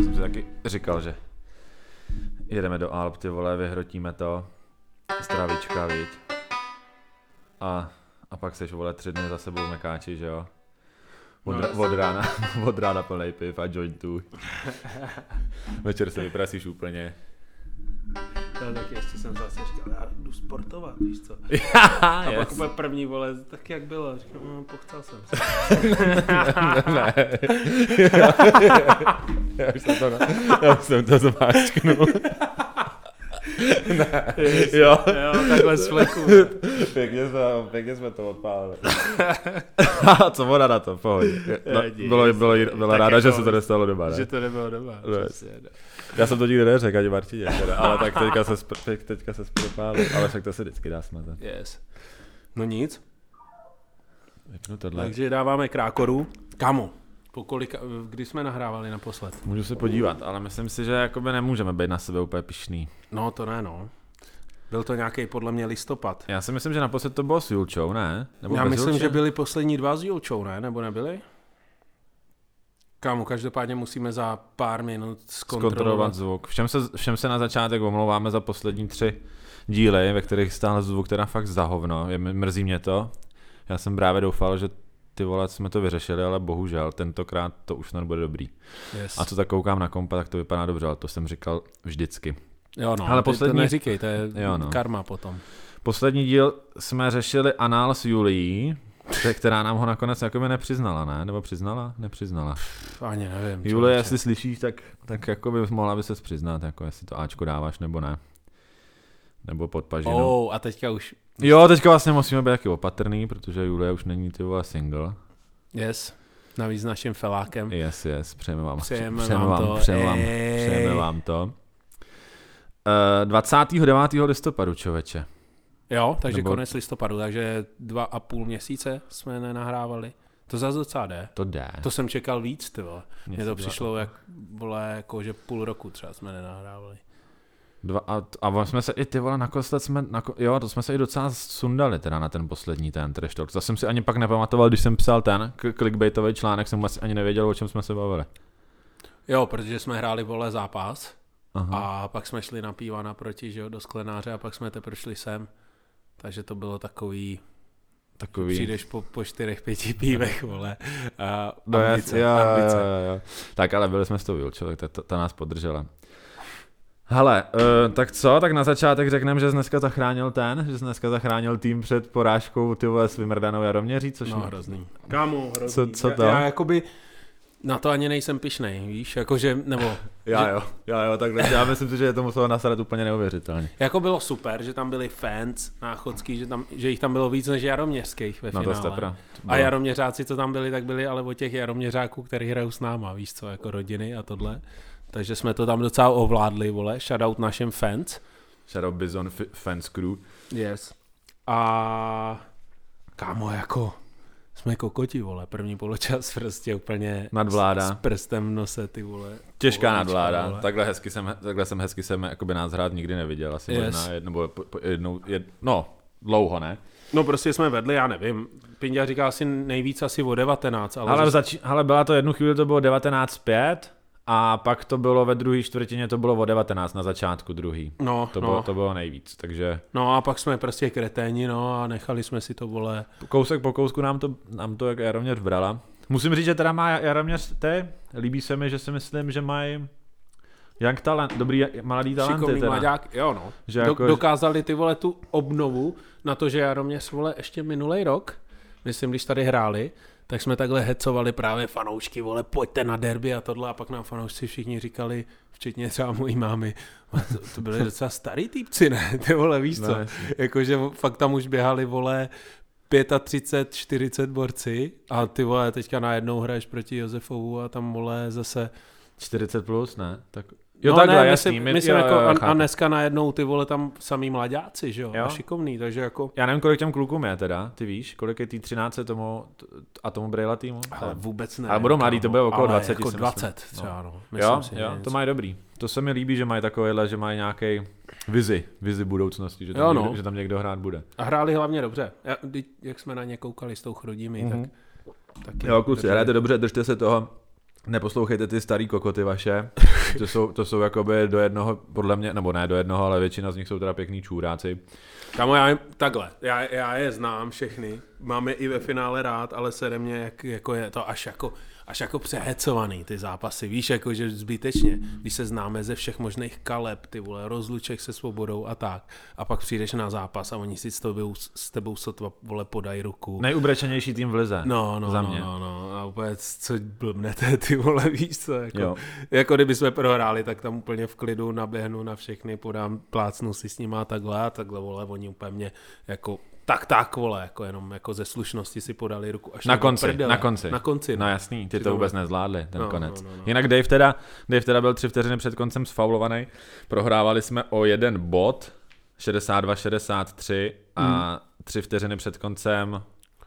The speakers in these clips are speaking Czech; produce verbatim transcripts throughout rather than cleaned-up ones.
jsem si taky říkal, že jedeme do Alp, ty vole, vyhrotíme to, zdravíčka, viď. A, a pak seš, vole, tři dny za sebou mekáči, že jo. Od, no, od rána, od rána plnej piv a jointů. Večer se vyprasíš úplně. No, tak ještě jsem zase říkal, já jdu sportovat, víš co. A yes. Pak úplně první, vole, tak jak bylo? Říkám, no, pochcel jsem se. Ne. Já už jsem to, já už jsem to zmáčknul. Ne. Yes. Jo. Jo, takhle z fleku. Pěkně jsme, pěkně jsme to odpálili. A co voda na to, pohodě. No, bylo, bylo, byla ráda, jako, že se to nestalo doma, ne? Že to nebylo doma, ne. Přesně, ne. Já jsem to nikdy neřekl, ani Martině, teda, ale tak teďka se, spr- teďka se propálil, ale však to se vždycky dá smazat. Yes. No nic. Vypnu tohle. Takže dáváme krákoru. Kámo, po kolika, kdy jsme nahrávali naposled? Můžu se podívat, ale myslím si, že jakoby nemůžeme být na sebe úplně pyšný. No to ne, no. Byl to nějaký podle mě listopad. Já si myslím, že naposled to bylo s Julčou, ne? Nebo Já myslím, Julče? že byli poslední dva s Julčou, ne? Nebo nebyli? Kámo, každopádně musíme za pár minut zkontrolovat, zkontrolovat zvuk. Všem se, všem se na začátek omlouváme za poslední tři díly, ve kterých stál zvuk teda fakt za hovno. Je, mrzí mě to. Já jsem právě doufal, že ty vole jsme to vyřešili, ale bohužel tentokrát to už nebude dobrý. Yes. A co tak koukám na kompa, tak to vypadá dobře, ale to jsem říkal vždycky. Jo no, ale ty poslední... to neříkej, to je jo, no. karma potom. Poslední díl jsme řešili anál s Julií, která nám ho nakonec jakoby nepřiznala, ne? Nebo přiznala? Nepřiznala. Ani nevím. Julie, jestli slyšíš, tak, tak jakoby mohla by ses přiznat, jako jestli to Ačko dáváš nebo ne. Nebo pod pažinou. Oh, a teďka už... Jo, teďka vlastně musíme být taky opatrný, protože Julie už není ty vole single. Yes, navíc s naším felákem. Yes, yes, přejeme vám, přejeme přejeme vám vám, to. přejeme vám, přejeme vám to. Uh, dvacátého devátého listopadu, člověče. Jo, takže Nebo... konec listopadu, takže dva a půl měsíce jsme nenahrávali. To zase docela jde. To jde. To jsem čekal víc, ty vole. Mně to dva. přišlo, jak, vole, jako, že půl roku třeba jsme nenahrávali. Dva, a, a jsme se i ty vole nakonec jsme, nako, jo, to jsme se i docela sundali teda na ten poslední ten trash talk. To jsem si ani pak nepamatoval, když jsem psal ten clickbaitový článek, jsem asi ani nevěděl, o čem jsme se bavili. Jo, protože jsme hráli, vole, zápas. Aha. A pak jsme šli na piva naproti, že jo, do sklenáře a pak jsme teprve šli sem. Takže to bylo takový... Takový... Přijdeš po, po čtyřech, pěti pívech, vole. A no ambice, jo, ambice. Jo, jo, jo. Tak ale byli jsme s tou Vilčou, tak ta, ta nás podržela. Hele, uh, tak co, tak na začátek řekneme, že jsi dneska zachránil ten, že jsi dneska zachránil tým před porážkou ty vole s vymrdanou Jaroměří, což... No, mě... hrozný. Kámo, hrozný. Co, co to? Já, já jakoby... Na to ani nejsem pyšnej, víš, jakože, nebo... Já že, jo, já jo, takhle, já myslím si, že je to muselo nasrat úplně neuvěřitelně. Jako bylo super, že tam byli fans náchodský, že, tam, že jich tam bylo víc než jaroměřských ve no finále. To to a jaroměřáci, co tam byli, tak byli ale od těch jaroměřáků, který hrajou s náma, víš co, jako rodiny a tohle. Takže jsme to tam docela ovládli, vole, shoutout našim fans. Shoutout Bizon f- fans crew. Yes. A kámo, jako... Jsme kokoti, vole, první poločas prostě úplně nadvláda. S, s prstem v nose, ty vole. Těžká nadvláda, vole. Takhle hezky jsem, takhle jsem hezky jsem jakoby nás hrát nikdy neviděl, asi yes. možná jednou, nebo jednou, jed, no, dlouho, ne? No prostě jsme vedli, já nevím, Pinďa říká asi nejvíc asi o devatenáct, ale... Ale, zač- ale byla to jednu chvíli, to bylo devatenáct pět a pak to bylo ve druhé čtvrtině, to bylo o devatenáct na začátku druhý. No, to, no. Bylo, to bylo nejvíc, takže... No a pak jsme prostě kreténi, no a nechali jsme si to, vole... Kousek po kousku nám to, nám to Jaroměř brala. Musím říct, že teda má Jaroměř, ty, líbí se mi, že si myslím, že mají young talent, dobrý mladý talenty. Šikovný teda. mladák, jo no. Že Do, jako... Dokázali ty, vole, tu obnovu na to, že Jaroměř, vole, ještě minulej rok, myslím, když tady hráli, tak jsme takhle hecovali právě fanoušky, vole, pojďte na derby a tohle, a pak nám fanoušci všichni říkali, včetně třeba mojí mámy, to, to byly docela starý týpci, ne? Ty vole, víš co? No, jakože fakt tam už běhali, vole, třicet pět, čtyřicet borci a ty, vole, teďka najednou hraješ proti Josefovu a tam, vole, zase... čtyřicet plus, ne? Tak... Jo, no takhle, ne, jasný. myslím, My, myslím jo, jako, jo, jo, a, a dneska najednou ty, vole, tam samý mladáci, že jo? jo? A šikovný, takže jako... Já nevím, kolik těm klukům je teda, ty víš, kolik je tý třináct tomu a tomu Brejla týmu? Ale vůbec ne. Ale budou mladý, to bude okolo dvacet. Jako dvacet třeba, no. Jo, si, jo, to mají dobrý. To se mi líbí, že mají takovéhle, že mají nějaký vizi, vizi budoucnosti, že tam, jo, někdo, no. že tam někdo hrát bude. A hráli hlavně dobře. Já, jak jsme na ně koukali s tou Chrudimi, mm-hmm. tak... tak jo, kluci, hrajete dobře, držte se toho. Neposlouchejte ty starý kokoty vaše, to jsou, to jsou jakoby do jednoho, podle mě, nebo ne do jednoho, ale většina z nich jsou teda pěkný čůráci. Kamo, já jim, takhle, já, já je znám všechny, máme i ve finále rád, ale sere mě, jak, jako je to až jako, až jako přehecovaný ty zápasy, víš, jako že zbytečně, když se známe ze všech možných kaleb, ty vole, rozluček se Svobodou a tak, a pak přijdeš na zápas a oni si s tebou, s tebou sotva, vole, podají ruku. Nejubrečenější tým v lize, no, no, za no, mě. no, no, a úplně, co blbnete, ty vole, víš co, jako, jako kdyby jsme prohráli, tak tam úplně v klidu naběhnu na všechny, podám, plácnu si s nima a takhle a takhle, vole, oni úplně mě, jako, tak, tak, vole, jako jenom jako ze slušnosti si podali ruku. Až na konci, prdele. na konci. Na konci. No jasný, ty to vůbec nezvládli, ten no, konec. No, no, no. Jinak Dave teda, Dave teda byl tři vteřiny před koncem sfaulovaný, prohrávali jsme o jeden bod, šedesát dva šedesát tři a hmm. tři vteřiny před koncem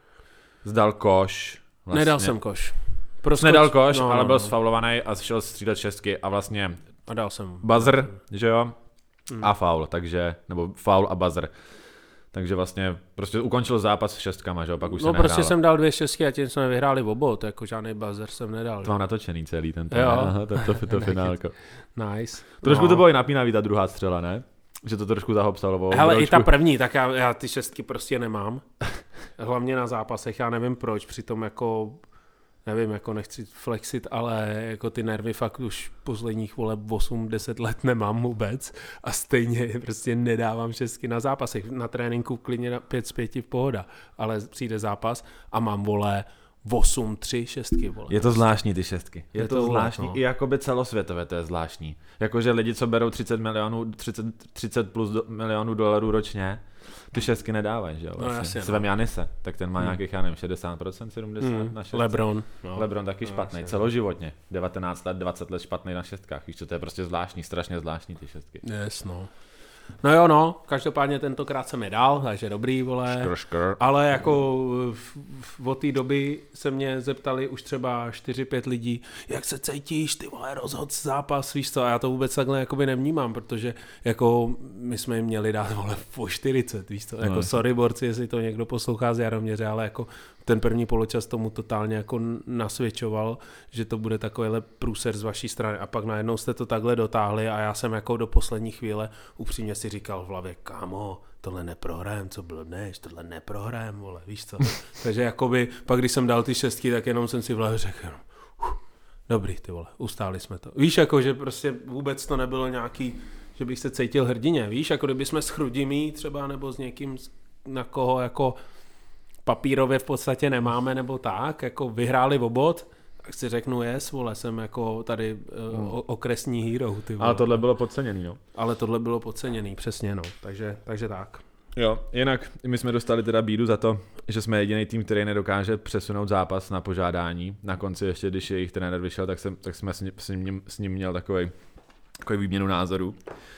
zdal koš. Vlastně. Nedal jsem koš. Proskoč... Nedal koš, no, ale no, byl no. sfaulovaný a šel střílet šestky a vlastně a dal jsem. buzzer, že jo, hmm. a faul, takže, nebo faul a buzzer. Takže vlastně prostě ukončil zápas s šestkama, že jo, pak už no, se nehrálo. prostě jsem dal dvě šestky a tím jsme vyhráli obou, jako žádný buzzer jsem nedal. To mám natočený celý ten jo. to, to, to, to finálko. Nice. Trošku no. to bylo i napínavý ta druhá střela, ne? Že to trošku zahopsalo. Hele, trošku... i ta první, tak já, já ty šestky prostě nemám. Hlavně na zápasech, já nevím proč, přitom jako... Nevím, jako nechci flexit, ale jako ty nervy fakt už posledních vole osm deset let nemám vůbec a stejně prostě nedávám šestky na zápasech. Na tréninku klidně na pět z pěti v pohoda, ale přijde zápas a mám vole osm tři šestky. Vole. Je to zvláštní ty šestky. Je, je to, to zvláštní. No. I jakoby celosvětově to je zvláštní. Jakože lidi, co berou třicet milionů, třicet, třicet plus do, milionů dolarů ročně, ty šestky nedávají, že jo? Vlastně. No, jasně, Svem no. Janise, tak ten má hmm. nějakých, já nevím, šedesát procent, sedmdesát procent hmm. na šestce. Lebron. No. Lebron taky no, špatný, jasně, celoživotně. devatenáct let, dvacet let špatný na šestkách. Víš co, to je prostě zvláštní, strašně zvláštní ty šestky. Yes, no. No jo, no, každopádně tentokrát jsem je dal, takže dobrý, vole. Škr, škr. Ale jako v, v, od té doby se mě zeptali už třeba čtyři pět lidí, jak se cítíš, ty vole, rozhod zápas, víš co, a já to vůbec takhle jakoby nevnímám, protože jako my jsme jim měli dát, vole, po čtyřicet, víš co, jako no, sorry borci, jestli to někdo poslouchá z Jaroměře, ale jako ten první poločas tomu totálně jako nasvědčoval, že to bude takovýhle průser z vaší strany a pak najednou jste to takhle dotáhli a já jsem jako do poslední chvíle upřímně si říkal v hlavě, kámo, tohle neprohrajem, co blbneš, tohle neprohrajem, vole, víš co. Takže jakoby, pak když jsem dal ty šestky, tak jenom jsem si v hlavě řekl, jenom, uh, dobrý, ty vole, ustáli jsme to. Víš, jako, že prostě vůbec to nebylo nějaký, že bych se cítil hrdině, víš, jako kdyby jsme s Chrudimí třeba, nebo s někým, na koho jako papírově v podstatě nemáme, nebo tak, jako vyhráli obod, tak si řeknu, yes, vole, jsem jako tady uh, hmm. okresní hero, ty vole. Ale tohle bylo podceněný, no. Ale tohle bylo podceněný, přesně, no. Takže, takže tak. Jo, jinak my jsme dostali teda bídu za to, že jsme jediný tým, který nedokáže přesunout zápas na požádání. Na konci ještě, když jejich trenér vyšel, tak, jsem, tak jsme s ním, s ním, s ním měl takový, takový výměnu názorů.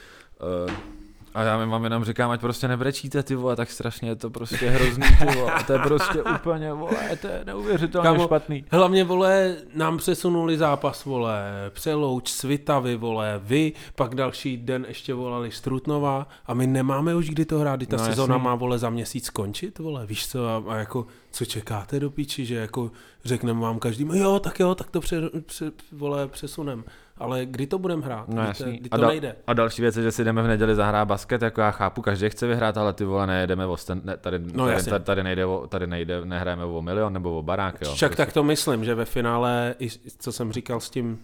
Uh, A já vám jenom říkám, ať prostě nebrečíte, ty vole, tak strašně je to prostě hrozný, ty vole, to je prostě úplně, vole, to je neuvěřitelně Kámo, špatný. Hlavně, vole, nám přesunuli zápas, vole, Přelouč, Svitavy, vole, vy, pak další den ještě volali Strutnova a my nemáme už kdy to hrát, ta no, sezona jasný. Má, vole, za měsíc skončit, vole, víš co, a, a jako, co čekáte do píči, že jako řekneme vám každým, jo, tak jo, tak to pře, pře, vole, přesunem. Ale kdy to budeme hrát? No kdy, to, kdy to a, dal, nejde? A další věc je, že si jdeme v neděli zahrát basket, jako já chápu, každý chce vyhrát, ale ty vole, nejedeme o sten, ne, tady, no, tady, tady, tady, nejde o, tady nejde, nehrajeme o milion nebo o barák, jo. Však prostě. Tak to myslím, že ve finále, i co jsem říkal s tím,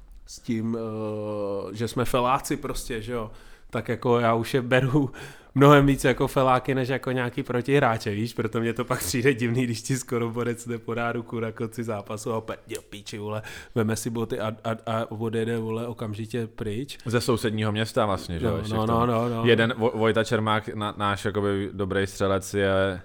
s tím, uh, že jsme feláci prostě, že jo, tak jako já už je beru mnohem víc jako feláky, než jako nějaký protihráče, víš, proto mě to pak přijde divný, když ti skoro borec nepodá ruku na konci zápasu a opět, jo, píči, vole, veme si boty a, a, a odjede, vole, okamžitě pryč. Ze sousedního města vlastně, že jo. No, no, no, no. Jeden Vojta Čermák, na, náš jakoby dobrý střelec je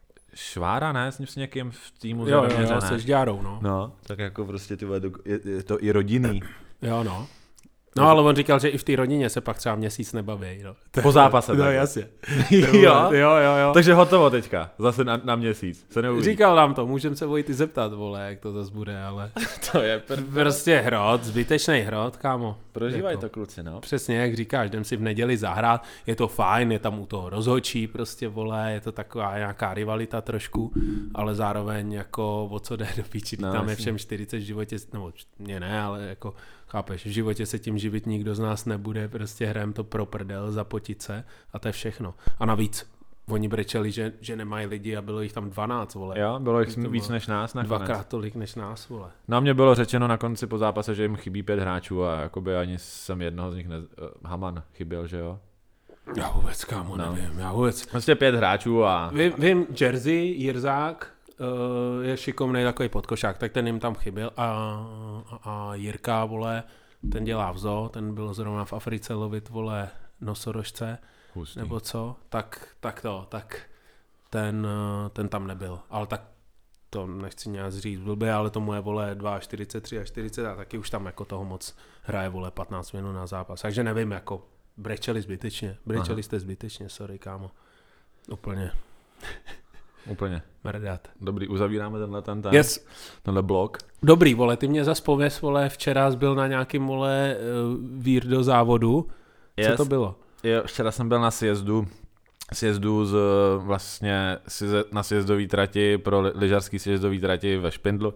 Švára, ne? S někým v týmu jo, jo, jo, se Žďárou, no. No, tak jako prostě ty vole, je, je to i rodinný. Jo, no. No, ale on říkal, že i v té rodině se pak třeba měsíc nebaví. No. Po zápase. No, jasně. jo? jo, jo, jo. Takže hotovo teďka, zase na, na měsíc, se neuvidí. Říkal nám to, můžeme se Vojty zeptat, vole, jak to zase bude, ale to je pr- prostě hrot, zbytečný hrot, kámo. Prožívají jako. to kluci, no. Přesně, jak říkáš, jdem si v neděli zahrát, je to fajn, je tam u toho rozhodčí, prostě, vole, je to taková nějaká rivalita trošku, ale zároveň jako o co jde do píči, no, tam je všem čtyřicet v životě, nebo mě ne, ale jako chápeš, v životě se tím živit nikdo z nás nebude, prostě hrajeme to pro prdel, zapotit se a to je všechno. A navíc oni brečeli, že, že nemají lidi a bylo jich tam dvanáct, vole. Jo, bylo jich víc než nás nakonec. Dvakrát tolik než nás, vole. Na mě bylo řečeno na konci po zápase, že jim chybí pět hráčů a jakoby ani jsem jednoho z nich ne... Haman chyběl, že jo? Já vůbec, kámo, no. nevím, já vůbec. Vlastně pět hráčů a... Vím, vím Jersey, Jirzák, uh, je šikovnej takový podkošák, tak ten jim tam chyběl a, a, a Jirka, vole, ten dělá vzo, ten byl zrovna v Africe lovit, vole, nosorožce, Hustý. Nebo co, tak, tak to, tak ten, ten tam nebyl, ale tak to nechci nějak říct blbě, ale tomu je, vole, čtyřicet dva, tři a čtyřicet a taky už tam jako toho moc hraje, vole, patnáct minut na zápas, takže nevím, jako brečeli zbytečně, brečeli Aha. jste zbytečně, sorry, kámo, úplně. Úplně. Mrdat. Dobrý, uzavíráme tenhle ten, ten yes. tenhle blok. Dobrý, vole, ty mě zas pověz, vole, včera jsi byl na nějakým, vole, výrdo závodu. Co yes. to bylo? Jo, včera jsem byl na sjezdu, sjezdu z, vlastně na sjezdový trati pro lyžařský sjezdový trati ve Špindlu.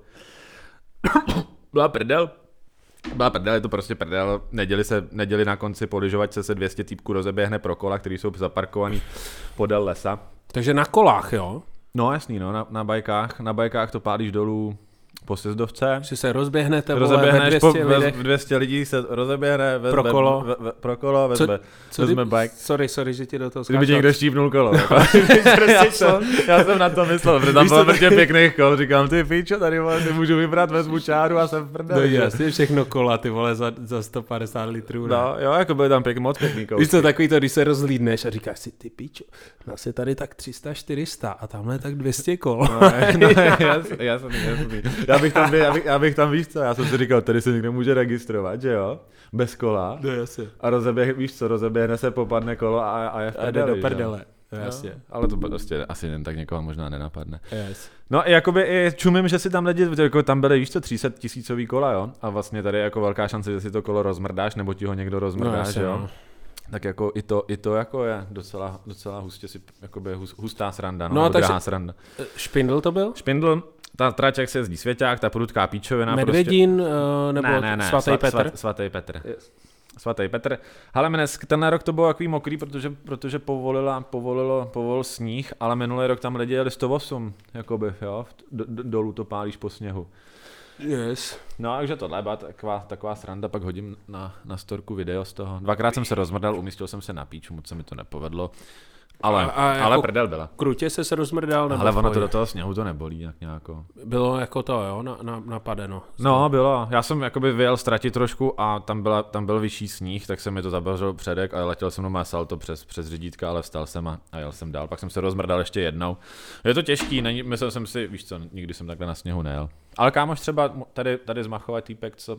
Byla prdel. Byla prdel, je to prostě prdel. Neděli, se, neděli na konci po lyžovačce se dvě stě týpků rozeběhne pro kola, který jsou zaparkovaný podél lesa. Takže na kolách, jo? No jasný, no, na, na bajkách. Na bajkách to pádíš dolů po sjezdovce. Že se rozběhnete, vole, ve dvě stě lidech. Po dvě stě lidí se rozeběhne, vezme, pro kolo, ve, ve, pro kolo vezme, co, vezme co bike. Sorry, sorry, že ti do toho skáču. Kdyby někdo štípnul kolo. já, jsem, já jsem na to myslel, protože tam bylo vrtě pěkných kol. Říkám, ty píčo, tady vole, si můžu vybrat, vezmu čáru a jsem v prdeli. No jasně, všechno kola, ty vole, za, za sto padesát litrů. Ne? No, jo, jako byly tam pěk, moc pěkný kousky. Víš to takový to, když se rozlídneš a říkáš si, ty píčo, nás je tady tak tři sta, čtyři sta a tamhle tak dvě stě kol. No, no, jasný, jasný, jasný. Já bych tam, já bych, já bych tam, víš co, já jsem si říkal, tady se někdo může registrovat, že jo, bez kola. No jasně. A rozeběh, víš co, rozeběhne se, popadne kolo a, a je v prdeli. A jde do prdele. No, jasně. Ale to prostě asi jen tak někoho možná nenapadne. Yes. No i jakoby i čumím, že si tam lidi, jako tam byly, víš co, tři sta tisícový kola, jo, a vlastně tady je jako velká šance, že si to kolo rozmrdáš, nebo ti ho někdo rozmrdá, no, jasně, jo. No. Tak jako i to, i to jako je docela, docela hustě si, jakoby hustá sranda, no, no drahá sranda. Špindl to byl? Špindl, ta trať, jak se jezdí Svěťák, ta prudká píčovina. Medvědín prostě... nebo ne, ne, ne, svatý svat, Petr? Svat, svatý Petr. Yes. Svatý Petr. Hele, dnes, tenhle rok to bylo takový mokrý, protože, protože povolila, povolilo, povolil sníh, ale minulý rok tam lidi jeli sto osm, jakoby, jo, do, do, dolů to pálíš po sněhu. Yes. No, takže tohle byla taková, taková sranda, pak hodím na, na storku video z toho. Dvakrát jsem se rozmrdal, umístil jsem se na píču, moc se mi to nepovedlo. Ale, a, a ale jako prdel byla. Krutě se se rozmrdal? Nebo ale ono to do toho sněhu to nebolí jak nějako. Bylo jako to, jo, na, na, napadeno. No, bylo. Já jsem jakoby vyjel ztratit trošku a tam, byla, tam byl vyšší sníh, tak se mi to zabařil předek a letěl jsem na salto přes, přes řídítka, ale vstal jsem a, a jel jsem dál. Pak jsem se rozmrdal ještě jednou. Je to těžký, není, myslel jsem si, víš co, nikdy jsem takhle na sněhu nejel. Ale kámoš třeba tady, tady z Machova týpek, co,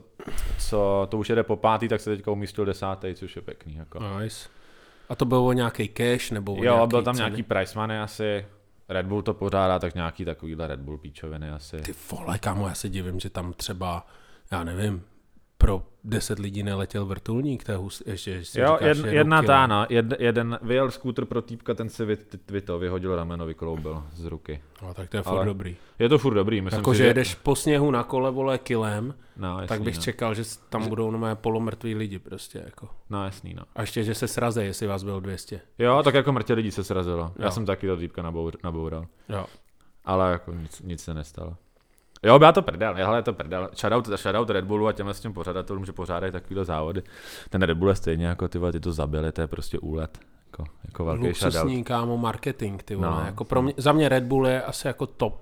co to už jede po pátý, tak se teďka umístil desátý, což je pěkný. Jako. Nice. A to bylo nějaký cash nebo jo, nějaký byl tam ceny? nějaký price money asi, Red Bull to pořádá, tak nějaký takovýhle Red Bull píčoviny asi. Ty vole, kámo, já se divím, že tam třeba, já nevím, pro deset lidí neletěl vrtulník, to je hus, ještě, ještě jo, říkáš, jed, jedna tána, jed, jeden vyjel skútr pro týpka, ten si vy, vy to vyhodil rameno, vykloubil z ruky. No, tak to je furt ale dobrý. Je to furt dobrý, myslím jako, si, že jedeš po sněhu na kole, vole, kilem, no, jasný, tak bych no. čekal, že tam budou nové polomrtví lidi prostě, jako. No jasný, no. A ještě, že se sraze, jestli vás bylo dvě stě. Jo, tak jako mrtě lidí se srazilo. Jo. Já Jo. jsem taky do týpka nabour, naboural. Jo. Ale jako nic, nic se nestalo. Jo, byla to prdel, hele, je to prdel. Shoutout, shoutout Red Bullu a těmhle s těm pořadatelům, že pořádají takovýhle závody. Ten Red Bull je stejně jako ty, ty to zabili, to je prostě úlet. Jako, jako velký shoutout. Luxusní, kámo, marketing, ty vole. No. Jako pro mě, za mě Red Bull je asi jako top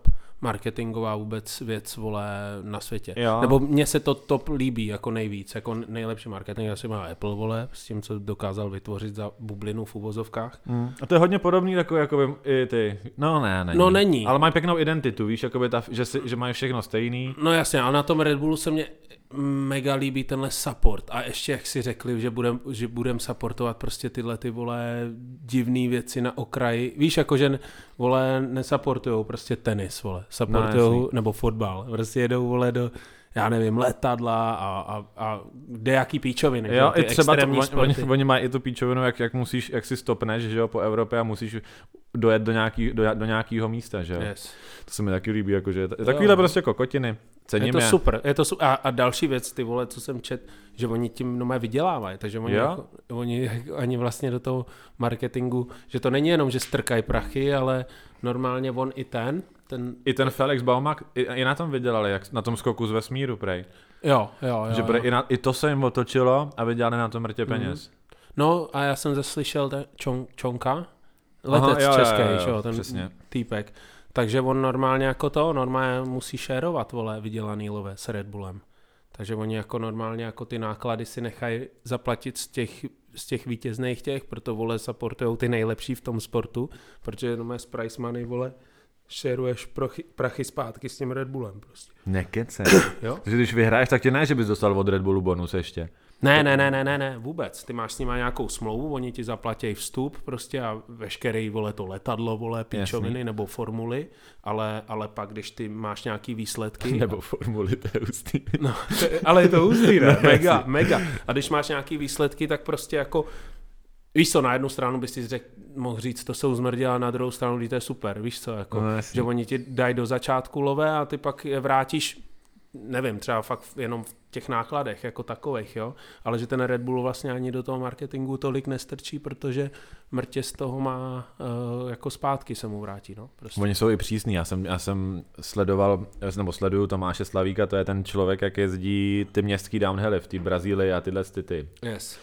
marketingová vůbec věc, vole, na světě. Jo. Nebo mně se to top líbí jako nejvíc, jako nejlepší marketing asi má Apple, vole, s tím, co dokázal vytvořit za bublinu v uvozovkách. Mm. A to je hodně podobný takový, jakoby, i ty, no ne, není. No není. Ale mají pěknou identitu, víš, jakoby ta, že, si, že mají všechno stejný. No jasně, ale na tom Red Bullu se mě mega líbí tenhle support a ještě jak si řekli, že budem, že budem supportovat prostě tyhle ty, vole, divný věci na okraji. Víš, jako že, vole, nesupportujou prostě tenis, vole, supportujou, no, nebo fotbal, prostě jedou, vole, do, já nevím, letadla a, a, a dejaký píčoviny. Jo, ty i třeba to, sporty. oni, oni mají i tu píčovinu, jak, jak musíš, jak si stopneš, že jo, po Evropě a musíš dojet do, nějaký, do, do nějakého místa, že jo. Yes. To se mi taky líbí, jakože je takovýhle prostě kokotiny. Cením je to je. super, je to super. A, a další věc, ty vole, co jsem čet, že oni tím nomé vydělávají, takže oni, jako, oni ani vlastně do toho marketingu, že to není jenom, že strkají prachy, ale normálně on i ten, ten... I ten Felix Baumak, i, i na tom vydělali, jak na tom skoku z vesmíru, prej. Jo, jo, jo. Že prej, jo. I, na, i to se jim otočilo a vydělali na tom mrtě peněz. Mm. No a já jsem zaslyšel ten Čon, Čonka, letec Aha, jo, český, jo, jo, jo, ten přesně. Týpek. Takže on normálně jako to, normálně musí šérovat, vole, vydělaný love s Red Bullem. Takže oni jako normálně jako ty náklady si nechají zaplatit z těch, z těch vítězných těch, proto, vole, supportujou ty nejlepší v tom sportu, protože jenom z prize money, vole, šeruješ prachy, prachy zpátky s tím Red Bullem prostě. Nekece. Jo? Takže když vyhraješ, tak tě ne, že bys dostal od Red Bullu bonus ještě. Ne, ne, ne, ne, ne, ne, vůbec. Ty máš s nima nějakou smlouvu, oni ti zaplatí vstup prostě a veškerý, vole, to letadlo, vole, píčoviny Jasný. Nebo formuly, ale, ale pak, když ty máš nějaký výsledky... Nebo formuly, to je hustý. No, to, ale je to hustý, ne? Mega, mega. A když máš nějaký výsledky, tak prostě jako... Víš co, na jednu stranu bys si řek, mohl říct, to jsou zmrdě, a na druhou stranu to je super, víš co, jako, no, že oni ti dají do začátku love a ty pak je vrátíš, nevím, třeba fakt jenom v těch nákladech jako takových, jo, ale že ten Red Bull vlastně ani do toho marketingu tolik nestrčí, protože mrtě z toho má uh, jako zpátky se mu vrátí, no. Prostě. Oni jsou i přísní, já jsem, já jsem sledoval, nebo sleduju Tomáše Slavíka, to je ten člověk, jak jezdí ty městský downhilly v té Brazílii a tyhle ty. Yes.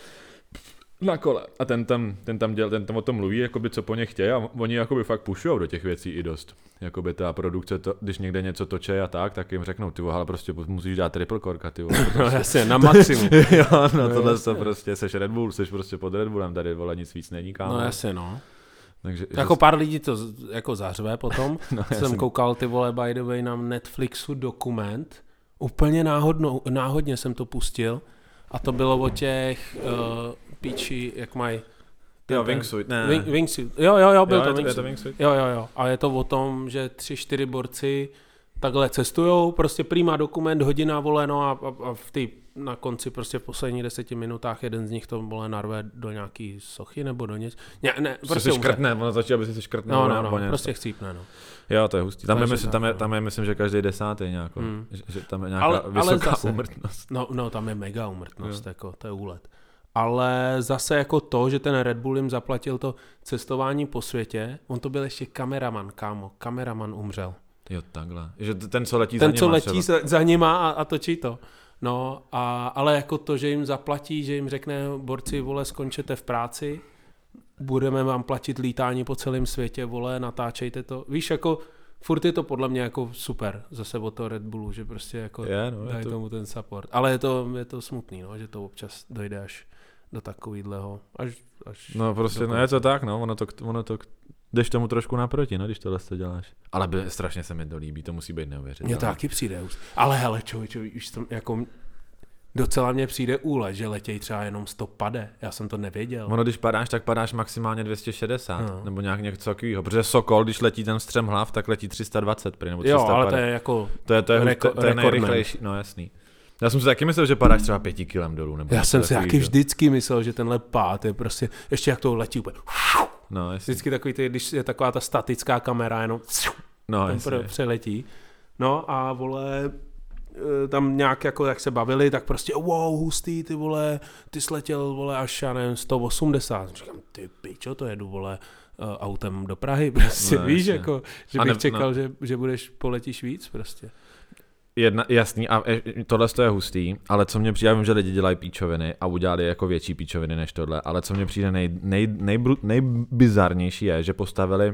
Na kole. A ten tam, ten tam, děl, ten tam o tom mluví, jakoby, co po ně chtějí, a oni jakoby fakt pušujou do těch věcí i dost. Jakoby ta produkce, to, když někde něco točí a tak, tak jim řeknou, ty ale prostě musíš dát triple korka, ty vole. No jasně, na maximum. Jo, no tohle to prostě, seš Red Bull, seš prostě pod Red Bullem, tady vole, nic víc není, kámo. No jasně, no. Takže, jako pár lidí to jako zařve potom. No, jsem jsem koukal, ty vole, by the way, na Netflixu dokument, úplně náhodno, náhodně jsem to pustil, a to bylo o těch uh, píči, jak mají... Jo, Wingsuit, ne. Wing, wingsuit. Jo, jo, jo, byl jo, to, je to, wingsuit. je to Wingsuit. Jo, jo, jo. A je to o tom, že tři, čtyři borci takhle cestujou, prostě prima dokument, hodina, vole, no a, a, a v tý, na konci prostě v posledních deseti minutách jeden z nich to, vole, narve do nějaký sochy nebo do něco. Ne, ne, prostě se škrtne, ono začíná, aby se škrtne. No, no, no, no prostě chcípne, no. Jo, to je hustý. Tam je, myslím, tam, je, tam je, myslím, že každý desátý nějakou, hmm. že, že tam je nějaká ale, vysoká ale zase, úmrtnost. No, no, tam je mega úmrtnost, jako, to je úlet. Ale zase jako to, že ten Red Bull jim zaplatil to cestování po světě, on to byl ještě kameraman, kámo, kameraman umřel. Jo, takhle. Že ten, co letí ten, za nima. Ten, co letí třeba. za nima a, a točí to. No, a, ale jako to, že jim zaplatí, že jim řekne, borci, vole, skončete v práci, budeme vám platit lítání po celém světě, vole, natáčejte to. Víš, jako furt je to podle mě jako super zase od toho Red Bullu, že prostě jako je, no, dají to... tomu ten support. Ale je to, je to smutný, no, že to občas dojde až do takovýhleho. Až, až no prostě, no je to tak, no, ono to, ono to jdeš tomu trošku naproti, no, když tohle to děláš. Ale by, strašně se mi to líbí, to musí být neuvěřitelné. Mně to taky přijde už. Ale hele, člověče, už to jako docela mně přijde úlet, že letěj třeba jenom sto pade. Já jsem to nevěděl. Ono, když padáš, tak padáš maximálně dvě stě šedesát, no. Nebo nějak něco takového. Protože Sokol, když letí ten střem hlav, tak letí tři sta dvacet prý, nebo tři sta padesát. Jo, ale to je jako to je, to je, reko, to je nejrychlejší, no jasný. Já jsem si taky myslel, že padáš třeba pěti kilem dolů. Nebo já jsem si taky vždycky myslel, že tenhle pád je prostě, ještě jak to letí úplně. No, vždycky takový ty, když je taková ta statická kamera, jenom no, tam přeletí. No a vole, tam nějak jako jak se bavili, tak prostě wow, hustý, ty vole, ty sletěl, vole, až já nevím, sto osmdesát. Říkám, ty pičo, to jedu, vole, autem do Prahy, prostě, no, víš, jako, že bych ne, čekal, no. že, že budeš, poletíš víc, prostě. Jedna, jasný, a tohle je hustý, ale co mě přijde, já vím, že lidi dělají píčoviny a udělali jako větší píčoviny než tohle, ale co mě přijde nej, nej, nej, nejbizarnější je, že postavili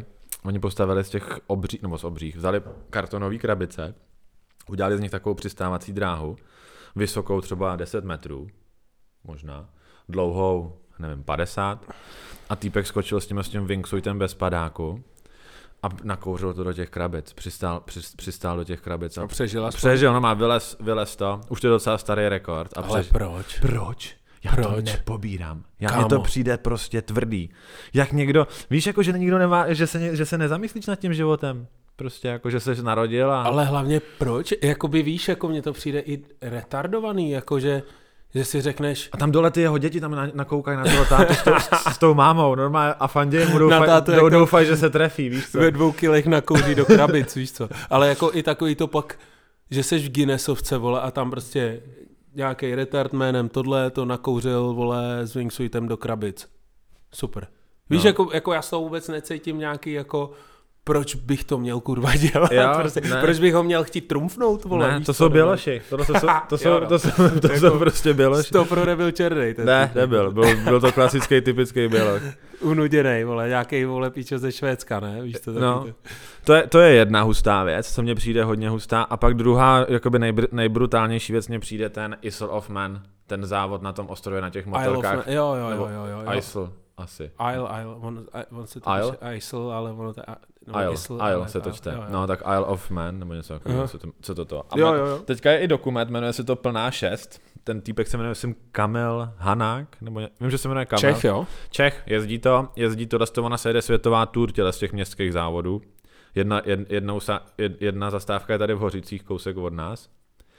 oni postavili z těch obří, nebo z obřích, vzali kartonové krabice, udělali z nich takovou přistávací dráhu, vysokou třeba deset metrů, možná, dlouhou, nevím, padesát, a týpek skočil s tím s tím wingsuitem bez padáku a nakouřil to do těch krabic, přistál, při, přistál do těch krabic. A, a přežil. Přežil, no má, vylez, vylez to, už to je docela starý rekord. A ale přež... proč? Proč? Já Proč? to nepobírám. Já Kámo. mně to přijde prostě tvrdý. Jak někdo, víš, jako, že nikdo nemá, že se, že se nezamyslíš nad tím životem. Prostě jako, že jsi narodil a... Ale hlavně proč? Jakoby víš, jako mně to přijde i retardovaný, jakože že si řekneš... A tam dole ty jeho děti tam na, nakoukají na toho tátu s, tou, s, s tou mámou, normálně, a fanději mu doufaj, tátu dou, jako doufaj, že se trefí, víš co? Ve dvou kilech nakouří do krabic, víš co? Ale jako i takový to pak, že seš v Guinnessovce, vole, a tam prostě nějaký retard jménem tohle to nakouřil, vole, s wingsuitem do krabic. Super. Víš, no. jako, jako já s toho vůbec necítím nějaký jako... Proč bych to měl kurva dělat? Jo, prostě, proč bych ho měl chtít trumfnout? Vole, ne, víš, to jsou běloši. To, to, jsou, to, jsou, to, jsou, to jako, jsou prostě běloši. To pro nebyl černej. Ne, nebyl. Byl, byl to klasický, typický běloš. Unuděnej, vole, nějaký vole píčo ze Švédska, ne? Víš to, no, to, je, to je jedna hustá věc, co mně přijde hodně hustá. A pak druhá, jakoby nejbr, nejbrutálnější věc mně přijde ten Isle of Man, ten závod na tom ostrově na těch motorkách. Jo, jo, jo, jo, jo. Isle, asi. Isle, Isle, on, on se to Isle? píše Isle, ale ono to... No, Isle, Isle, Isle ale, se to čte. Jo, jo. No tak Isle of Man, nebo něco takového, uh-huh. co, to, co to to. A jo, jo, jo. Teďka je i dokument, jmenuje se to Plná šest. Ten týpek se jmenuje, myslím, Kamil Hanák, nebo ně, vím, že se jmenuje Kamil. Čech, jo? Čech, jezdí to, jezdí to, to ona se jede světová tour těle z těch městských závodů. Jedna, jed, jednou sa, jed, jedna zastávka je tady v Hořicích, kousek od nás.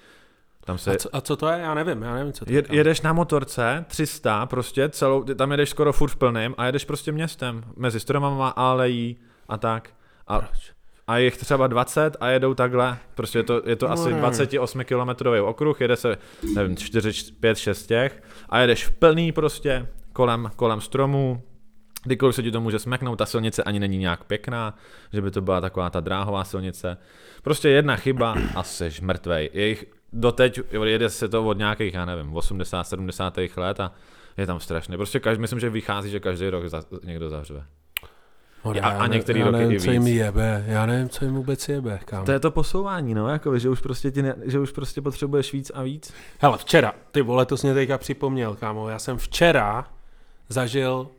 Tam se... a, co, a co to je? Já nevím, já nevím, co to je. Jed, jedeš na motorce, tři sta, prostě celou, tam jedeš skoro furt v plném a jedeš prostě městem, mezi stromama, alejí a tak. A, Proč? A je jich třeba dvacet a jedou takhle, prostě je to, je to no, asi dvacetiosmikilometrový okruh, jede se, nevím, čtyři, pět, šest těch a jedeš v plný prostě kolem, kolem stromů, kdykoliv se ti to může smeknout, ta silnice ani není nějak pěkná, že by to byla taková ta dráhová silnice, prostě jedna chyba a seš mrtvej, je jich doteď, jede se to od nějakých, já nevím, osmdesát sedmdesát let a je tam strašně, prostě každý, myslím, že vychází, že každý rok za, někdo zavřve. Hoda, a, a některý já roky nevím, i víc. co jim jebe, já nevím, co jim vůbec jebe, kámo. To je to posouvání, no, jako, že už prostě ti ne, že už prostě potřebuješ víc a víc. Hele, včera, ty vole, to jsi mě teďka připomněl, kámo, já jsem včera zažil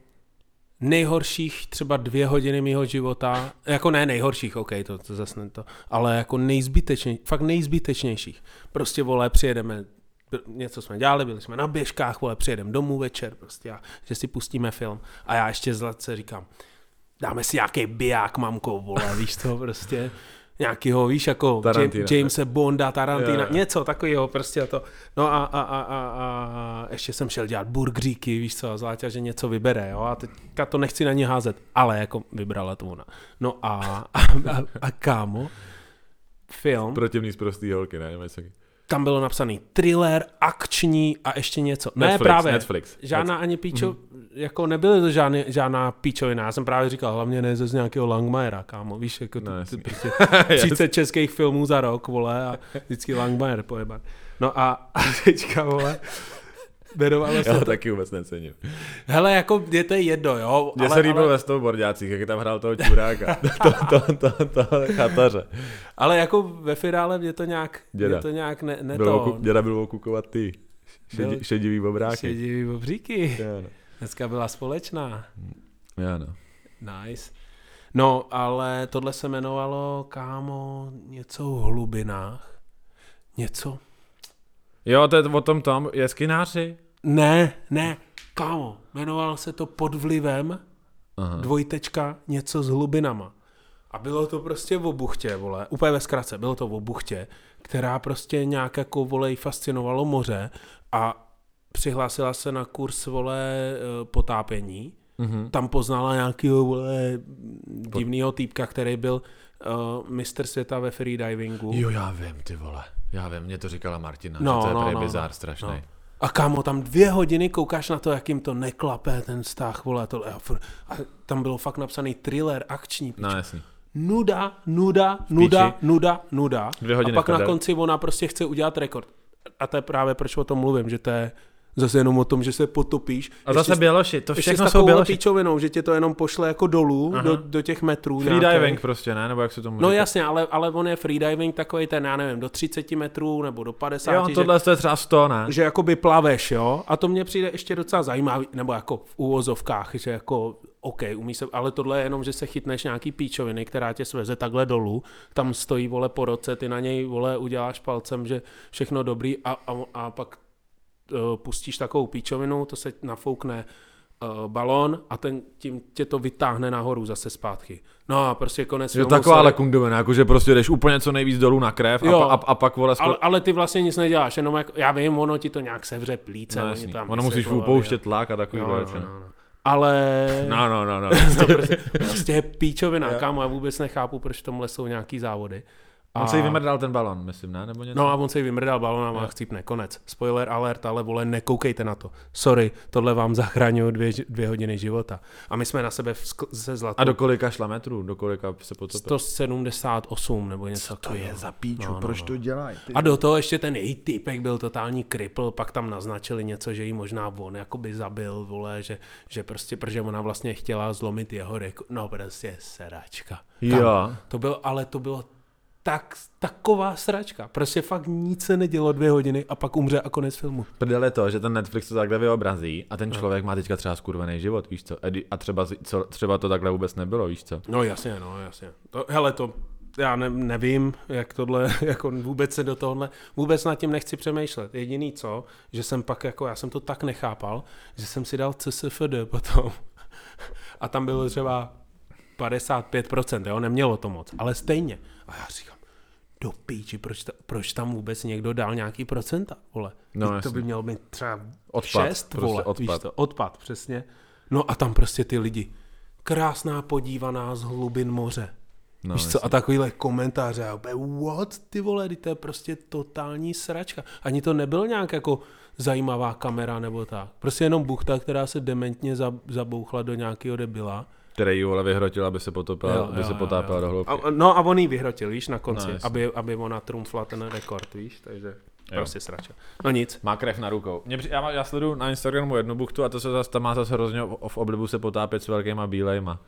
nejhorších třeba dvě hodiny mýho života, jako ne nejhorších, ok, to, to zase ne to, ale jako nejzbytečnějších, fakt nejzbytečnějších. Prostě, vole, přijedeme, něco jsme dělali, byli jsme na běžkách, vole, přijedeme domů večer, prostě, a že si pustíme film a já ještě zlatce říkám, dáme si nějaký biják, mamko, vole, víš to, prostě, nějakýho, víš, jako Tarantina. Jamese Bonda, Tarantina, jo. něco takového, prostě to. No a, a, a, a, a ještě jsem šel dělat burgeríky, víš co, zvlášť, že něco vybere, jo, a teďka to nechci na ně házet, ale jako vybrala to ona. No a, a, a, a kámo, film. Protivný z prostý holky, ne? Tam bylo napsaný thriller, akční a ještě něco. Netflix, ne, právě. Netflix. Žádná Netflix. ani píčo, mm-hmm. jako nebyly to žádný, žádná píčovina. Já jsem právě říkal, hlavně ne z nějakého Langmayera, kámo. Víš, jako no, ty, ty prostě třicet českých filmů za rok, vole, a vždycky Langmajer pojebat. No a, a teďka, vole, jmenovalo se Já to... taky vůbec necením. Hele, jako je to jedno, jo. Mně se líbil ale... ve Snowboardácích, jak tam hrál toho čuráka. to, to, to, to, to chataře. Ale jako ve finále mě to nějak, děda. Mě to nějak ne, ne byl to... Oku, děda byl okukovat ty. Šedi, byl... Šedivý bobráky. Šedivý bobříky. Já, no. Dneska byla společná. Já no. Nice. No, ale tohle se jmenovalo, kámo, něco v hlubinách. Něco? Jo, to je o tom tom, jeskynáři? Ne, ne, kámo, jmenovalo se to Pod vlivem, aha. Dvojtečka, něco s hlubinama. A bylo to prostě v obuchtě, vole, úplně ve zkratce, bylo to v obuchtě, která prostě nějak jako, vole, jí fascinovalo moře a přihlásila se na kurz, vole, potápění. Mm-hmm. Tam poznala nějakýho, vole, divnýho týpka, který byl uh, mistr světa ve freedivingu. Jo, já vím, ty vole. Já vím, mě to říkala Martina, no, že to je no, prej no, bizár no, strašný. No. A kámo, tam dvě hodiny koukáš na to, jak jim to neklape, ten vztah, vole, tohle. A tam bylo fakt napsaný thriller, akční. Pič. No, jasný. Nuda, nuda, nuda, nuda, nuda. Dvě hodiny a pak kadel. na konci ona prostě chce udělat rekord. A to je právě proč o tom mluvím, že to je Zase jenom o tom, že se potopíš. A zase běloši, to všechno jsou běloši. Píčovinou, že tě to jenom pošle jako dolů do, do těch metrů. Freediving prostě, ne? Nebo jak se tomu No říká? jasně, ale, ale on je freediving takový ten, já nevím, do třicet metrů nebo do padesát. Jo, tohle že, je třeba sto, ne? Že jakoby plaveš, jo? A to mně přijde ještě docela zajímavý, nebo jako v úvozovkách, že jako OK, umí se, ale tohle je jenom, že se chytneš nějaký píčoviny, která tě sveze takhle dolů, tam stojí, vole, po roce, ty na něj, vole, uděláš palcem, že všechno dobrý a, a, a pak uh, pustíš takovou píčovinu, to se nafoukne uh, balón a ten tím tě to vytáhne nahoru zase zpátky. No a prostě konec filmu. Je taková ale kundovina, jako že prostě jdeš úplně co nejvíc dolů na krev a, a, a pak vole... Sklo... Ale, ale ty vlastně nic neděláš, jenom jako, já vím, ono ti to nějak sevře plíce. No, oni tam ono musíš upouštět tlak a takový no, věci. No, no, no. Ale... No, no, no, no. to prostě, prostě je píčovina, kámo, já vůbec nechápu, proč v tomhle jsou nějaký závody. A... On se jí vymrdal ten balon, myslím, ne? Nebo něco? No a on se jí vymrdal balon a má chcípne, konec. Spoiler alert, ale vole, nekoukejte na to. Sorry, tohle vám zachraňuje dvě, dvě hodiny života. A my jsme na sebe skl- se zlatou... A do kolika šla metrů? Do kolika se potopil? sto sedmdesát osm nebo něco. Co to je za píču? No, proč no, no. to dělají? A do toho ještě ten její týpek byl totální kripl, pak tam naznačili něco, že jí možná on jakoby zabil, vole, že, že prostě, protože ona vlastně chtěla zlomit jeho reku. No prostě seračka. Jo. To bylo, ale to bylo tak, taková sračka. Prostě fakt nic se nedělo dvě hodiny a pak umře a konec filmu. Prdele to, že ten Netflix to takhle vyobrazí a ten člověk no. má teďka třeba skurvený život, víš co? A třeba, co, třeba to takhle vůbec nebylo, víš co? No jasně, no jasně. To, hele, to já ne, nevím, jak tohle, jako vůbec se do tohohle, vůbec nad tím nechci přemýšlet. Jediný co, že jsem pak, jako já jsem to tak nechápal, že jsem si dal C S F D potom a tam bylo třeba padesát pět procent, jo, nemělo to moc, ale stejně. A já říkám, do píči, proč, ta, proč tam vůbec někdo dal nějaký procenta, vole. No, to by mělo být třeba odpad, šest, prostě vole, odpad. Víš to, odpad, přesně. No a tam prostě ty lidi, krásná podívaná z hlubin moře. No, víš co, a takovýhle komentáře, a opět, what, ty vole, to je prostě totální sračka. Ani to nebylo nějak jako zajímavá kamera nebo tak. Prostě jenom buchta, která se dementně zabouchla do nějakého debila. Který ji vole vyhrotil, aby se potopila, jo, aby jo, se potápila jo. do hloubky. A, no a on ji vyhrotil, víš, na konci, no, aby, aby ona trumfla ten rekord, víš, takže jo. Prostě sračka. No nic. Má krev na rukou. Mě, já, já sleduju na Instagramu jednu buchtu a to se zase, tam má zase hrozně v oblibu se potápět s velkýma bílejma.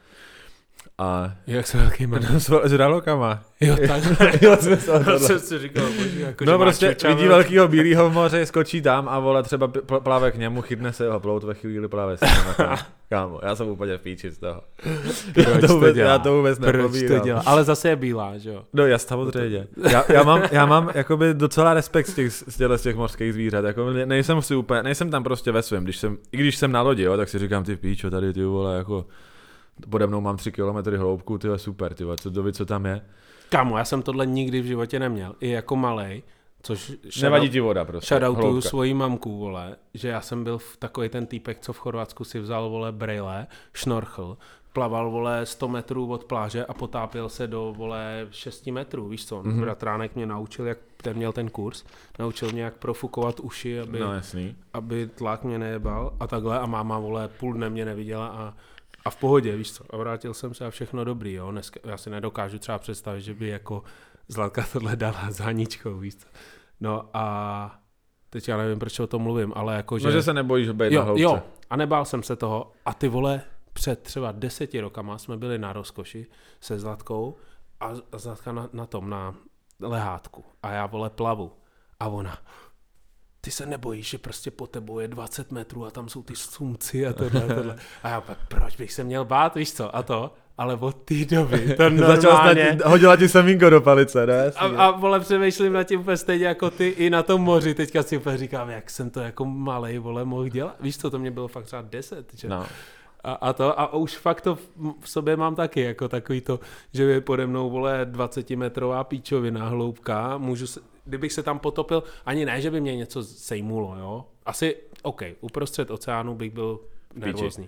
A jak se velkýma? No, s, s ralokama. Jo, tak. Jo, jsem si říkal, bože, jako, no prostě vidí velkýho bílýho v moře, skočí tam a vole třeba plave k němu, chytne se jeho plout, ve chvíli plave s ním. Kámo, já jsem úplně v píči z toho. Já to vůbec, já to vůbec nepobírám. Ale zase je bílá, že jo? No já samozřejmě. Já, já mám, já mám jakoby docela respekt z těch, z těch, z těch mořských zvířat. Jako nejsem si úplně, nejsem tam prostě ve svém. Když jsem, i když jsem na lodi, jo, tak si říkám, ty píčo, tady ty vole, jako pode mnou mám tři kilometry hloubku, ty super, ty vole, co to ví, co tam je. Kámo, já jsem tohle nikdy v životě neměl. I jako malej. Což nevadí ti voda prostě. Shoutoutuju svoji mamku, vole, že já jsem byl v takový ten týpek, co v Chorvatsku si vzal, vole, brejle, šnorchl, plaval, vole, sto metrů od pláže a potápěl se do, vole, šest metrů, víš co? Mm-hmm. Bratránek mě naučil, jak ten měl ten kurz, naučil mě, jak profukovat uši, aby, no, jasný. aby tlak mě nejebal a takhle a máma, vole, půl dne mě neviděla a A v pohodě, víš co, a vrátil jsem se a všechno dobrý, jo, dneska, já si nedokážu třeba představit, že by jako Zlatka tohle dala s Haničkou, víš co. No a teď já nevím, proč o tom mluvím, ale jako, že... No, že se nebojíš být jo, na hloubce. Jo, a nebál jsem se toho a ty vole, před třeba deseti rokama jsme byli na rozkoši se Zlatkou a Zlatka na, na tom, na lehátku a já, vole, plavu a ona... Ty se nebojíš, že prostě po tebou je dvacet metrů a tam jsou ty sumci a tohle, tohle. A já pak, proč bych se měl bát, víš co, a to, ale od té doby to normálně... Hodila ti semínko do palice, ne? A, a vole, přemýšlím na tím úplně stejně jako ty i na tom moři, teďka si úplně říkám, jak jsem to jako malej, vole, mohl dělat. Víš co, to mě bylo fakt třeba deset, že? No. A, a to, a už fakt to v sobě mám taky, jako takový to, že je pode mnou, vole, dvacetimetrová píčovina, hloubka, můžu se, kdybych se tam potopil, ani ne, že by mě něco sejmulo, jo. Asi, OK, uprostřed oceánu bych byl nervózní.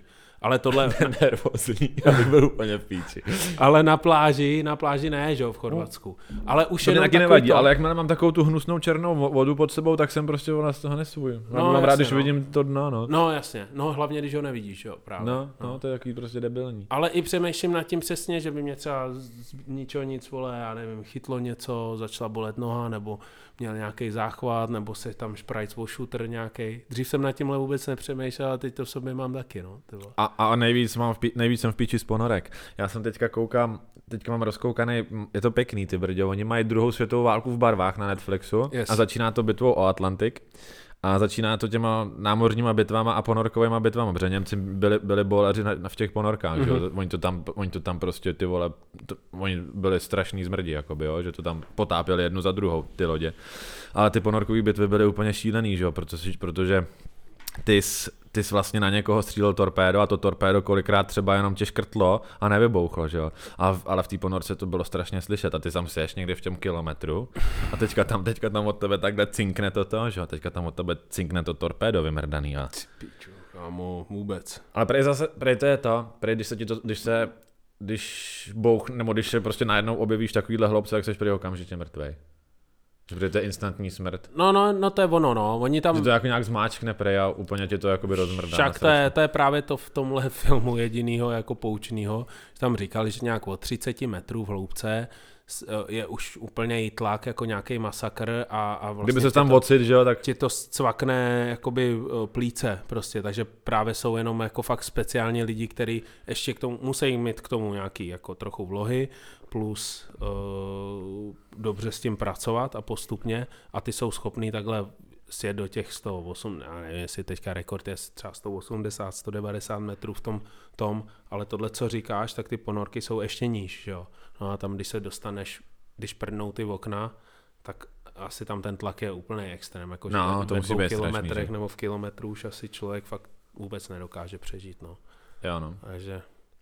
Ale tohle... nervózní, abych byl úplně v píči. Ale na pláži, na pláži ne, že jo, v Chorvatsku. Ale už to jenom taky nevadí, to... ale jakmile mám takovou tu hnusnou černou vodu pod sebou, tak jsem prostě ona z toho nesvůj. No, mám jasně, rád, když no. vidím to dno, no. No jasně, no hlavně, když ho nevidíš, jo, právě. No, no, no, to je takový prostě debilní. Ale i přemýšlím nad tím přesně, že by mě třeba z ničeho nic, vole, já nevím, chytlo něco, začala bolet noha, nebo měl nějaký záchvat, nebo se tam šprajcl shooter nějaký. Dřív jsem nad tímhle vůbec nepřemýšlel, ale teď to v sobě mám taky, no. A, a nejvíc, mám v pí, nejvíc jsem v píči z ponorek. Já jsem teďka koukám, teďka mám rozkoukaný, je to pěkný, ty brďo, oni mají druhou světovou válku v barvách na Netflixu yes. a začíná to bitvou o Atlantik. A začíná to těma námořníma bitvama a ponorkovýma bitvama, protože Němci byli, byli bowleři na, na v těch ponorkách, mm-hmm. že jo? Oni to tam, oni to tam prostě ty vole, to, oni byli strašný zmrdi, jakoby, jo? Že to tam potápěli jednu za druhou, ty lodě. Ale ty ponorkové bitvy byly úplně šílený, že jo? Protože, protože ty jsi, ty jsi vlastně na někoho střílel torpédo a to torpédo kolikrát třeba jenom tě škrtlo a nevybouchlo, že jo. A, ale v té ponorce to bylo strašně slyšet a ty tam seš někde v tom kilometru a teďka tam, teďka tam od tebe takhle cinkne to to, že jo. Teďka tam od tebe cinkne to torpédo vymrdaný a... Piču, kámo, vůbec. Ale prej zase, prej to je to, prej když se ti to, když se, když bouch, nebo když se prostě najednou objevíš takovýhle hloubce, tak seš prej okamžitě mrtvej. Že to je instantní smrt. No, no, no to je ono, no. Oni tam... Že to jako nějak zmáčkne prej a úplně tě to jakoby rozmrdá. Však to je, to je právě to v tomhle filmu jedinýho jako poučnýho. Tam říkali, že nějak od třicet metrů v hloubce je už úplně tlak jako nějaký masakr a, a vlastně... Kdyby se tam ocit, že jo, tak... Ti to cvakne jakoby plíce prostě, takže právě jsou jenom jako fakt speciálně lidi, kteří ještě k tomu, musí mít k tomu nějaký jako trochu vlohy, plus uh, dobře s tím pracovat a postupně a ty jsou schopný takhle sjet do těch sto osm, já nevím, jestli teďka rekord je třeba sto osmdesát, sto devadesát metrů v tom, tom, ale tohle, co říkáš, tak ty ponorky jsou ještě níž, jo. No a tam, když se dostaneš, když prdnou ty okna, tak asi tam ten tlak je úplně extrém, jako že no, to v dvou kilometrech strašný, nebo v kilometru už asi člověk fakt vůbec nedokáže přežít, no. Jo, no. Takže...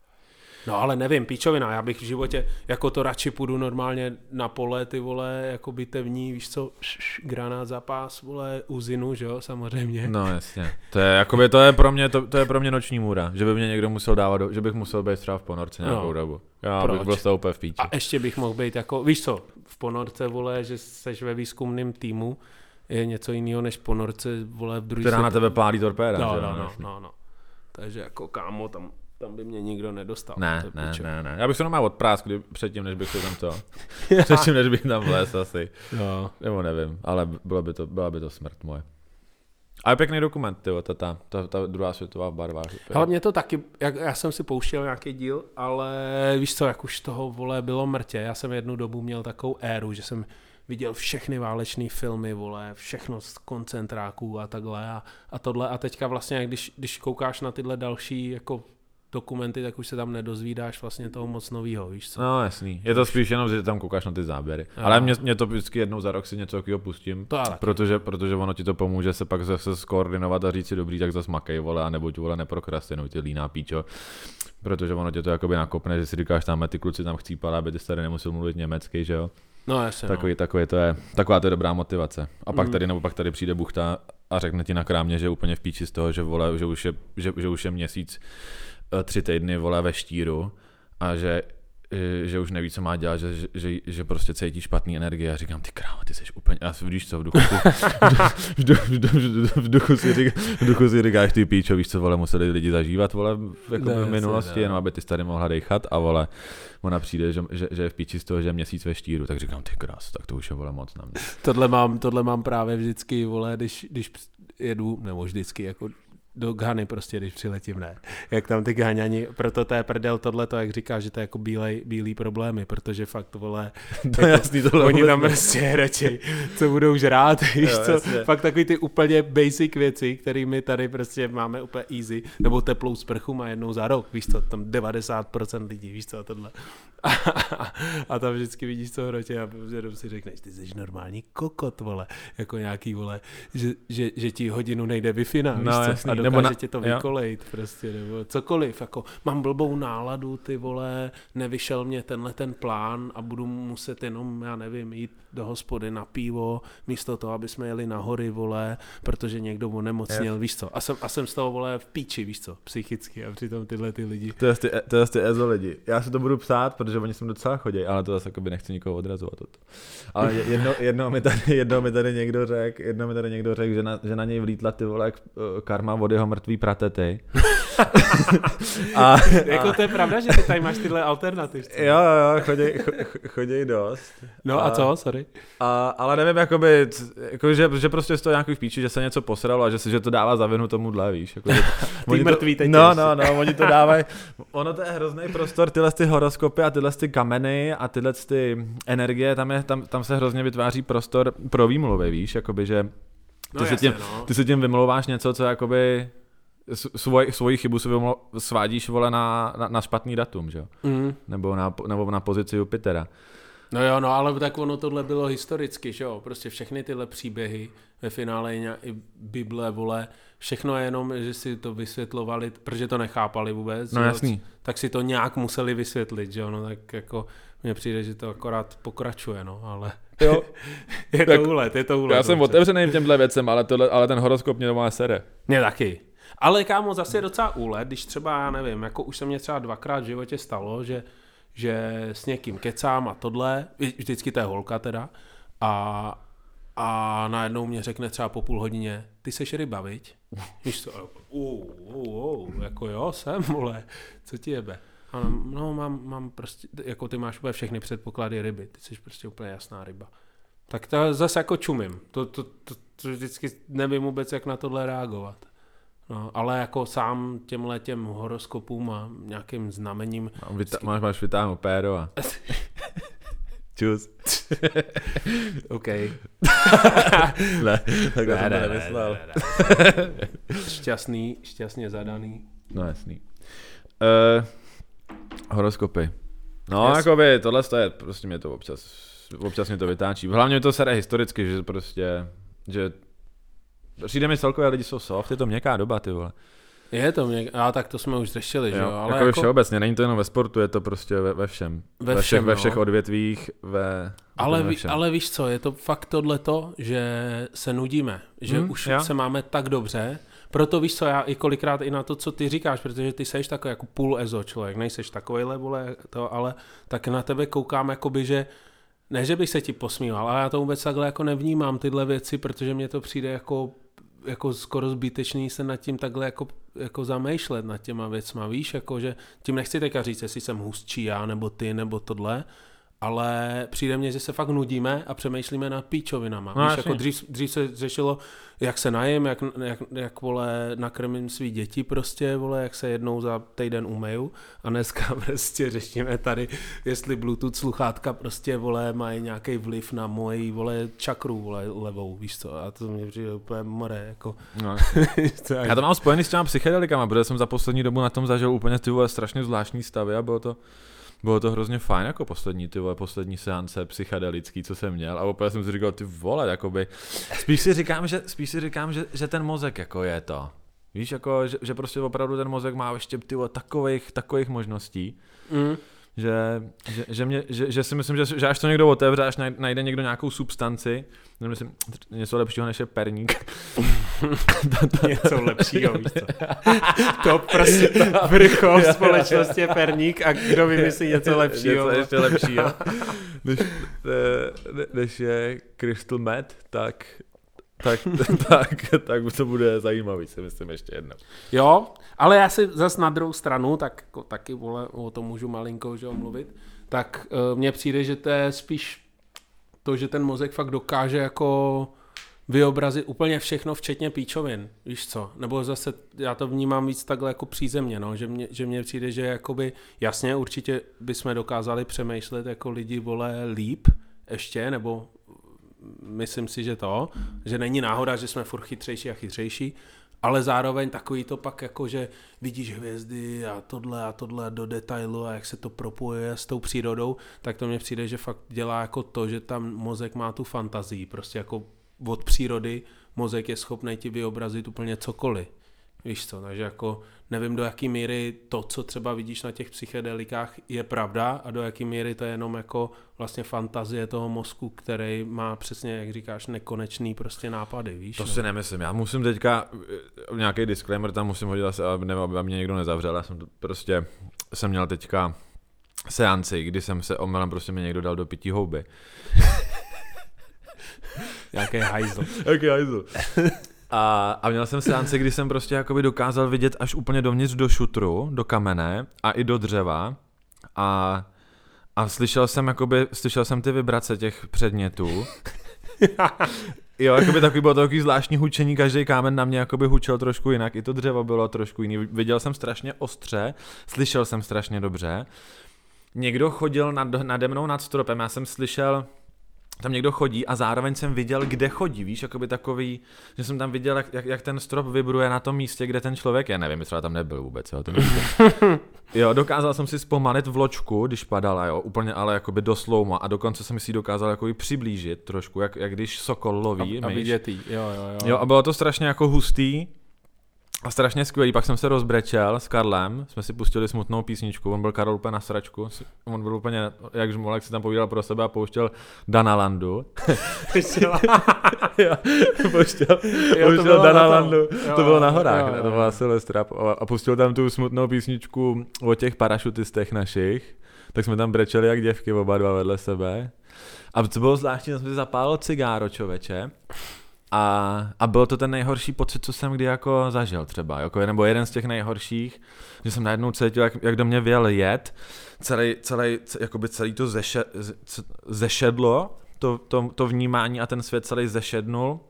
No ale nevím, píčovina, já bych v životě, jako to radši půjdu normálně na pole, ty vole, jako bitevní, víš co, granát za pás, vole, uzinu, že jo, samozřejmě. No jasně, to je, jakoby, to je pro mě, to, to je pro mě noční můra, že by mě někdo musel dávat, do, že bych musel být třeba v ponorce nějakou no. dobu. Já Proč? bych byl to úplně v píči. A ještě bych mohl být jako, víš co, v ponorce, vole, že seš ve výzkumném týmu, je něco jiného než ponorce, vole, v druhý Která na tebe pálí torpéda. No, že? no, no, no, no. Takže jako kámo, tam... Tam by mě nikdo nedostal. Ne, ne, ne, ne. Já bych se normálně odprásk předtím, než bych se tam to... předtím, než bych tam vlez asi. No. Nebo nevím, ale bylo by to, byla by to smrt moje. Ale pěkný dokument, tyjo, ta, ta, ta, ta druhá světová v barvách. Ale mě to taky, jak, já jsem si pouštěl nějaký díl, ale víš co, jak už toho, vole, bylo mrtě. Já jsem jednu dobu měl takovou éru, že jsem viděl všechny válečné filmy, vole, všechno z koncentráků a takhle a, a tohle. A teďka vlastně, když, když koukáš na tyhle další, jako dokumenty, tak už se tam nedozvídáš vlastně toho moc novýho, víš co? No jasný, je to spíš jenom, že tam koukáš na ty záběry. No. Ale mě, mě to vždycky jednou za rok si něco takového pustím, protože, protože ono ti to pomůže se pak zase skoordinovat a říct si dobrý, tak zase makej, vole, a nebo ti, vole, neprokrastinuj, ty líná píčo. Protože ono tě to jakoby nakopne, že si říkáš, tam ty kluci tam chcípali, aby ty tady nemusel mluvit německy, že jo? No jasně, takový, no. takový to je, taková to je dobrá motivace. A pak mm. tady, nebo pak tady přijde buchta a řekne ti na krámě, že je úplně v píči z toho, že, vole, že, už, je, že, že už je měsíc tři týdny, vole, ve štíru a že, že už neví, co má dělat, že, že, že prostě cítí špatný energie a říkám, ty krávo, ty seš úplně, a víš co, v duchu si, v duchu, v duchu, v duchu si, říká, v duchu si říkáš, ty píčo, víš co, vole, museli lidi zažívat, vole, jako ne, v minulosti, jenom aby ty tady mohla dejchat a vole, ona přijde, že, že, že je v píči z toho, že je měsíc ve štíru, tak říkám, ty krás, tak to už je, vole, moc na mě. Tohle mám, tohle mám právě vždycky, vole, když, když jedu, nebo vždycky, jako do Ghany prostě, když přiletím, ne. Jak tam ty Ghaňani, proto to je prdel tohleto, jak říká, že to je jako bílej, bílý problémy, protože fakt, vole, to je jasný, tohle oni tam prostě radši, co budou žrát, víš jo, co, jasně. Fakt takový ty úplně basic věci, který my tady prostě máme úplně easy, nebo teplou sprchu má jednou za rok, víš co, tam devadesát procent lidí, víš co, a tohle. A, a, a tam vždycky vidíš co hrotě a jenom si řekneš, ty jsi normální kokot, vole, jako nějaký, vole, že, že, že ti hodinu nejde Wi-Fi, víš no, co, jasný, a dokáže nebo na, ti to vykolejit prostě, nebo cokoliv, jako mám blbou náladu, ty vole, nevyšel mě tenhle ten plán a budu muset jenom, já nevím, jít do hospody na pivo, místo toho, aby jsme jeli na hory, vole, protože někdo onemocněl, yes. víš co, a jsem, a jsem z toho, vole, v píči, víš co, psychicky a přitom tyhle ty lidi. To je ty, to je ty ezo lidi. Já si to budu psát, protože oni sem docela chodí, ale to zase jakoby nechci nikoho odrazovat. Toto. Ale jedno, jedno, mi tady, jedno mi tady někdo řekl, jedno mi tady někdo řekl, že na, že na něj vlítla ty vole karma od jeho mrtvý pratety. a, jako a, to je pravda, že ty tady máš tyhle alternativy. Jo, jo, chodí, chodí dost. No a, a co, sorry. A, ale nevím, jakoby, jako, že, že prostě z toho nějaký píči, že se něco posralo a že, že to dává za vinu tomuhle, víš. Jako, že, ty mrtvý teď. No, no, no, oni to dávají. Ono to je hrozný prostor, tyhle ty horoskopy a tyhle ty kameny a tyhle ty energie, tam, je, tam, tam se hrozně vytváří prostor pro výmluvy, víš, jakoby, že ty, no, se, jasně, tím, no. ty se tím vymlouváš něco, co jakoby svoj, svoji chybu si vymlou, svádíš, vole, na, na, na špatný datum, že jo? Mm. Nebo, na, nebo na pozici Jupitera. No jo, no ale tak ono tohle bylo historicky, že jo? Prostě všechny tyhle příběhy ve finále i Bible, vole, všechno je jenom, že si to vysvětlovali, protože to nechápali vůbec. No jasný. Tak si to nějak museli vysvětlit, že jo? No tak jako mně přijde, že to akorát pokračuje, no, ale jo. je to úlet, je to úlet. Já jsem dobře. Otevřený těmhle věcem, ale, tohle, ale ten horoskop mě doma sere. Mě taky. Ale kámo, zase je docela úlet, když třeba, já nevím, jako už se mě třeba dvakrát v životě stalo, že, že s někým kecám a tohle, vždycky to je holka teda, a, a najednou mě řekne třeba po půl hodině, ty seš ryba, viď? Víš co, uh, uh, uh, jako jo, jsem, vole, co ti jebe? A no, mám, mám prostě, jako ty máš úplně všechny předpoklady ryby, ty jsi prostě úplně jasná ryba. Tak to zase jako čumím, to, to, to, to vždycky nevím vůbec, jak na tohle reagovat. No, ale jako sám těmhle těm horoskopům a nějakým znamením... Vyta- máš, máš vytáhnout péro a... Čus. OK. ne, takhle jsem to nemyslel. Šťastný, šťastně zadaný. No jasný. Uh, horoskopy. No, yes. jakoby, tohle je, prostě mě to občas, občas mě to vytáčí. Hlavně mě to sere historicky, že prostě, že přijde mi celkově lidi jsou soft, je to měkká doba, ty vole. Je to měkká, a tak to jsme už řešili, jo, že jo. Ale jako, jako všeobecně, není to jenom ve sportu, je to prostě ve, ve všem. Ve, ve, všech, všem, ve no. všech odvětvích, ve... Ale, ve ví, všem. ale víš co, je to fakt tohleto, že se nudíme, že hmm, už já? se máme tak dobře, proto víš co, já i kolikrát i na to, co ty říkáš, protože ty seš takový jako půl ezo člověk, nejseš takovejhle, vole, to, ale tak na tebe koukám jakoby, že ne, že bych se ti posmíval, ale já to vůbec takhle jako nevnímám tyhle věci, protože mně to přijde jako, jako skoro zbytečný se nad tím takhle jako, jako zamýšlet nad těma věcma, víš, jako že tím nechci teďka říct, jestli jsem hustší já, nebo ty, nebo tohle, ale přijde mně, že se fakt nudíme a přemýšlíme nad píčovinama. No, víš, jako dřív, dřív se řešilo, jak se najem, jak, jak, jak vole, nakrmím svý děti prostě, vole, jak se jednou za týden umeju a dneska prostě řešíme tady, jestli Bluetooth sluchátka prostě, vole, mají nějaký vliv na moji, vole, čakru, vole, levou, víš co, a to mě přijde úplně more, jako. No. Já to mám spojený s těma psychedelikama, protože jsem za poslední dobu na tom zažil úplně ty vole strašně zvláštní stavy a bylo to Bylo to hrozně fajn jako poslední, ty vole, poslední seance psychedelický, co jsem měl a opět jsem si říkal, ty vole, jakoby, spíš si říkám, že, spíš si říkám, že, že ten mozek jako je to, víš, jako, že, že prostě opravdu ten mozek má ještě ty vole, takových, takových možností, mm. že, že, že, mě, že, že si myslím, že, že až to někdo otevře, až najde někdo nějakou substanci, myslím, něco lepšího než je perník. Něco lepšího, víš co? To prostě vrchol společnosti je perník a kdo vymyslí něco lepšího. Něco ještě lepšího. Než, ne, než je crystal meth, tak, tak, tak, tak to bude zajímavý, si myslím ještě jednou. Jo, ale já si zase na druhou stranu, tak jako, taky vole, o tom můžu malinko že, mluvit, tak uh, mně přijde, že to je spíš to, že ten mozek fakt dokáže jako vyobrazit úplně všechno, včetně píčovin, víš co? Nebo zase já to vnímám víc takhle jako přízemně, no? že, mě, že mně přijde, že jakoby, jasně, určitě bychom dokázali přemýšlet jako lidi, vole, líp ještě, nebo myslím si, že to, že není náhoda, že jsme furt chytřejší a chytřejší, ale zároveň takový to pak jako, že vidíš hvězdy a tohle a tohle do detailu a jak se to propojuje s tou přírodou, tak to mně přijde, že fakt dělá jako to, že tam mozek má tu fantazii, prostě jako od přírody mozek je schopný ti vyobrazit úplně cokoliv. Víš co, takže jako nevím, do jaký míry to, co třeba vidíš na těch psychedelikách, je pravda a do jaký míry to je jenom jako vlastně fantazie toho mozku, který má přesně, jak říkáš, nekonečný prostě nápady, víš? To no? si nemyslím, já musím teďka, nějaký disclaimer tam musím hodit asi, aby, nebo aby mě někdo nezavřel, já jsem to prostě, jsem měl teďka seanci, kdy jsem se omylem, prostě mi někdo dal do pití houby. Jaký hajzl. Jaký hajzl. A, a měl jsem seanci, kdy jsem prostě jakoby dokázal vidět až úplně dovnitř do šutru, do kamene a i do dřeva a, a slyšel jsem jakoby, slyšel jsem ty vibrace těch předmětů. Jo, jakoby takový bylo to takový zvláštní hučení, každý kámen na mě jakoby hučel trošku jinak, i to dřevo bylo trošku jiný, viděl jsem strašně ostře, slyšel jsem strašně dobře. Někdo chodil nad, nade mnou nad stropem, já jsem slyšel, tam někdo chodí a zároveň jsem viděl, kde chodí, víš, jakoby takový, že jsem tam viděl, jak, jak, jak ten strop vibruje na tom místě, kde ten člověk je, nevím, třeba tam nebyl vůbec, jo, to jo, dokázal jsem si zpomalit vločku, když padala, jo, úplně ale jakoby do slowma a dokonce jsem si ji dokázal jakoby přiblížit trošku, jak, jak když sokol loví, a, a vidět jí, jo, jo, jo. Jo, a bylo to strašně jako hustý a strašně skvělý, pak jsem se rozbrečel s Karlem, jsme si pustili smutnou písničku, on byl Karol úplně na sračku, on byl úplně, jak žmolek si tam povídal pro sebe a pouštěl Dana Landu. jo, pouštěl, jo, pouštěl Dana Landu, jo, to bylo na horách, jo, ne, to byla Silvestra a pustil tam tu smutnou písničku o těch parašutistech našich, tak jsme tam brečeli jak děvky oba dva vedle sebe a co bylo zvláštní, jsem si zapálil cigáro, člověče. A, a byl to ten nejhorší pocit, co jsem kdy jako zažil třeba, jako, nebo jeden z těch nejhorších, že jsem najednou cítil, jak, jak do mě věl jed, celý, celý, jakoby celý to zeše, zešedlo, to, to, to vnímání a ten svět celý zešednul,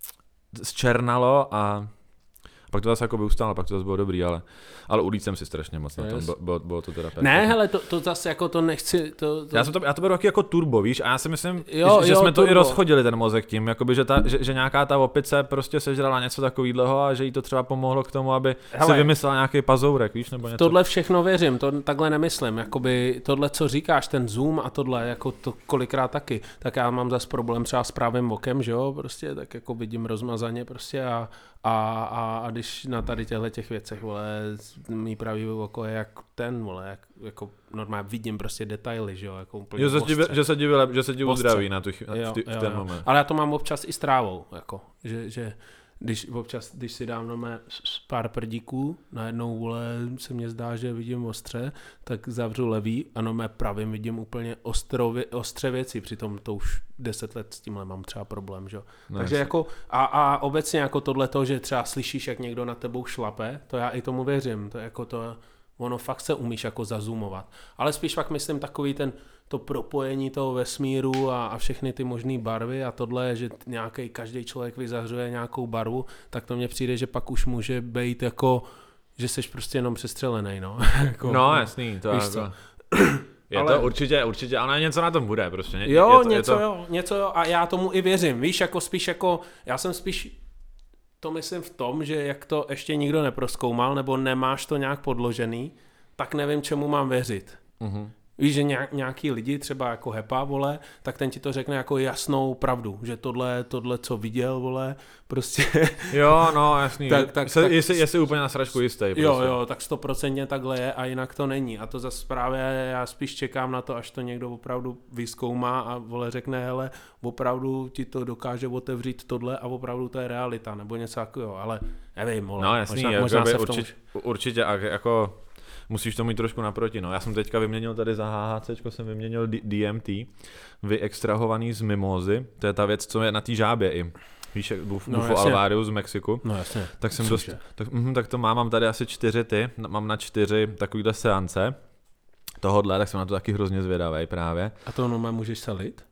zčernalo a pak to zase jako by ustálo, pak to zase bylo dobrý, ale, ale ulít jsem si strašně moc na tom, bylo, bylo to teda perfektní. Ne, hele, to, to zase jako to nechci, to, to... Já, jsem to, já to beru taky jako turbo, víš, a já si myslím, jo, že, že jo, jsme turbo. to i rozchodili ten mozek tím, jakoby, že, ta, že, že nějaká ta opice prostě sežrala něco takového a že jí to třeba pomohlo k tomu, aby hele, si vymyslela nějaký pazourek, víš, nebo něco. Tohle všechno věřím, to takhle nemyslím, jakoby tohle, co říkáš, ten zoom a tohle, jako to kolikrát taky, tak já mám zase problém třeba s pravým okem, že jo, prostě tak jako vidím rozmazaně prostě a A, a, a když na tady těchto těch věcech, vole, mý pravý oko je jak ten, vole, jak, jako normálně vidím prostě detaily, že jo, jako úplně že se ti, že se ti, že se ti uzdraví na tu, na jo, v, ty, jo, v ten jo. moment. Ale já to mám občas i s trávou, jako, že, že když občas, když si dám na pár prdíků, najednou, vole, se mně zdá, že vidím ostře, tak zavřu levý a no mé pravým vidím úplně ostro, ostře věci, přitom to už deset let s tímhle mám třeba problém, že? No, takže jako a, a obecně jako tohleto, že třeba slyšíš, jak někdo na tebou šlape, to já i tomu věřím, to je jako to, ono fakt se umíš jako zazumovat, ale spíš fakt myslím takový ten to propojení toho vesmíru a, a všechny ty možné barvy a tohle, že nějaký každý člověk vyzařuje nějakou barvu, tak to mně přijde, že pak už může být jako, že jsi prostě jenom přestřelenej, no. jako, no jasný, to je to. Je ale... to určitě, určitě, ale něco na tom bude prostě. Ně, jo, je to, něco je to... jo, něco jo a já tomu i věřím, víš, jako spíš jako, já jsem spíš to myslím v tom, že jak to ještě nikdo neprozkoumal, nebo nemáš to nějak podložený, tak nevím, čemu mám věřit. Mhm. Víš, že nějaký lidi, třeba jako Hepa, vole, tak ten ti to řekne jako jasnou pravdu, že tohle, tohle co viděl, vole, prostě... Jo, no, jasný. tak, tak, Se, tak, jestli, jestli úplně na sračku jistý. Prostě. Jo, jo, tak stoprocentně takhle je a jinak to není. A to zase právě já spíš čekám na to, až to někdo opravdu vyzkoumá a vole řekne, hele, opravdu ti to dokáže otevřít tohle a opravdu to je realita, nebo něco takového, ale nevím, vole. No, jasný, možná, jak možná se v tom... určitě, určitě a jako... Musíš to mít trošku naproti, no. Já jsem teďka vyměnil tady za H H C, jsem vyměnil D M T, vyextrahovaný z mimózy, to je ta věc, co je na té žábě i. Víš, Bufo no, alvarius z Mexiku. No jasně. Tak jsem dost, tak, mm, tak to mám, mám tady asi čtyři ty, mám na čtyři takovýhle seance tohodle, tak jsem na to taky hrozně zvědavej právě. A to normálně můžeš salit?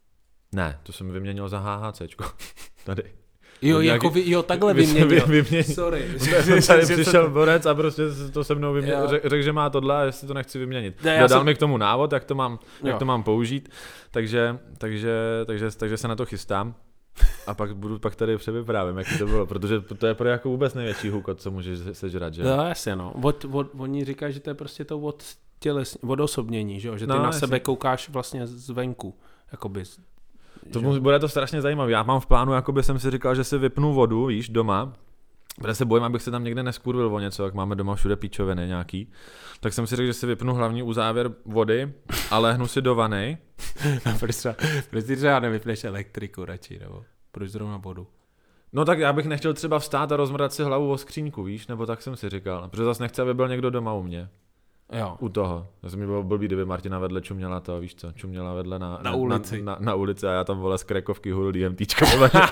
Ne, to jsem vyměnil za H H C, tady. Jo, nějaký, jako vy, jo, takhle vyměnil. vyměnil. Sorry. Tady přišel borec a prostě to se mnou vyměnil, řekl, řek, že má tohle a jestli to nechci vyměnit. Ne, Dodal jsem... mi k tomu návod, jak to mám, jak to mám použít, takže, takže, takže, takže se na to chystám. A pak budu pak tady převyprávím, jak to bylo, protože to je pro jako vůbec největší hůkot, co můžeš sežrat, že? No jasně, no. Od, od, oni říkají, že to je prostě to od těles, odosobnění, že, že ty no, na jasně. sebe koukáš vlastně zvenku, jakoby. To že? Bude to strašně zajímavé. Já mám v plánu, jakoby jsem si říkal, že si vypnu vodu, víš, doma, Protože se bojím, abych se tam někde neskurvil o něco, jak máme doma všude píčoviny nějaký. Tak jsem si řekl, že si vypnu hlavní uzávěr vody a lehnu si do vany. A proč třeba, proč ty třeba nevypneš elektriku radši, nebo proč zrovna vodu? No tak já bych nechtěl třeba vstát a rozmrdat si hlavu o skříňku, víš, nebo tak jsem si říkal. Protože zase nechci, aby byl někdo doma u mě. Jo. U toho. Já jsem mi bylo blbý, kdyby Martina vedle čuměla to, víš co, čuměla vedle na, na, ulici. Na, na, na ulici a já tam vole z krekovky hudl DMTčka.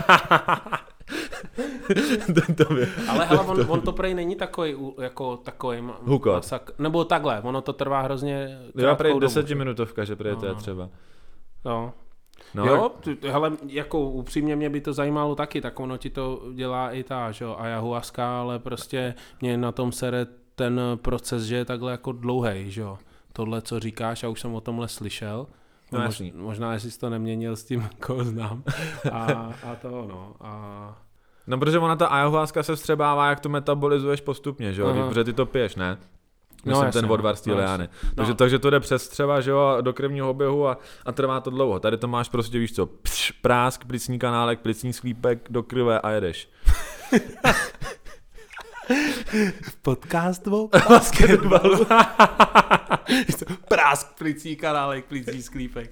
to, to by, ale hele, on, on to prej není takový, jako takový masak, nebo takhle, ono to trvá hrozně já prej desetiminutovka, že prej no, to je třeba. No. No, jo, t- hele, jako upřímně mě by to zajímalo taky, tak ono ti to dělá i ta, že jo, ayahuasca, ale prostě mě na tom sere ten proces, že je takhle jako dlouhej, že jo. Tohle, co říkáš, já už jsem o tomhle slyšel. No, mož, možná, jestli jsi to neměnil s tím, koho znám. A, a to, no. A... No, protože ona ta ayahuasca se vstřebává, jak to metabolizuješ postupně, že jo, uh-huh. protože ty to piješ, ne? Myslím, no, ten odvar z té liány. No. Takže, takže to jde přes střeva, že jo, do krevního oběhu a, a trvá to dlouho. Tady to máš prostě, víš co, pš, prásk, plicní kanálek, plicní sklípek do krve a jedeš. Podcast o basketbalu. Prásk, plicí kanálek, plicí sklípek.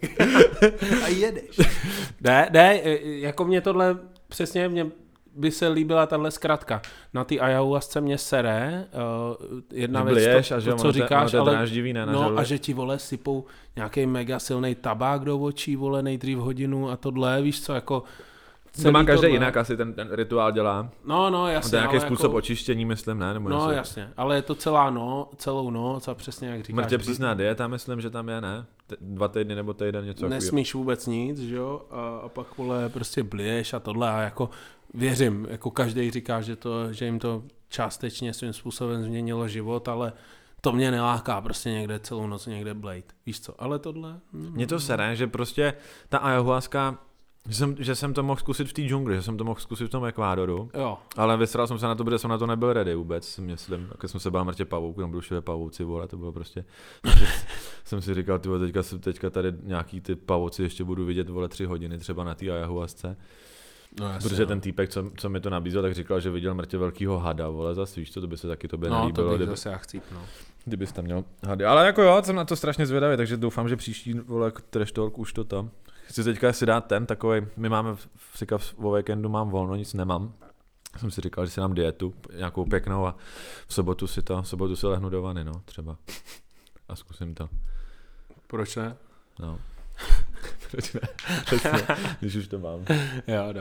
A jedeš. Ne, ne, jako mě tohle, přesně mě by se líbila tahle zkratka. Na ty ayahuasce mě sere, uh, jedna věc, to, to, co říkáš, te, ale dráždivý, ne, no a že ti, vole, sypou nějaký mega silný tabák do očí, vole, nejdřív hodinu a tohle, víš co, jako to má každý jinak asi ten, ten rituál dělá. No, no, jasně. To je nějaký způsob jako... očištění, myslím, ne? Nebo no, něco. Jasně, ale je to celá no, celou noc a přesně jak říkáš. Mrtě přísná dieta, myslím, že tam je, ne? Dva týdny nebo týden něco. Nesmíš vůbec nic, že jo? A, a pak, vole, prostě bliješ a tohle a jako věřím, jako každý říká, že, to, že jim to částečně svým způsobem změnilo život, ale to mě neláká prostě někde celou noc někde blejt. Víš co, ale tohle... Mně to sere, že prostě ta ayahuasca, že jsem, že jsem to mohl zkusit v té džungli, že jsem to mohl zkusit v tom Ekvádoru, jo. Ale vysral jsem se na to, protože jsem na to nebyl ready vůbec, si myslím, když jsem se bál mrtě pavouků, tam byly všude pavouci, vole, to bylo prostě, jsem si říkal, tyvo, teďka, teďka tady nějaký ty pavouci ještě budu vidět, vole, tři hodiny třeba na té ayahuasce. No, jasně, protože no. Ten týpek, co, co mi to nabízel, tak říkal, že viděl mrtě velkýho hada, vole, zase víš co, to by se taky tobě no, nelíbilo. No, to bych kdyby, zase já chcíp, no. Kdybys tam měl hady, ale jako jo, jsem na to strašně zvědavý, takže doufám, že příští, vole, trash talk už to tam. Chci teďka si dát ten takovej, my máme v, v, v víkendu mám volno, nic nemám. Jsem si říkal, že si dám dietu, nějakou pěknou a v sobotu si to, v sobotu si lehnu do vany, no, třeba. A zkusím to. Proč ne? No. Proč ne? Proč ne? Když už to mám. Jo, no.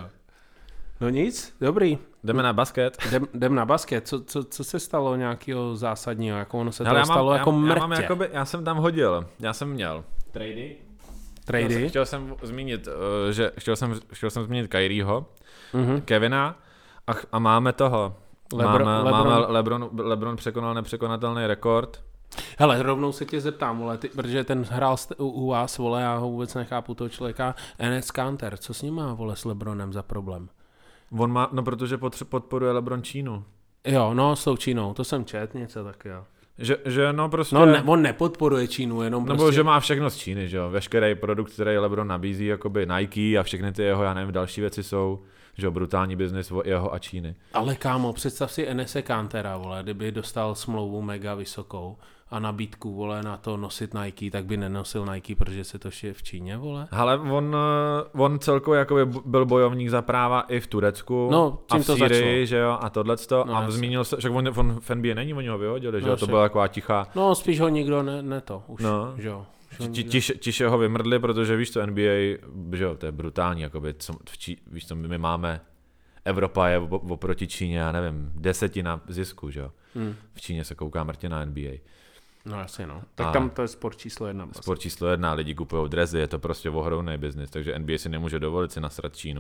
No nic, dobrý. Jdeme na basket. Jdem, jdem na basket. Co, co, co se stalo nějakého zásadního? Jako ono se to stalo mám, jako já, mrtě? Já, mám jakoby, já jsem tam hodil, já jsem měl trady. Trady? Chtěl jsem zmínit, že chtěl jsem, chtěl jsem zmínit Kyrieho, mm-hmm. Kevina a, a máme toho. Lebron, máme, Lebron. máme Lebron, Lebron překonal nepřekonatelný rekord. Hele, rovnou se tě zeptám, vole, ty, protože ten hrál u, u vás, vole, já ho vůbec nechápu toho člověka, Enes Kanter, co s ním má, vole, s Lebronem za problém? On má, no protože potře- podporuje Lebron Čínu. Jo, no s tou Čínou, to jsem čet něco tak jo. Že, že no prostě... No ne, on nepodporuje Čínu, jenom prostě... Nebo že má všechno z Číny, že jo, veškerý produkt, který Lebron nabízí, jakoby Nike a všechny ty jeho, já nevím, další věci jsou, že jo, brutální biznis jeho a Číny. Ale kámo, představ si Enese Kantera, vole, kdyby dostal smlouvu mega vysokou a nabídku, vole, na to nosit Nike, tak by nenosil Nike, protože se to šije v Číně, vole. Ale on, on celkově jakoby byl bojovník za práva i v Turecku no, a v Sýrii, že jo, a tohleto. No, a jasný. Zmínil se, však on, on v N B A není, oni ho vyhodili, že jo, no, to byla taková tichá. No, spíš ho nikdo ne, ne to už, no. že jo. Tiše, tiše ho vymrdli, protože víš co, N B A, že jo, to je brutální, jakoby, co, v Čí, víš co, my máme, Evropa je oproti Číně, já nevím, desetina zisku, že jo. Hmm. V Číně se kouká mrtě na N B A. No jasně, no. Tak a tam to je sport číslo jedna. Sport vlastně. číslo jedna, lidi kupují dresy, je to prostě ohromný biznis, takže N B A si nemůže dovolit si nasrat Čínu.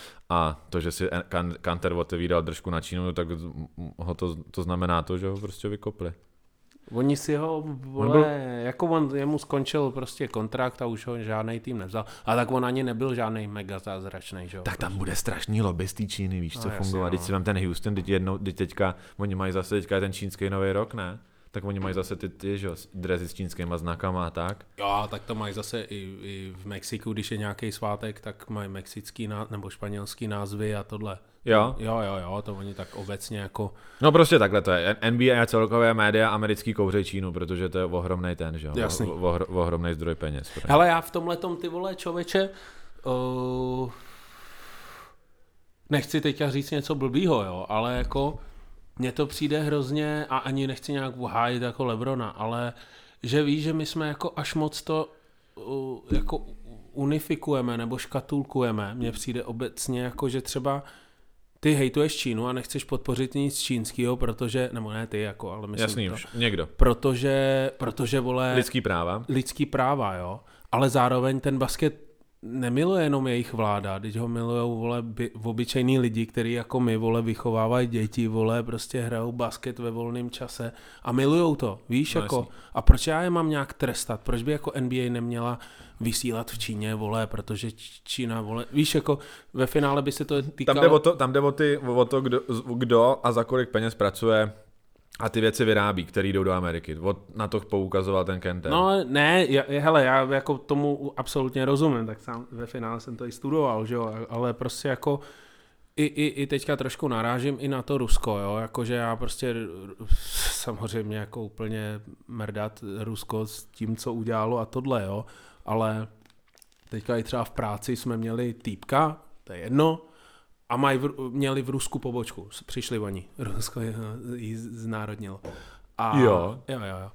A to, že si Kanter otevíral držku na Čínu, tak ho to, to znamená to, že ho prostě vykopli. Oni si ho, vole, byl... jako on, jemu skončil prostě kontrakt a už ho žádnej tým nevzal. A tak on ani nebyl žádnej mega zázračnej, že jo. Tak tam bude strašný lobby z té Číny, víš, co no, funguje. No. Teď si vem ten Houston, teď jednou, teď teďka, oni mají zase teďka ten čínský nový rok, ne? tak oni mají zase ty, ty že, dresy s čínskýma znakama a tak. Jo, tak to mají zase i, i v Mexiku, když je nějaký svátek, tak mají mexický ná, nebo španělský názvy a tohle. Jo? Jo, jo, jo, to oni tak obecně jako... No prostě takhle to je. N B A a celkové média americký kouří Čínu, protože to je ohromnej ten, že jo? Jasný. Ohr, ohromnej zdroj peněz. Hele, já v tomhletom, ty vole, člověče, uh, nechci teďka říct něco blbýho, jo, ale jako mně to přijde hrozně, a ani nechci nějak uhájit jako Lebrona, ale že víš, že my jsme jako až moc to uh, jako unifikujeme nebo škatulkujeme. Mně přijde obecně jako, že třeba ty hejtuješ Čínu a nechceš podpořit nic čínského, protože, nebo ne ty jako, ale myslím Jasný, to. už někdo. Protože, protože vole... Lidský práva. Lidský práva, jo. Ale zároveň ten basket nemiluje jenom jejich vláda, teď ho milujou, vole, by, obyčejný lidi, kteří jako my, vole, vychovávají děti, vole, prostě hrajou basket ve volném čase a milujou to, víš, no, jako. Jasný. A proč já je mám nějak trestat? Proč by jako N B A neměla vysílat v Číně, vole, protože Čína, vole, víš, jako ve finále by se to týkalo... Tam jde o to, tam jde o, ty, o to kdo, kdo a za kolik peněz pracuje a ty věci vyrábí, které jdou do Ameriky. Od, na to poukazoval ten Kenter. No ne, já, hele, já jako tomu absolutně rozumím, tak sám ve finále jsem to i studoval, že jo, ale prostě jako i, i, i teďka trošku narážím i na to Rusko, jo, jakože já prostě samozřejmě jako úplně mrdat Rusko s tím, co udělalo a tohle, jo, ale teďka i třeba v práci jsme měli týpka, to je jedno, a mají v, měli v Rusku pobočku. Přišli oni. Rusko ji znárodnilo. A, jo. Jo, jo, jo.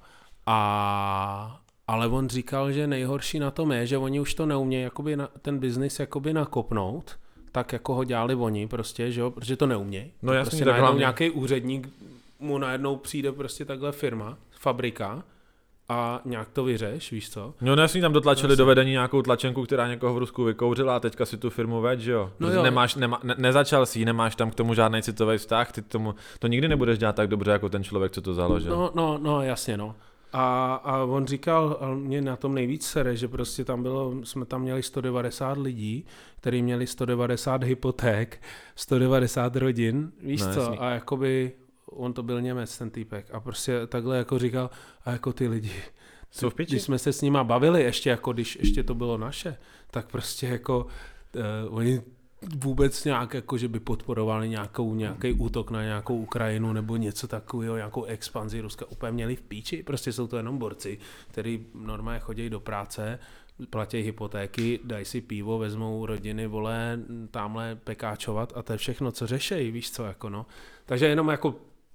A, ale on říkal, že nejhorší na tom je, že oni už to neumějí jakoby na, ten biznis jakoby nakopnout, tak jako ho dělali oni prostě, že jo, protože to neumějí. No jasný, prostě tak najednou hlavně... nějaký úředník, mu najednou přijde prostě takhle firma, fabrika, a nějak to vyřeš, víš co? No nesmí tam dotlačili do vedení nějakou tlačenku, která někoho v Rusku vykouřila a teďka si tu firmu veď, že jo? No jo. Nemáš, nema, ne, nezačal si, nemáš tam k tomu žádný citový vztah, ty tomu, to nikdy nebudeš dělat tak dobře, jako ten člověk, co to založil. No, no, no, jasně, no. A, a on říkal, a mě na tom nejvíc sere, že prostě tam bylo, jsme tam měli sto devadesát lidí, kteří měli sto devadesát hypoték, sto devadesát rodin, víš no, co? Jasný. A jakoby, on to byl Němec, ten týpek. A prostě takhle jako říkal, a jako ty lidi, jsou v piči? když jsme se s nima bavili, ještě jako když ještě to bylo naše, tak prostě jako uh, oni vůbec nějak jako, že by podporovali nějakou, nějaký útok na nějakou Ukrajinu nebo něco takového, nějakou expanzi Ruska, úplně měli v píči, prostě jsou to jenom borci, kteří normálně chodí do práce, platí hypotéky, dají si pivo, vezmou rodiny, vole, tamhle pekáčovat a to je všechno, co řešejí, víš co, jako no. Takže jenom jako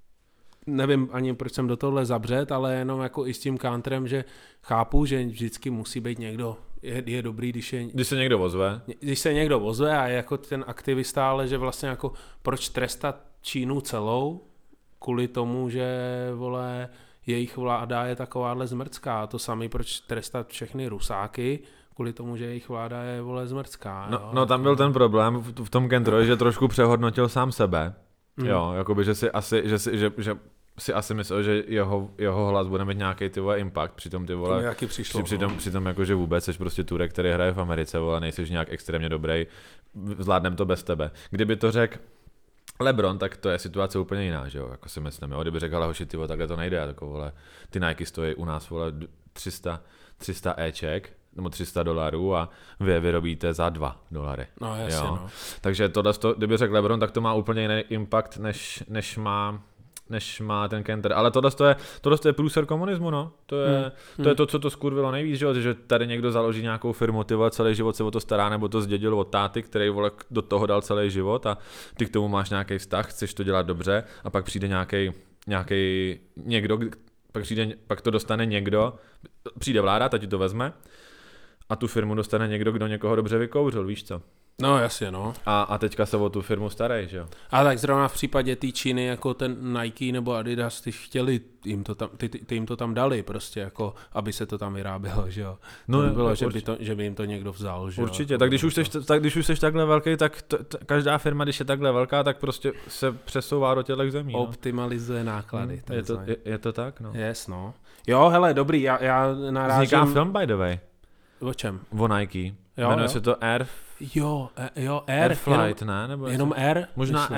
nevím ani, proč jsem do tohle zabřet, ale jenom jako i s tím counterem, že chápu, že vždycky musí být někdo, je, je dobrý, když je... Když se někdo ozve. Když se někdo ozve a je jako ten aktivista, ale že vlastně jako proč trestat Čínu celou kvůli tomu, že vole, jejich vláda je takováhle zmrdská. A to samý, proč trestat všechny Rusáky, kvůli tomu, že jejich vláda je vole zmrdská. No, no tam byl ten problém v, v tom Kentrovi, že trošku přehodnotil sám sebe. Mm. Jo, jakoby, že si asi, že si, že, že si asi myslel, že jeho, jeho hlas bude mít nějaký ty vole impact, přitom ty vole, to přišlo, při, přitom, no. přitom jakože vůbec jsi prostě Turek, který hraje v Americe, vole, nejsiš nějak extrémně dobrý, zvládnem to bez tebe. Kdyby to řekl LeBron, tak to je situace úplně jiná, že jo, jako si myslím, jo, kdyby řekl, hoši, ty vole, takhle to nejde, jako vole, ty Nike stojí u nás, vole, tři sta éček, nebo tři sta dolarů a vy je vyrobíte za dva dolary. No jasně, jo? no. Takže tohle, kdyby řekl LeBron, tak to má úplně jiný impact, než, než má než má ten Kenter. Ale tohle je, tohle je průser komunismu, no. To je, hmm. to je to, co to skurvilo nejvíc, že, že tady někdo založí nějakou firmu, ty vole, celý život se o to stará, nebo to zdědil od táty, který vole, do toho dal celý život a ty k tomu máš nějaký vztah, chceš to dělat dobře a pak přijde nějaký nějaký někdo, pak, přijde, pak to dostane někdo, přijde vláda, ta ti to vezme a tu firmu dostane někdo, kdo někoho dobře vykouřil, víš co? No jasně, no. A, a teďka se o tu firmu starají, že jo? A tak zrovna v případě té Číny, jako ten Nike nebo Adidas, ty chtěli, jim to tam, ty, ty, ty jim to tam dali prostě, jako, aby se to tam vyrábělo, že jo? No, to bylo, že by, určitě. to, že by jim to někdo vzal, že jo? Určitě, tak když už jsi, tak když už jsi takhle velký, tak to, t, každá firma, když je takhle velká, tak prostě se přesouvá do těchto zemí. No. Optimalizuje náklady. Hmm, je, to, je, je to tak, no. Yes, no. Jo, hele, dobrý, já, já narážím... Vzniká film, by the way. O čem? O Nike. Jo, Jmenuje jo. se to Air... Jo, e, jo, Air. Air Flight, jenom, ne? Nebo jenom Air? Možná myslím. Air?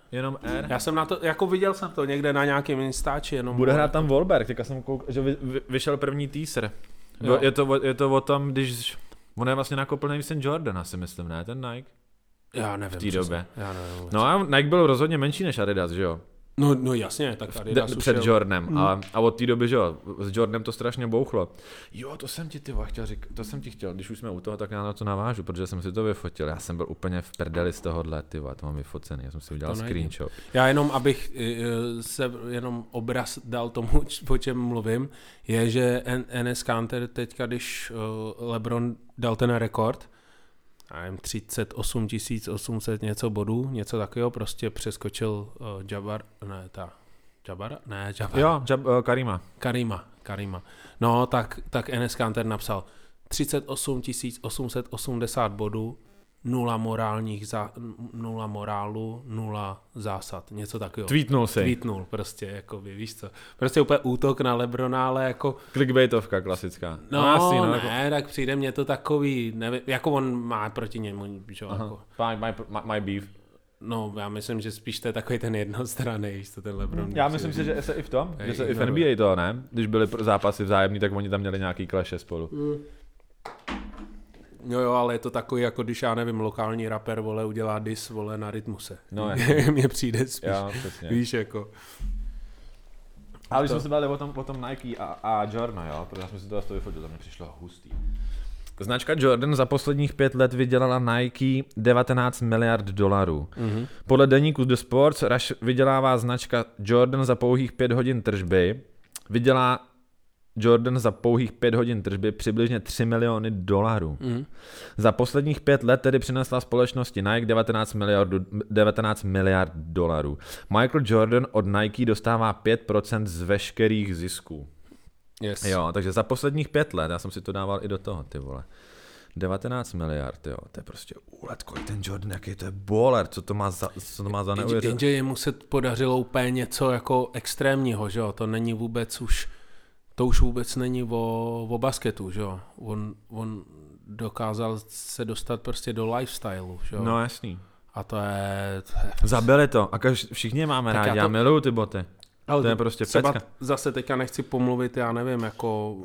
Jenom R. Já jsem na to, jako viděl jsem to někde na nějakém Instači, jenom... Bude hrát tam Wahlberg, teďka jsem koukal, že vy, vy, vyšel první teaser. Jo. Je to, je to o tom, když... On je vlastně nakoplný ten Jordan, asi myslím, ne? Ten Nike? Já nevím. V té době. Já nevím. No a Nike byl rozhodně menší než Adidas, že jo? No, no jasně, tak Adidas De, před ušel. Jordanem. Hmm. A, a od té doby, že jo, s Jordanem to strašně bouchlo. Jo, to jsem ti ty vole, chtěl říkat, to jsem ti chtěl, když už jsme u toho, tak já na to navážu, protože jsem si to vyfotil. Já jsem byl úplně v prdeli z tohohle, ty vole, to mám vyfocený, já jsem si udělal screenshot. Já jenom, abych uh, se jenom obraz dal tomu, o čem mluvím, je, že N S Kanter teďka, když uh, LeBron dal ten rekord, já nevím, třicet osm tisíc osm set něco bodů, něco takového, prostě přeskočil uh, Jabbar, ne, ta, Jabbar? Ne, Jabbar. Jo, Jab, uh, Karima. Karima, Karima. No, tak, tak N S Kanter napsal třicet osm tisíc osm set osmdesát bodů, nula morálních, za, nula morálu, nula zásad, něco takového. Tweetnul si. Tweetnul prostě, jako víš co. Prostě úplně útok na LeBrona, ale jako... Clickbaitovka klasická. No, no, jasný, no ne, jako... tak přijde mně to takový, nevím, jako on má proti němu, že jako... My, my, my, my beef. No, já myslím, že spíš to je takový ten jednostranný, to ten LeBron. Já myslím si, že se i v tom, Hej, že se i v ignoruje. N B A to, ne? Když byly zápasy vzájemný, tak oni tam měli nějaký kleše spolu. Mm. Jo, jo, ale je to takový, jako když, já nevím, lokální rapper, vole, udělá diss, vole, na rytmuse. No, mně přijde spíš, jo, přesně. víš, jako. Ale když to... jsme se bavili o tom, o tom Nike a, a Jordan, jo, protože jsme si to z toho vyfotili, to mi přišlo hustý. Značka Jordan za posledních pět let vydělala Nike devatenáct miliard dolarů. Mm-hmm. Podle deníku The Sports Rush vydělává značka Jordan za pouhých pět hodin tržby. Vydělá Jordan za pouhých pět hodin tržby přibližně tři miliony dolarů. Mm. Za posledních pět let tedy přinesla společnosti Nike devatenáct miliard, devatenáct miliard dolarů. Michael Jordan od Nike dostává pět procent z veškerých zisků. Yes. Jo, takže za posledních pět let, já jsem si to dával i do toho, ty vole. devatenáct miliard, jo, to je prostě úlet, kolik ten Jordan, jaký to je bowler, co to má za, co to má za neuvěřitelné. Jenže jemu se podařilo úplně něco jako extrémního, že jo, to není vůbec už, to už vůbec není o, o basketu, že jo, on, on dokázal se dostat prostě do lifestylu, že jo. No jasný. A to je... To je Zabili to, a kaž, všichni je máme rádi, já, to... já miluju ty boty. Ale to je prostě třeba pecka. Zase teďka nechci pomluvit, já nevím, jako,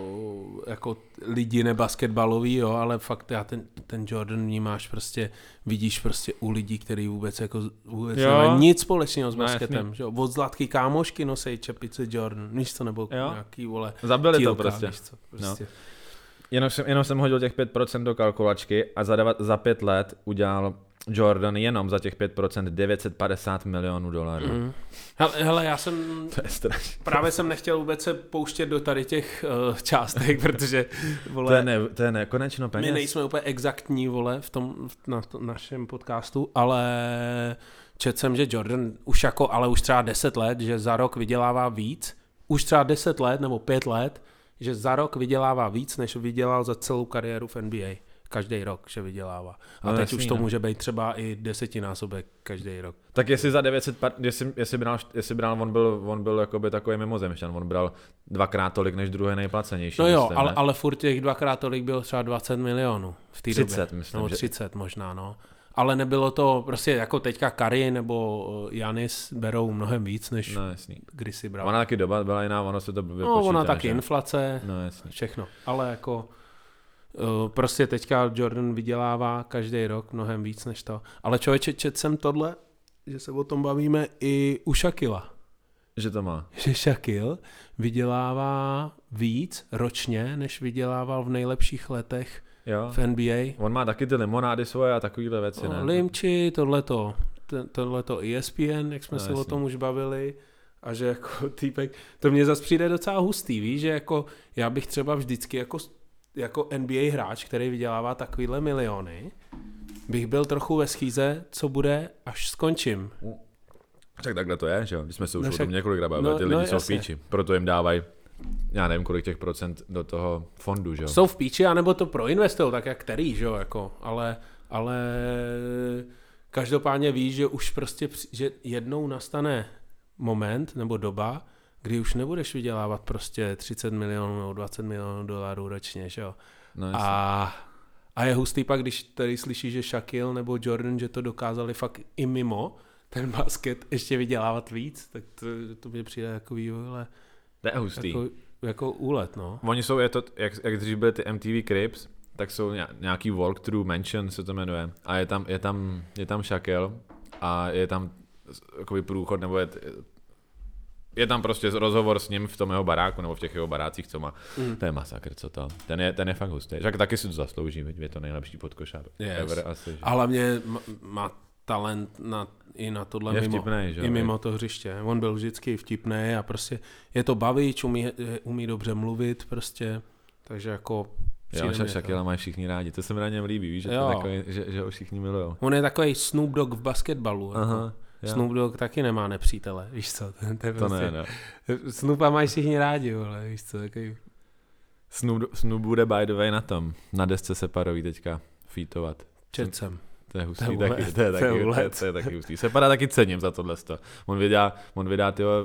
jako lidi nebasketbalový, jo, ale fakt já ten, ten Jordan vnímáš prostě, vidíš prostě u lidí, který vůbec jako vůbec nemají nic společného s basketem, no, že jo. Od zlatky kámošky nosej čepice Jordan, víš co, nebo jo. Nějaký, vole, zabili tílka, to prostě. Víš co, prostě. No. Jenom, jsem, jenom jsem hodil těch pět procent do kalkulačky a za, deva, za pět let udělal Jordan jenom za těch pět procent devět set padesát milionů dolarů. Mm. Hele, hele, já jsem... To je strašný. Právě jsem nechtěl vůbec se pouštět do tady těch uh, částek, protože... Vole, to je, ne, to je nekonečno peněz. My nejsme úplně exaktní, vole, v tom v, na to, našem podcastu, ale četl jsem, že Jordan už jako, ale už třeba deset let, že za rok vydělává víc, už třeba deset let nebo pět let, že za rok vydělává víc, než vydělal za celou kariéru v N B A. Každý rok, že vydělává. A no, teď jasný, už to ne. může být třeba i desetinásobek každý rok. Tak jestli za devět set, jestli, jestli bral, jestli bral, on byl, on byl jakoby takový mimozemšťan, on bral dvakrát tolik než druhý nejplacenější. No jo, myslím, ale, ale furt těch dvakrát tolik bylo třeba dvacet milionů v té době. třicet, myslím. No že... třicet možná, no. Ale nebylo to, prostě jako teďka Curry nebo Giannis berou mnohem víc, než no, jasný. kdysi bral. Ona taky doba byla jiná, ono se to vypočítá. No ona taky že? inflace, no, jasný. všechno. Ale jako uh, prostě teďka Jordan vydělává každý rok mnohem víc než to. Ale člověče, čet jsem tohle, že se o tom bavíme i u Shaquilla. Že to má. Že Shaquille vydělává víc ročně, než vydělával v nejlepších letech jo. v N B A. On má taky ty limonády svoje a takovýhle věci, no, ne? Limči, tohleto, tohleto E S P N, jak jsme no, se jasný. o tom už bavili. A že jako týpek, to mě zase přijde docela hustý, víš, že jako já bych třeba vždycky jako, jako N B A hráč, který vydělává takovýhle miliony, bych byl trochu ve schýze, co bude, až skončím. Tak takhle to je, že jo? Když jsme se už no, o tom několikrát bavili, no, ty lidi no, jsou v píči, proto jim dávají, já nevím, kolik těch procent do toho fondu, že jo? Jsou v píči, anebo to proinvestují, tak jak který, že jo, jako, ale, ale každopádně víš, že už prostě, že jednou nastane moment nebo doba, kdy už nebudeš vydělávat prostě třicet milionů nebo dvacet milionů dolarů ročně, že jo? No, a, a je hustý pak, když tady slyšíš, že Shaquille nebo Jordan, že to dokázali fakt i mimo, ten basket ještě vydělávat víc, tak to, to mě přijde jako vývoj, To je hustý. jako, jako úlet, no. Oni jsou, je to, jak, jak dřív byly ty M T V Cribs, tak jsou nějaký walkthrough mansion, se to jmenuje. A je tam, je tam, je tam šakel a je tam jakoby průchod, nebo je, je tam prostě rozhovor s ním v tom jeho baráku, nebo v těch jeho barácích, co má. Mm. To je masakr, co to. Ten je, ten je fakt hustý. Však taky si to zaslouží, je to nejlepší podkošár Yes. ever asi. Že? A hlavně má, má talent na, i na tohle je mimo, vtipnej, že? i mimo to hřiště. On byl vždycky vtipný a prostě je to bavič, umí, umí dobře mluvit prostě, takže jako... Jo, Shaquilla mají všichni rádi, to se mi na něm líbí, víš, že, to takový, že, že ho všichni milujou. On je takový Snoop Dogg v basketbalu. Aha, jako. Snoop Dogg taky nemá nepřítele, víš co? To, je to prostě, ne, no. Snoopa mají všichni rádi, vole, víš co? Takový... Snoop, Snoop bude by the way na tom, na desce Separový teďka featovat. Čet jsem. To je hustý, to je taky, ulet, to je taky, to je, to je, to je taky hustý. Separa taky cením za tohle. On vydá, on vydá tyho,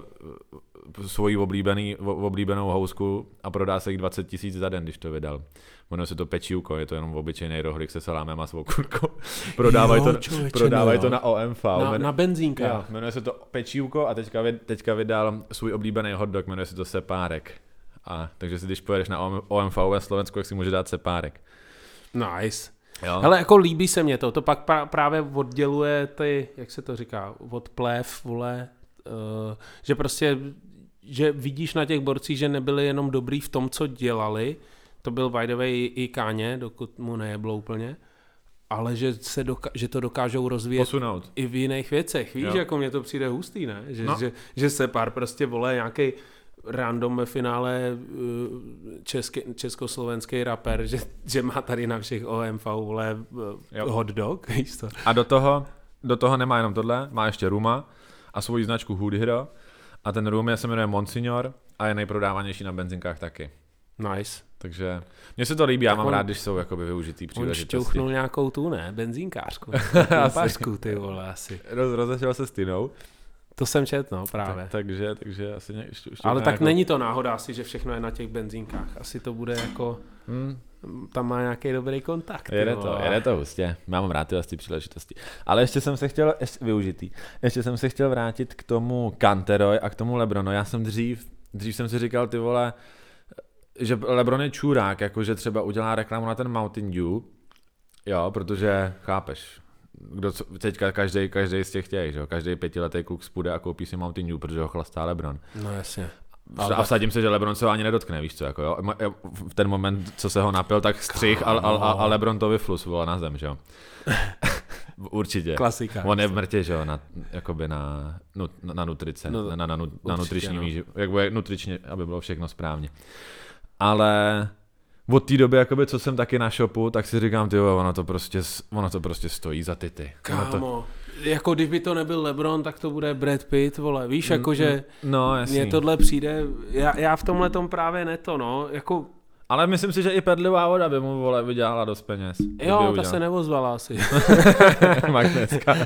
svoji oblíbený, oblíbenou housku a prodá se jich dvacet tisíc za den, když to vydal. Ono se to pečívko, je to jenom obyčejný rohlík se salámem a svou kurkou. Prodávají to, prodávaj to na O M V. Na, jmen, na benzínkách. Jmenuje se to pečívko a teďka, teďka vydal svůj oblíbený hotdog, jmenuje se to Sepárek. A, takže si když pojedeš na O M V ve Slovensku, jak si může dát Sepárek. Nice. Jo. Hele, jako líbí se mě to, to pak pra- právě odděluje ty, jak se to říká, od plev, vole, uh, že prostě, že vidíš na těch borcích, že nebyli jenom dobrý v tom, co dělali, to byl by the way i Káně, dokud mu nejeblo úplně, ale že, se doka- že to dokážou rozvíjet Posunout. i v jiných věcech, víš, jo. jako mně to přijde hustý, ne, že, no. že, že se pár prostě, vole, nějaký random ve finále český, československý rapper, že, že má tady na všech O M V vole hot dog, víš to. A do toho, do toho nemá jenom tohle, má ještě Ruma a svoji značku Hood Hero a ten Rum je, se jmenuje Monsignor a je nejprodávanější na benzinkách taky. Nice. Takže mně se to líbí, já tak mám on, rád, když jsou jakoby využitý příležitosti. On šťouchnul nějakou tu, ne? Benzínkářku. Pašku, ty vole, asi. Roz, rozešel se s Tinou. To jsem čet, no, právě. Tak, takže, takže asi ně, ještě, ještě ale tak jako... není to náhoda asi, že všechno je na těch benzínkách. Asi to bude jako... Hmm. Tam má nějaký dobrý kontakt. Jede to, jede to hustě. Já mám rád ty příležitosti. Ale ještě jsem se chtěl, ještě, využitý, ještě jsem se chtěl vrátit k tomu Kanteroj a k tomu Lebronu. Já jsem dřív, dřív jsem si říkal, ty vole, že Lebron je čurák, jakože třeba udělá reklamu na ten Mountain Dew, jo, protože, chápeš, kdo, teďka každý, každý z těch těch, že jo, každý pětiletý kluk spůjde a koupí si Mountain Dew, protože ho chlastá Lebron. No jasně. A vsadím se, že Lebron se ho ani nedotkne, víš co, jako jo. V ten moment, co se ho napil, tak střih a, a, a Lebron to vyflus, vole, na zem, že jo. Určitě. Klasika. On je v mrtě, že jo, na, jakoby na, na, na nutrice, no, na, na, na, na nutriční výživ, no. Jak bude nutričně, aby bylo všechno správně. Ale od té doby, jakoby, co jsem taky na shopu, tak si říkám, ty ono to prostě, ono to prostě stojí za tyty. Kámo, to... jako kdyby to nebyl LeBron, tak to bude Brad Pitt, vole, víš, jakože no, mně tohle přijde, já, já v tomhle tom právě neto, no, jako... Ale myslím si, že i pedlivá voda by mu, vole, vydělala dost peněz. Jo, ta se nevozvala asi. Magnetka.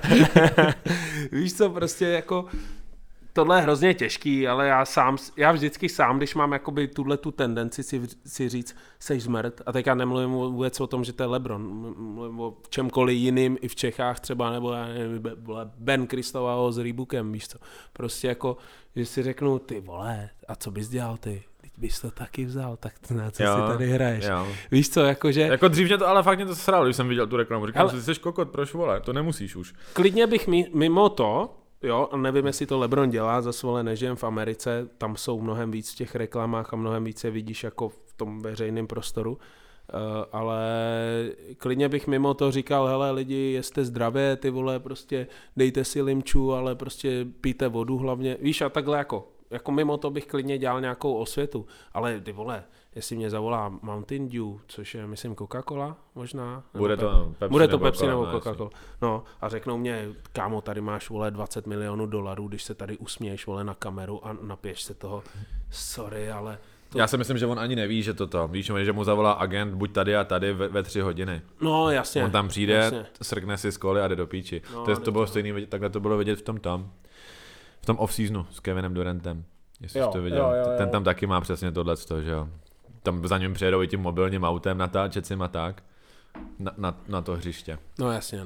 Víš co, prostě jako... Tohle je hrozně těžký, ale já sám, já vždycky sám, když mám jakoby tuhle tu tendenci si, si říct, seš zmrt, a teďka nemluvím vůbec o tom, že to je LeBron, mluvím o čemkoliv jiným i v Čechách třeba, nebo já nevím, Ben Kristovaho s Reebokem, víš co, prostě jako, že si řeknu, ty vole, a co bys dělal ty? Teď bys to taky vzal, tak na co jo, si tady hraješ? Jo. Víš co, jakože... Jako dřív mě to, ale fakt mě to sralo, když jsem viděl tu reklamu, říkám ale... si, jsi kokot, proč vole, to nemusíš už. Klidně bych mimo to, jo, nevím, jestli to LeBron dělá, zase vole, nežijem v Americe, tam jsou mnohem víc v těch reklamách a mnohem více vidíš jako v tom veřejném prostoru, uh, ale klidně bych mimo to říkal, hele lidi, jste zdravé, ty vole, prostě dejte si limču, ale prostě pijte vodu hlavně, víš, a takhle jako, jako mimo to bych klidně dělal nějakou osvětu, ale ty vole, jestli mě zavolá Mountain Dew, což je, myslím, Coca-Cola možná. Bude to Pepsi, bude to nebo, Pepsi nebo no, Coca-Cola. No a řeknou mě, kámo, tady máš, vole, dvacet milionů dolarů, když se tady usměješ, vole, na kameru a napiješ se toho. Sorry, ale... To... Já si myslím, že on ani neví, že toto. Víš, že mu zavolá agent buď tady a tady ve, ve tři hodiny. No, jasně. On tam přijde, jasně. srkne si z koly a jde do píči. No, to, je, to bylo stejný, takhle to bylo vidět v tom tam. V tom off-seasonu s Kevinem Durantem. Jestli jsi to viděl. Jo, jo, jo. Ten tam taky má přesně tohleto, že jo. Tam za ním přijedou i tím mobilním autem, natáčet si a tak, na, na, na to hřiště. No jasně, no.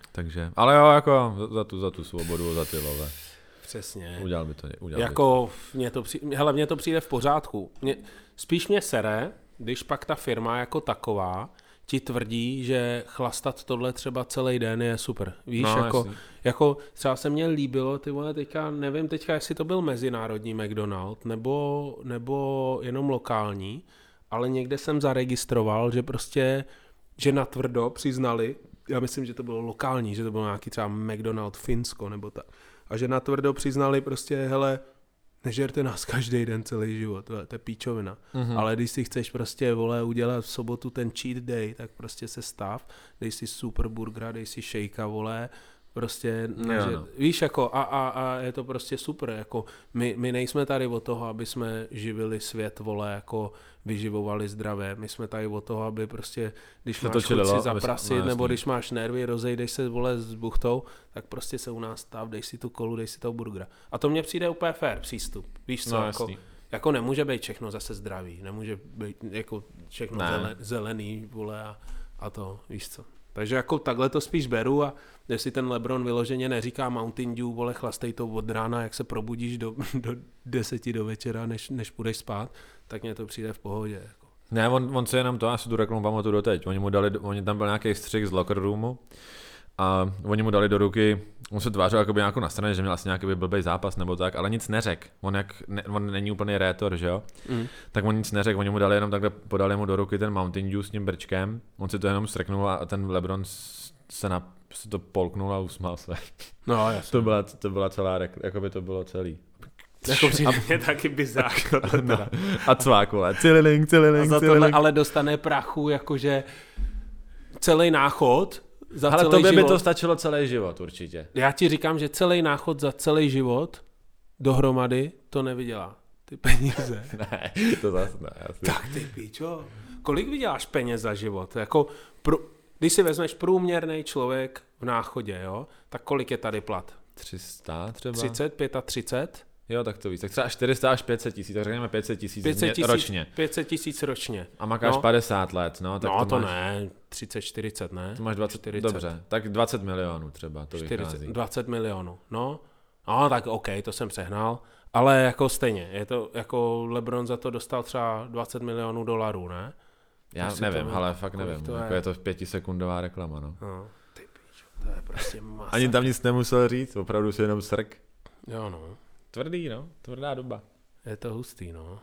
Takže, ale jo, jako za tu, za tu svobodu, za ty love. Přesně. Udělal by to. Udělal jako, by to. Mě to přijde, hele, mně to přijde v pořádku. Mě, spíš mě sere, když pak ta firma jako taková ti tvrdí, že chlastat tohle třeba celý den je super. Víš, no, jako, jako třeba se mně líbilo, ty vole, teďka, nevím teďka, jestli to byl mezinárodní McDonald, nebo, nebo jenom lokální, ale někde jsem zaregistroval, že prostě, že natvrdo přiznali, já myslím, že to bylo lokální, že to bylo nějaký třeba McDonald Finsko, nebo tak, a že natvrdo přiznali prostě, hele, nežerte nás každý den celý život, to je, to je píčovina. Mm-hmm. Ale když si chceš prostě, vole, udělat v sobotu ten cheat day, tak prostě se stav, dej si super burgera, dej si shakea, vole, prostě, neže, no. Víš, jako a, a, a je to prostě super, jako my, my nejsme tady od toho, aby jsme živili svět, vole, jako vyživovali zdravé, my jsme tady od toho, aby prostě, když máš chuť si zaprasit, nebo když máš nervy, rozejdeš se, vole, s buchtou, tak prostě se u nás stav, dej si tu kolu, dej si toho burgera. A to mně přijde úplně fair přístup, víš co, no, jako, jako nemůže být všechno zase zdravý, nemůže být jako všechno ne. zelen, zelený, vole, a, a to, víš co. Takže jako takhle to spíš beru a jestli ten LeBron vyloženě neříká Mountain Dew, vole, chlastej to od rána, jak se probudíš do, do deseti do večera, než, než půjdeš spát, tak mně to přijde v pohodě. Jako. Ne, on, on se jenom to, já si tu reklamu pamatuju doteď, oni mu dali, oni tam byl nějaký střih z locker roomu a oni mu dali do ruky, on se tvářil jakoby nějakou na straně, že měl asi nějaký blbej zápas nebo tak, ale nic neřekl, on, jak, ne, on není úplný rétor, že jo, mm. tak on nic neřekl, oni mu dali jenom takhle, podali mu do ruky ten Mountain Dew s tím brčkem, on si to jenom srknul a ten LeBron se, na, se to polknul a usmál se. No jasně. To byla, to byla celá, jako by to bylo celý. Jako přijde mě taky bizár. No. A cvák, vole, cililing, cililing, a za tohle ale dostane prachu, jakože celý náchod za ale celý tobě život. by to stačilo celý život určitě. Já ti říkám, že celý náchod za celý život dohromady to nevydělá. Ty peníze. Ne, to zase ne. Jasný. Tak ty píčo. Kolik vyděláš peněz za život? Jako pro, když si vezmeš průměrný člověk v náchodě, jo, tak kolik je tady plat? tři sta třeba? třicet, třicet pět? Jo, tak to víc. Tak třeba čtyři sta až pět set tisíc, tak řekněme pět set tisíc ročně. pět set tisíc ročně. A makáš no. padesát let, no. Tak no to, to máš, ne, třicet čtyřicet, ne? To máš dvacet, čtyřicet. Dobře, tak dvacet milionů třeba, to čtyřicet, vychází. dvacet milionů, no. No, tak OK, to jsem přehnal, ale jako stejně, je to, jako LeBron za to dostal třeba dvacet milionů dolarů, ne? Já tak nevím, ale fakt nevím, to jako je. je to pětisekundová reklama, no. no ty píčo, to je prostě masa. Ani tam nic nemusel říct, opravdu si jenom srk. Jo, no. Tvrdý, no, tvrdá doba. Je to hustý, no.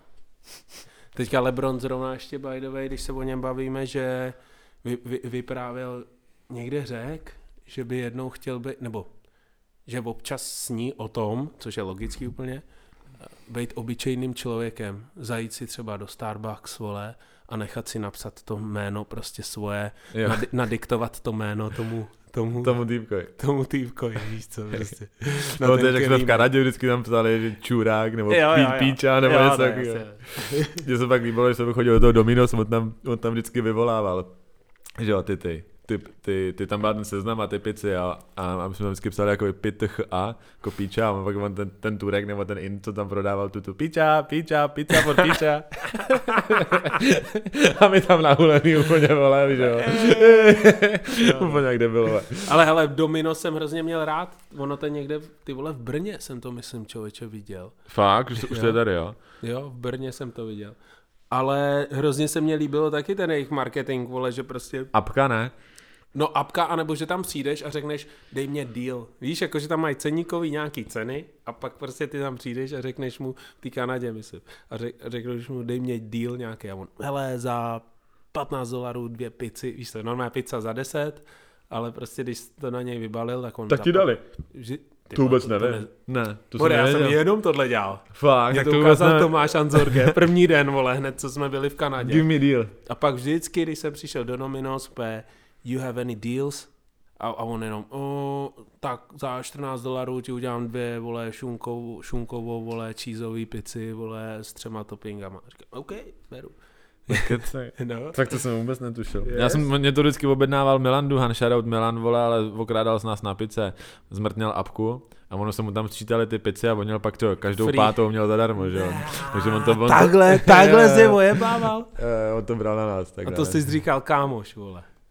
Teďka LeBron zrovna ještě by the way, když se o něm bavíme, že vy, vy, vyprávěl, někde řek, že by jednou chtěl být, nebo že občas sní o tom, což je logický úplně, být obyčejným člověkem, zajít si třeba do Starbucks, vole, a nechat si napsat to jméno prostě svoje, nad, nadiktovat to jméno tomu Tomu, tomu týpkovi. Tomu týpkovi, víš co, prostě. No to je, jak jsme v Kanadě vždycky tam psali, že čurák, nebo jo, pí, jo, jo. píča, nebo jo, něco takového. Mně se pak líbilo, že jsem chodil do toho Domino's, on tam, on tam vždycky vyvolával. Že jo, ty, ty, ty, ty, ty tam byl ten seznam a ty pici a, a, a my jsme tam vždycky psali jako pitch a, jako píča, a pak on ten, ten Turek nebo ten In, co tam prodával tu tu píča, píča, pizza for píča. A my tam nahulený úplně vole, že jo. Úplně jak debilové. Ale hele, Domino jsem hrozně měl rád, ono to někde, ty vole, v Brně jsem to myslím člověče viděl. Fakt? Už, už to je tady, jo? Jo, v Brně jsem to viděl. Ale hrozně se mně líbilo taky ten jejich marketing, vole, že prostě... Apka, ne? No apka, anebo že tam přijdeš a řekneš, dej mě deal. Víš, jako že tam mají ceníkový nějaký ceny a pak prostě ty tam přijdeš a řekneš mu, v té Kanadě myslím, a, řek, a řekneš mu, dej mě deal nějaký. A on, hele, za patnáct dolarů dvě pici, víš to, normální pizza za deset, ale prostě když to na něj vybalil, tak on... Tak ti dali. Že, to vůbec nevím. Ne, ne to Bode, já jsem jenom tohle dělal. Fakt, mě to ukázal Tomáš Anzorge, první den, vole, hned co jsme byli v Kanadě. Give me deal. A pak vždycky, když jsem přišel do Domino's, pe, you have any deals? A, a on jenom, o, tak za čtrnáct dolarů ti udělám dvě, vole, šunkovou, šunkovou, vole, cheeseový pici, vole, s třema toppingama. Říkám, OK, beru. No. Tak to jsem vůbec netušil. Yes. Já jsem, mě to vždycky objednával Milan Duhan, shoutout Milan, vole, ale okrádal s nás na pice, zmrtněl apku a ono se mu tam sčítali ty pici a on měl pak to, každou Free. pátou měl zadarmo, že jo. Takže on to, on takhle, to, takhle si ojebával. On to bral na nás. Tak a to jsi říkal kámoš, vole.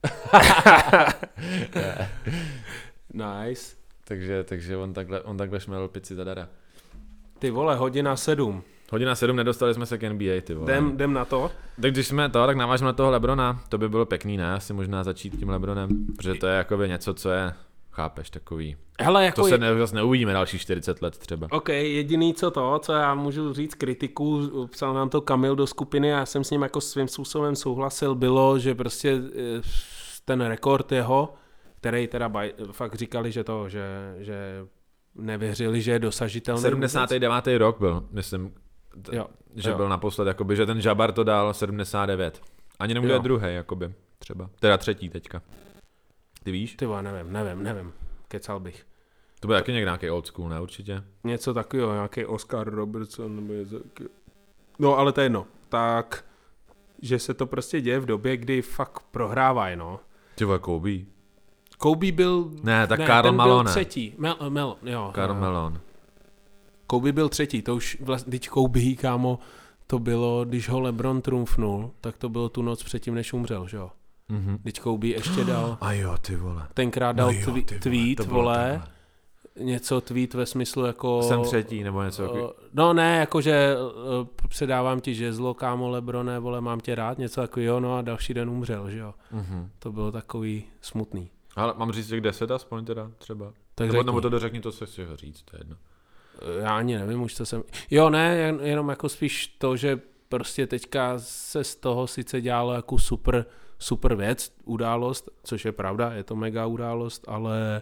Nice. takže, takže on takhle, on takhle šmelil pici zadara. Ty vole, hodina sedm. Hodina sedm, nedostali jsme se k N B A, ty vole. Jdem, jdem na to. Tak když jsme to, tak navážeme na toho LeBrona, to by bylo pěkný, ne? Asi možná začít tím LeBronem, protože to je jakoby něco, co je, chápeš, takový. Hele, jako to se je... ne, zase neuvidíme další čtyřicet let třeba. OK, jediný co to, co já můžu říct kritiku, psal nám to Kamil do skupiny a já jsem s ním jako svým způsobem souhlasil, bylo, že prostě ten rekord jeho, který teda baj, fakt říkali, že to, že, že nevěřili, že je dosažitelný. sedmdesátý devátý rok byl, myslím, t- jo, že jo. byl naposled, jakoby, že ten Jabbar to dal sedmdesát devět. Ani nebude druhý, jakoby, třeba. Teda třetí teďka. Ty víš? Ty vole, nevím, nevím, nevím. Kecal bych. To byl taky někdy nějaký old school, ne? Určitě. Něco takového, nějaký Oscar Robertson nebo něco takového. No, ale to je jedno. Tak, že se to prostě děje v době, kdy fakt prohrávají, no. Ty vole, Kobe. Kobe byl... Ne, tak ne, Karl ten Malone. byl třetí. Mel, Mel, jo. Karl jo. Malone. Kobe byl třetí, to už vlastně, teď Kobe, kámo, to bylo, když ho LeBron trumfnul, tak to bylo tu noc předtím, než umřel, že jo. Mhm. Teď Kobe ještě dal, A jo, ty vole. tenkrát dal No jo, tví, ty vole, tweet, to bylo vole, takhle. něco tweet ve smyslu jako... Jsem třetí, nebo něco. Uh, no ne, jakože uh, předávám ti žezlo, kámo Lebrone, vole, mám tě rád, něco takového, no a další den umřel, že jo. Mhm. To bylo takový smutný. Ale mám říct těch deset aspoň teda třeba. Tak Nebo, řekni. nebo to dořekni, to se chci říct, to je jedno. Já ani nevím už, co jsem... Jo, ne, jen, jenom jako spíš to, že prostě teďka se z toho sice dělalo jako super, super věc, událost, což je pravda, je to mega událost, ale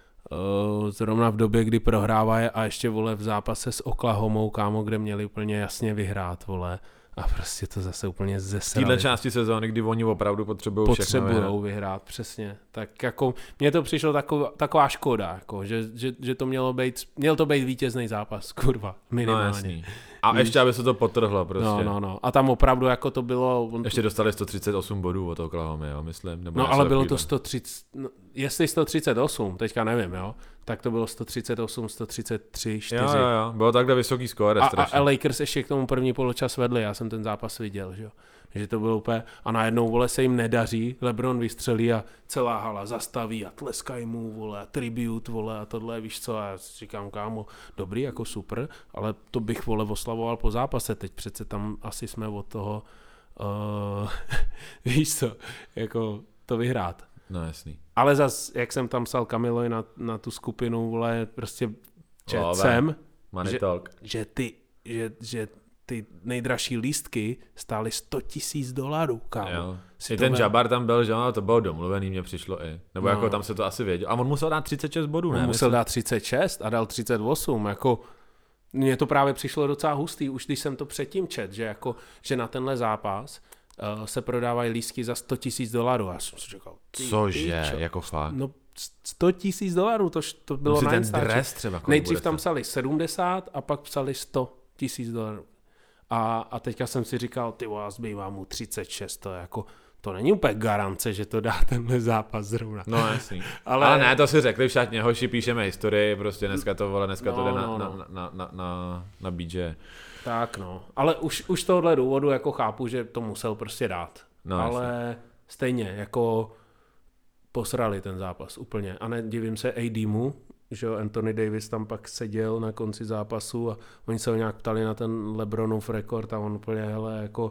uh, zrovna v době, kdy prohrávají a ještě, vole, v zápase s Oklahomou, kámo, kde měli úplně jasně vyhrát, vole, a prostě to zase úplně V zesrali. téhle části sezóny, kdy oni opravdu potřebují všechno Potřebujou vyhrát. vyhrát, přesně. Tak jako, mně to přišlo taková, taková škoda, jako, že, že, že, to mělo být, měl to být vítězný zápas, kurva, No minimálně. jasný. A ještě, aby se to potrhlo prostě. No, no, no. A tam opravdu jako to bylo... On Ještě dostali sto třicet osm bodů od Oklahoma, jo, myslím. Nebo no, něco ale bylo to takovýhle. sto třicet... No, jestli sto třicet osm, teďka nevím, jo, tak to bylo sto třicet osm, sto třicet tři, čtyři. Jo, jo, jo. Bylo takhle vysoký skóre A, strašně. a Lakers ještě k tomu první poločas vedli, já jsem ten zápas viděl, že jo. Že to bylo úplně... A najednou, vole, se jim nedaří, LeBron vystřelí a celá hala zastaví a tleskají mu, vole, a tribute, vole, a tohle, víš co, a já si říkám, kámo, dobrý, jako super, ale to bych, vole, oslavoval po zápase, teď přece tam asi jsme od toho, uh, víš co, jako to vyhrát. No jasný. Ale zas, jak jsem tam psal Kamilovi na, na tu skupinu, vole, prostě čet Love. jsem, Money že, talk. že ty, že, že ty nejdražší lístky stály sto tisíc dolarů, kámo. Jo. Si I to ten vem. Jabbar tam byl, že jo, to bylo domluvený, mně přišlo i. Nebo No. jako tam se to asi věděl. A on musel dát třicet šest bodů, On ne? musel Myslím. dát třicet šest a dal třicet osm, jako mně to právě přišlo docela hustý, už když jsem to předtím čet, že jako, že na tenhle zápas uh, se prodávají lístky za sto tisíc dolarů. Já jsem si říkal, ty, Cože, ty čo? jako fakt. No sto tisíc dolarů, to, to bylo Musí na ten Instači. dres třeba. kolik Nejdřív bude tam stát? psali sedmdesát a pak psali sto tisíc dolarů. A, a teďka jsem si říkal, ty vole, zbývá mu třicet šest, to je jako, to není úplně garance, že to dá tenhle zápas zrovna. No jasný. Ale- Ale, Ale ne, to si řekli v šatně, hoši, píšeme historii, prostě dneska to, vole, dneska No, to jde na, no, na, no. na, na, na, na B J. Tak no, ale už, už z tohohle důvodu jako chápu, že to musel prostě dát. No, ale stejně, jako posrali ten zápas úplně. A nedivím se A D mu, že jo, Anthony Davis tam pak seděl na konci zápasu a oni se ho nějak ptali na ten LeBronův rekord a on úplně, hele, jako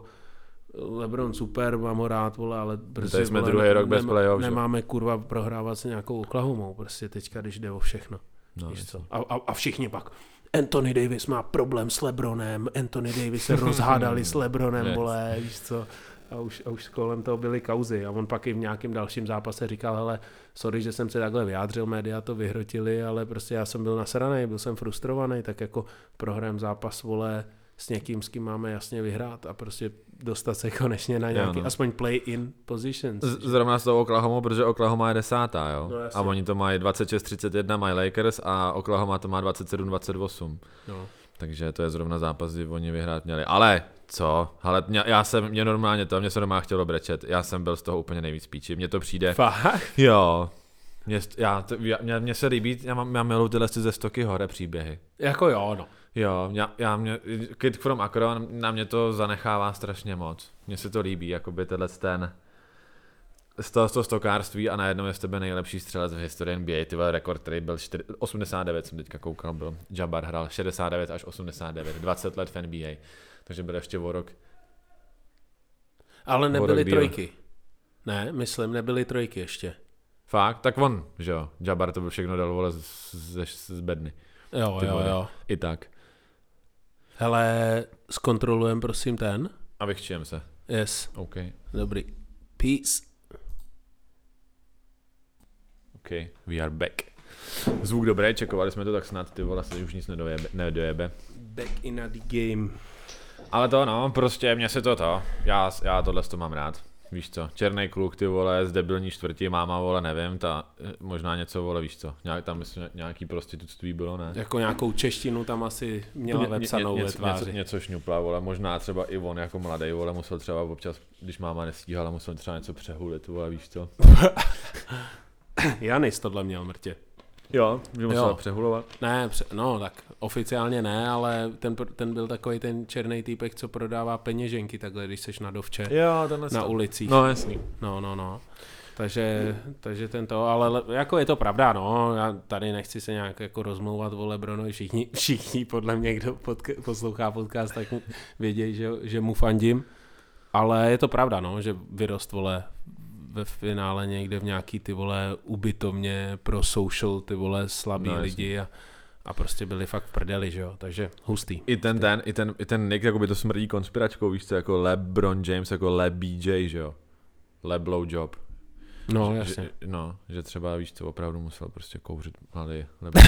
LeBron super, mám ho rád, vole, ale prostě, Tady jsme vole, druhý rok bez playoff, že? nemáme kurva prohrávat s nějakou Oklahomou, prostě teďka, když jde o všechno. No, Víš jasný. co? A, a, a všichni pak, Anthony Davis má problém s LeBronem, Anthony Davis se rozhádali s LeBronem, Yes. vole, víš co? A už, a už kolem toho byly kauzy. A on pak i v nějakém dalším zápase říkal, hele, sorry, že jsem se takhle vyjádřil, média to vyhrotili, ale prostě já jsem byl nasranej, byl jsem frustrovaný, tak jako prohrajem zápas, vole, s někým, s kým máme jasně vyhrát a prostě dostat se konečně na nějaký, no. aspoň play-in positions. Z- Zrovna s tou Oklahomou, protože Oklahoma je desátá, jo. No, jasně. A oni to mají dvacet šest třicet jedna, mají Lakers a Oklahoma to má dvacet sedm dvacet osm. No. Takže to je zrovna zápas, kdy oni vyhrát měli. Ale co? Ale mě, já jsem, mě normálně to, mě se doma chtělo brečet. Já jsem byl z toho úplně nejvíc píči. Mně to přijde. Fakt? Jo. Mě, já, to, já, mě, mě se líbí, já mám, já miluji tyhle z Stoky hore příběhy. Jako jo, no. Jo, já, já mě, Kid from Akron, na mě to zanechává strašně moc. Mně se to líbí, jakoby tenhle ten, z toho, z toho stokárství a najednou je z tebe nejlepší střelec v historii N B A, ty vole, rekord, který byl čtyři, osmdesát devět, jsem teďka koukal, byl, Jabbar hrál šedesát devět až osmdesát devět, dvacet let v N B A, takže byl ještě o rok. Ale o nebyly rok díl. trojky. Ne, myslím, nebyly trojky ještě. Fakt? Tak on, že jo, Jabbar to byl všechno dal, vole, z, z, z bedny. Jo, Ty jo, vole. jo. I tak. Hele, zkontrolujem prosím ten. A vychčijem se. Yes, OK. dobrý. Peace. OK, we are back. Zvuk dobrý, čekovali jsme to tak snad, ty vole, se už nic nedojebe. nedojebe. Back in the game. Ale to no, prostě mě se to to, já, já tohle to mám rád. Víš co, černý kluk, ty vole, z debilní čtvrti, máma, vole, nevím, ta, možná něco, vole, víš co, nějak tam myslím, nějaký prostitutství bylo, ne? Jako nějakou češtinu tam asi měla Ně- vepsanou ně- ve něco, tváři. něco, něco šňupla, vole, možná třeba i on jako mladý, vole, musel třeba občas, když máma nestíhala, musel třeba něco přehulit, vole, víš co. Janis tohle měl mrtě. Jo, že musel Jo. přehulovat. Ne, pře- no tak oficiálně ne, ale ten, ten byl takový ten černý týpek, co prodává peněženky takhle, když seš na dovče, Jo, tenhle na stav. ulicích. No jasný. No, no, no. Takže, takže tento, ale le- jako je to pravda, no, já tady nechci se nějak jako rozmlouvat o Lebronovi, všichni, všichni podle mě, kdo podka- poslouchá podcast, tak vědějí, že, že mu fandím, ale je to pravda, no, že vyrost, vole, ve finále někde v nějaký, ty vole, ubytovně pro social, ty vole, slabý No, jasně. lidi a, a prostě byli fakt v prdeli, že jo, takže hustý. I ten, ten, i ten, i ten nick, jakoby to smrdí konspiračkou, víš co, jako LeBron James, jako LeB J, že jo. LeBlowjob. No, jasně. Že, no, že třeba, víš co, opravdu musel prostě kouřit mladý LeBron.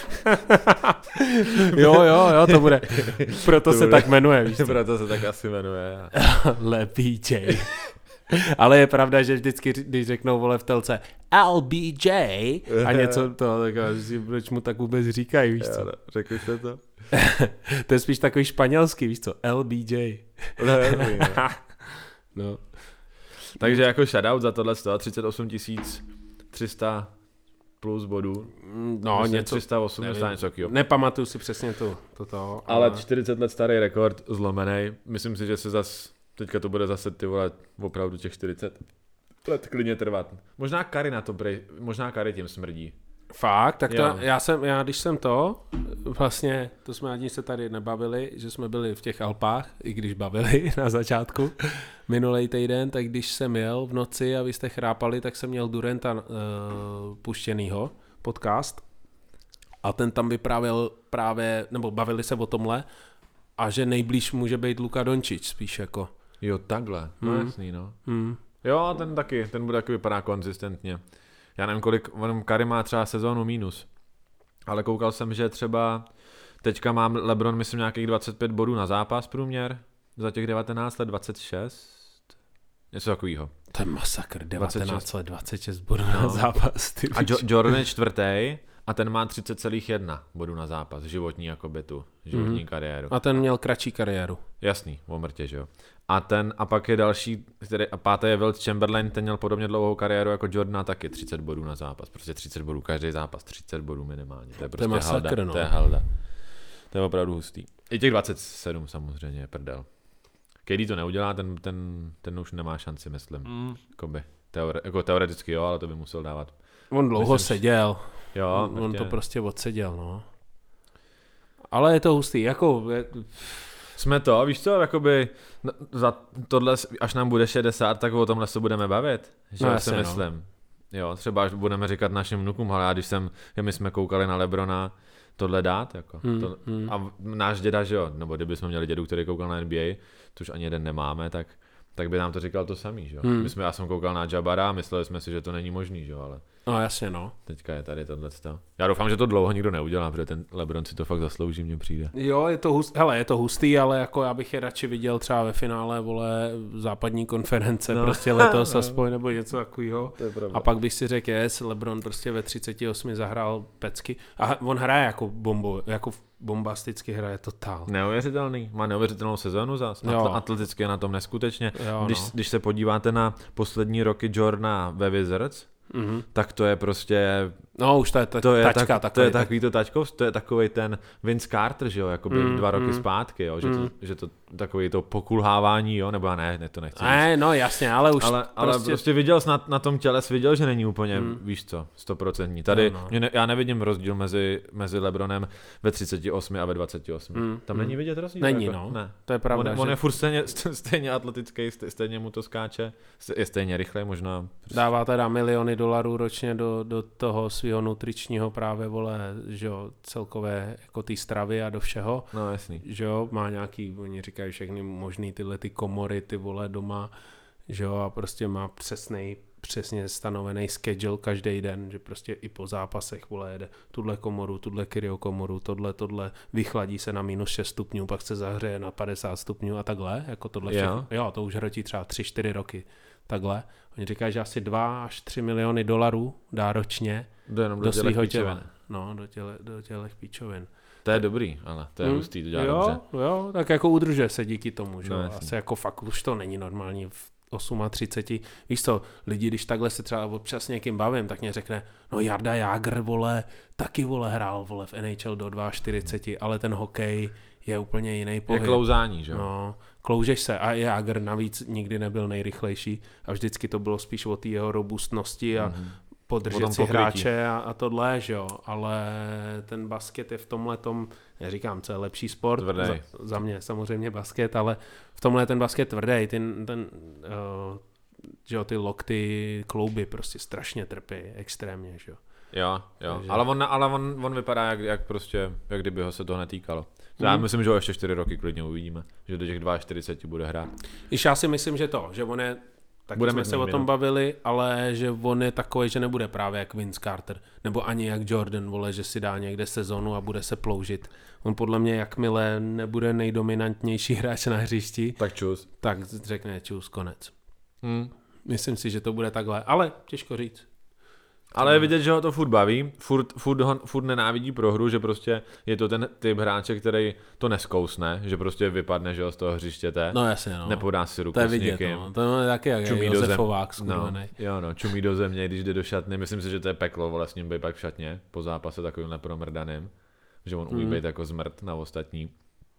Jo, jo, jo, to bude, proto To se bude. tak jmenuje, víš co. Proto se tak asi jmenuje. Lepý J. Ale je pravda, že vždycky, když řeknou, vole, v telce L B J a něco to, tak já si, proč mu tak vůbec říkají, víš co? Jo, no, řekli jste to? To je spíš takový španělský, víš co? L B J. No, jasný, no. No. Takže jako shoutout za tohle sto třicet osm tisíc tři sta plus bodů. No, Myslím, něco, tři sta osmdesát, nevím. něco takového. Nepamatuju si přesně to, toto. Ale čtyřicet let starý rekord zlomený. Myslím si, že se zas, teďka to bude zase ty vole opravdu těch čtyřicet let klidně trvat. Možná Kari na to brej, možná Kari tím smrdí. Fakt, tak to, Jo. já jsem, já když jsem to, vlastně, to jsme ani se tady nebavili, že jsme byli v těch Alpách, i když bavili na začátku, minulej týden, tak když jsem jel v noci a vy jste chrápali, tak jsem měl Durenta uh, puštěnýho, podcast, a ten tam vyprávěl právě, nebo bavili se o tomhle, a že nejblíž může být Luka Dončić, spíš jako. Jo, takhle. No Hmm. jasný, no. Hmm. Jo, ten taky, ten bude taky vypadá konzistentně. Já nevím, kolik, on Kari má třeba sezónu mínus. Ale koukal jsem, že třeba teďka mám LeBron, myslím, nějakých dvacet pět bodů na zápas průměr. Za těch devatenáct let dvacet šest. Něco takového. To je masakr, dvacet šest. devatenáct let, dvacet šest bodů na No. zápas. Ty A jo- Jordan je čtvrtý a ten má třicet celá jedna bodů na zápas. Životní jakoby tu, životní Mhm. kariéru. A ten měl kratší kariéru. Jasný, o mrtě, že jo. A ten, a pak je další, který, a pátý je Wilt Chamberlain, ten měl podobně dlouhou kariéru jako Jordan, taky třicet bodů na zápas. Prostě třicet bodů, každý zápas, třicet bodů minimálně. To je prostě masakr, halda, no. to je halda. To je opravdu hustý. I těch dvacet sedm samozřejmě je prdel. K D to neudělá, ten, ten, ten už nemá šanci, myslím. Mm. Jakoby, teore, jako teoreticky jo, ale to by musel dávat. On dlouho Myslím, seděl. Jo, on, on mrtě. to prostě odseděl, no. Ale je to hustý, jako... Je, Jsme to, víš co, jakoby no, za tohle, až nám bude šedesát, tak o tomhle se budeme bavit, že No no, jasně, si no. myslím. Jo, třeba až budeme říkat našim vnukům, ale já když jsem, že my jsme koukali na Lebrona, tohle dát, jako. Hmm, to, hmm. A náš děda, že jo, nebo kdybychom měli dědu, který koukal na N B A, což ani jeden nemáme, tak, tak by nám to říkal to samý, že jo. Hmm. My jsme, já jsem koukal na Jabbara a mysleli jsme si, že to není možný, že jo, ale no jasně, no. teďka je tady tohle. Já doufám, že to dlouho nikdo neudělá, protože ten Lebron si to fakt zaslouží, mně přijde. Jo, je to hustý, hele, je to hustý, ale jako já bych je radši viděl třeba ve finále, vole, západní konference, No. no. prostě letos aspoň, nebo něco takového. To je pravda. A pak bych si řekl, yes, LeBron prostě ve třicet osm zahrál pecky. A on hraje jako bombo, jako bombasticky hraje totál. Neuvěřitelný, má neuvěřitelnou sezónu zas. Jo. Atl- atleticky je na tom neskutečně. Jo, Když, no. když se podíváte na poslední roky Jordana ve Wizards, Mhm. tak to je prostě No už to je, ta, to je tačka tak, takový. To je takový to tačkov, to je takovej ten Vince Carter, že jo, jakoby mm, dva roky mm, zpátky, jo, že, mm. to, že to takový to pokulhávání, jo, nebo ne, ne to nechci Ne, říct. No jasně, ale už ale, ale prostě... prostě viděl jsi na, na tom těle, jsi viděl, že není úplně, mm. víš co, stoprocentní. Tady no, no. Ne, já nevidím rozdíl mezi, mezi LeBronem ve třiceti osmi a ve dvaceti osmi. Mm. Tam mm. není vidět rozdíl. Není, jako, no, ne. To je pravda. On, že... on je furt stejně, stejně atletický, stejně mu to skáče, je stejně rychlej možná. Prostě. Dává teda miliony dolarů ročně do, do toho svého nutričního právě, vole, že jo, celkové jako ty stravy a do všeho. No jasný. Že jo, má nějaký, oni říkají všechny možný tyhle ty komory, ty vole doma, že jo, a prostě má přesnej, přesně stanovený schedule každý den, že prostě i po zápasech, vole, jede tuhle komoru, tuhle kryokomoru, tohle, tohle, vychladí se na minus šest stupňů, pak se zahřeje na padesát stupňů a takhle, jako tohle všechno. Jo, jo to už hrotí třeba tři čtyři roky, takhle. Oni říkají, že asi dva až tři miliony dolarů dá ročně do, do, do svého těla. No, do, těle, do tělech píčovin. To je dobrý, ale to je hmm. hustý, to dělá jo, dobře. Jo, tak jako udržuje se díky tomu, že no, asi jako fakt už to není normální v třiceti osmi. Víš co, lidi, když takhle se třeba občas s někým bavím, tak mě řekne, no Jarda Jágr, vole, taky, vole, hrál, vole, v N H L do čtyřiceti dva, ale ten hokej je úplně jiný pohyb. Je klouzání, že jo? No, kloužeš se a Jágr navíc nikdy nebyl nejrychlejší a vždycky to bylo spíš o té jeho robustnosti a mm-hmm. podržet si hráče a, a tohle, že jo, ale ten basket je v tomhletom, neříkám, co je lepší sport, za, za mě samozřejmě basket, ale v tomhle je ten basket tvrdý, ten, ten uh, že jo, ty lokty, klouby prostě strašně trpí, extrémně, že jo. Jo, jo, takže... ale, on, ale on, on vypadá jak, jak prostě, jak kdyby ho se toho netýkalo. Já hmm. myslím, že ho ještě čtyři roky klidně uvidíme, že do těch čtyřiceti dva bude hrát. Když já si myslím, že to, že on je tak jsme se o tom bavili, ale že on je takový, že nebude právě jak Vince Carter, nebo ani jak Jordan, vole, že si dá někde sezonu a bude se ploužit. On podle mě, jakmile nebude nejdominantnější hráč na hřišti, tak čus. Tak řekne čus, konec. Hmm. Myslím si, že to bude takhle, ale těžko říct. Ale je vidět, že ho to furt baví, furt, furt, ho, furt nenávidí prohru, že prostě je to ten typ hráče, který to neskousne, že prostě vypadne, že ho z toho hřištěte, no, jasně, no. Nepodá si ruku to je s vidět, někým. No. To je taky jak je Josefovák skurvenej. No, jo no, čumí do země, když jde do šatny, myslím si, že to je peklo, vole, s ním být pak v šatně, po zápase takovým nepromrdaným, že on umí mm. být jako zmrt na ostatní.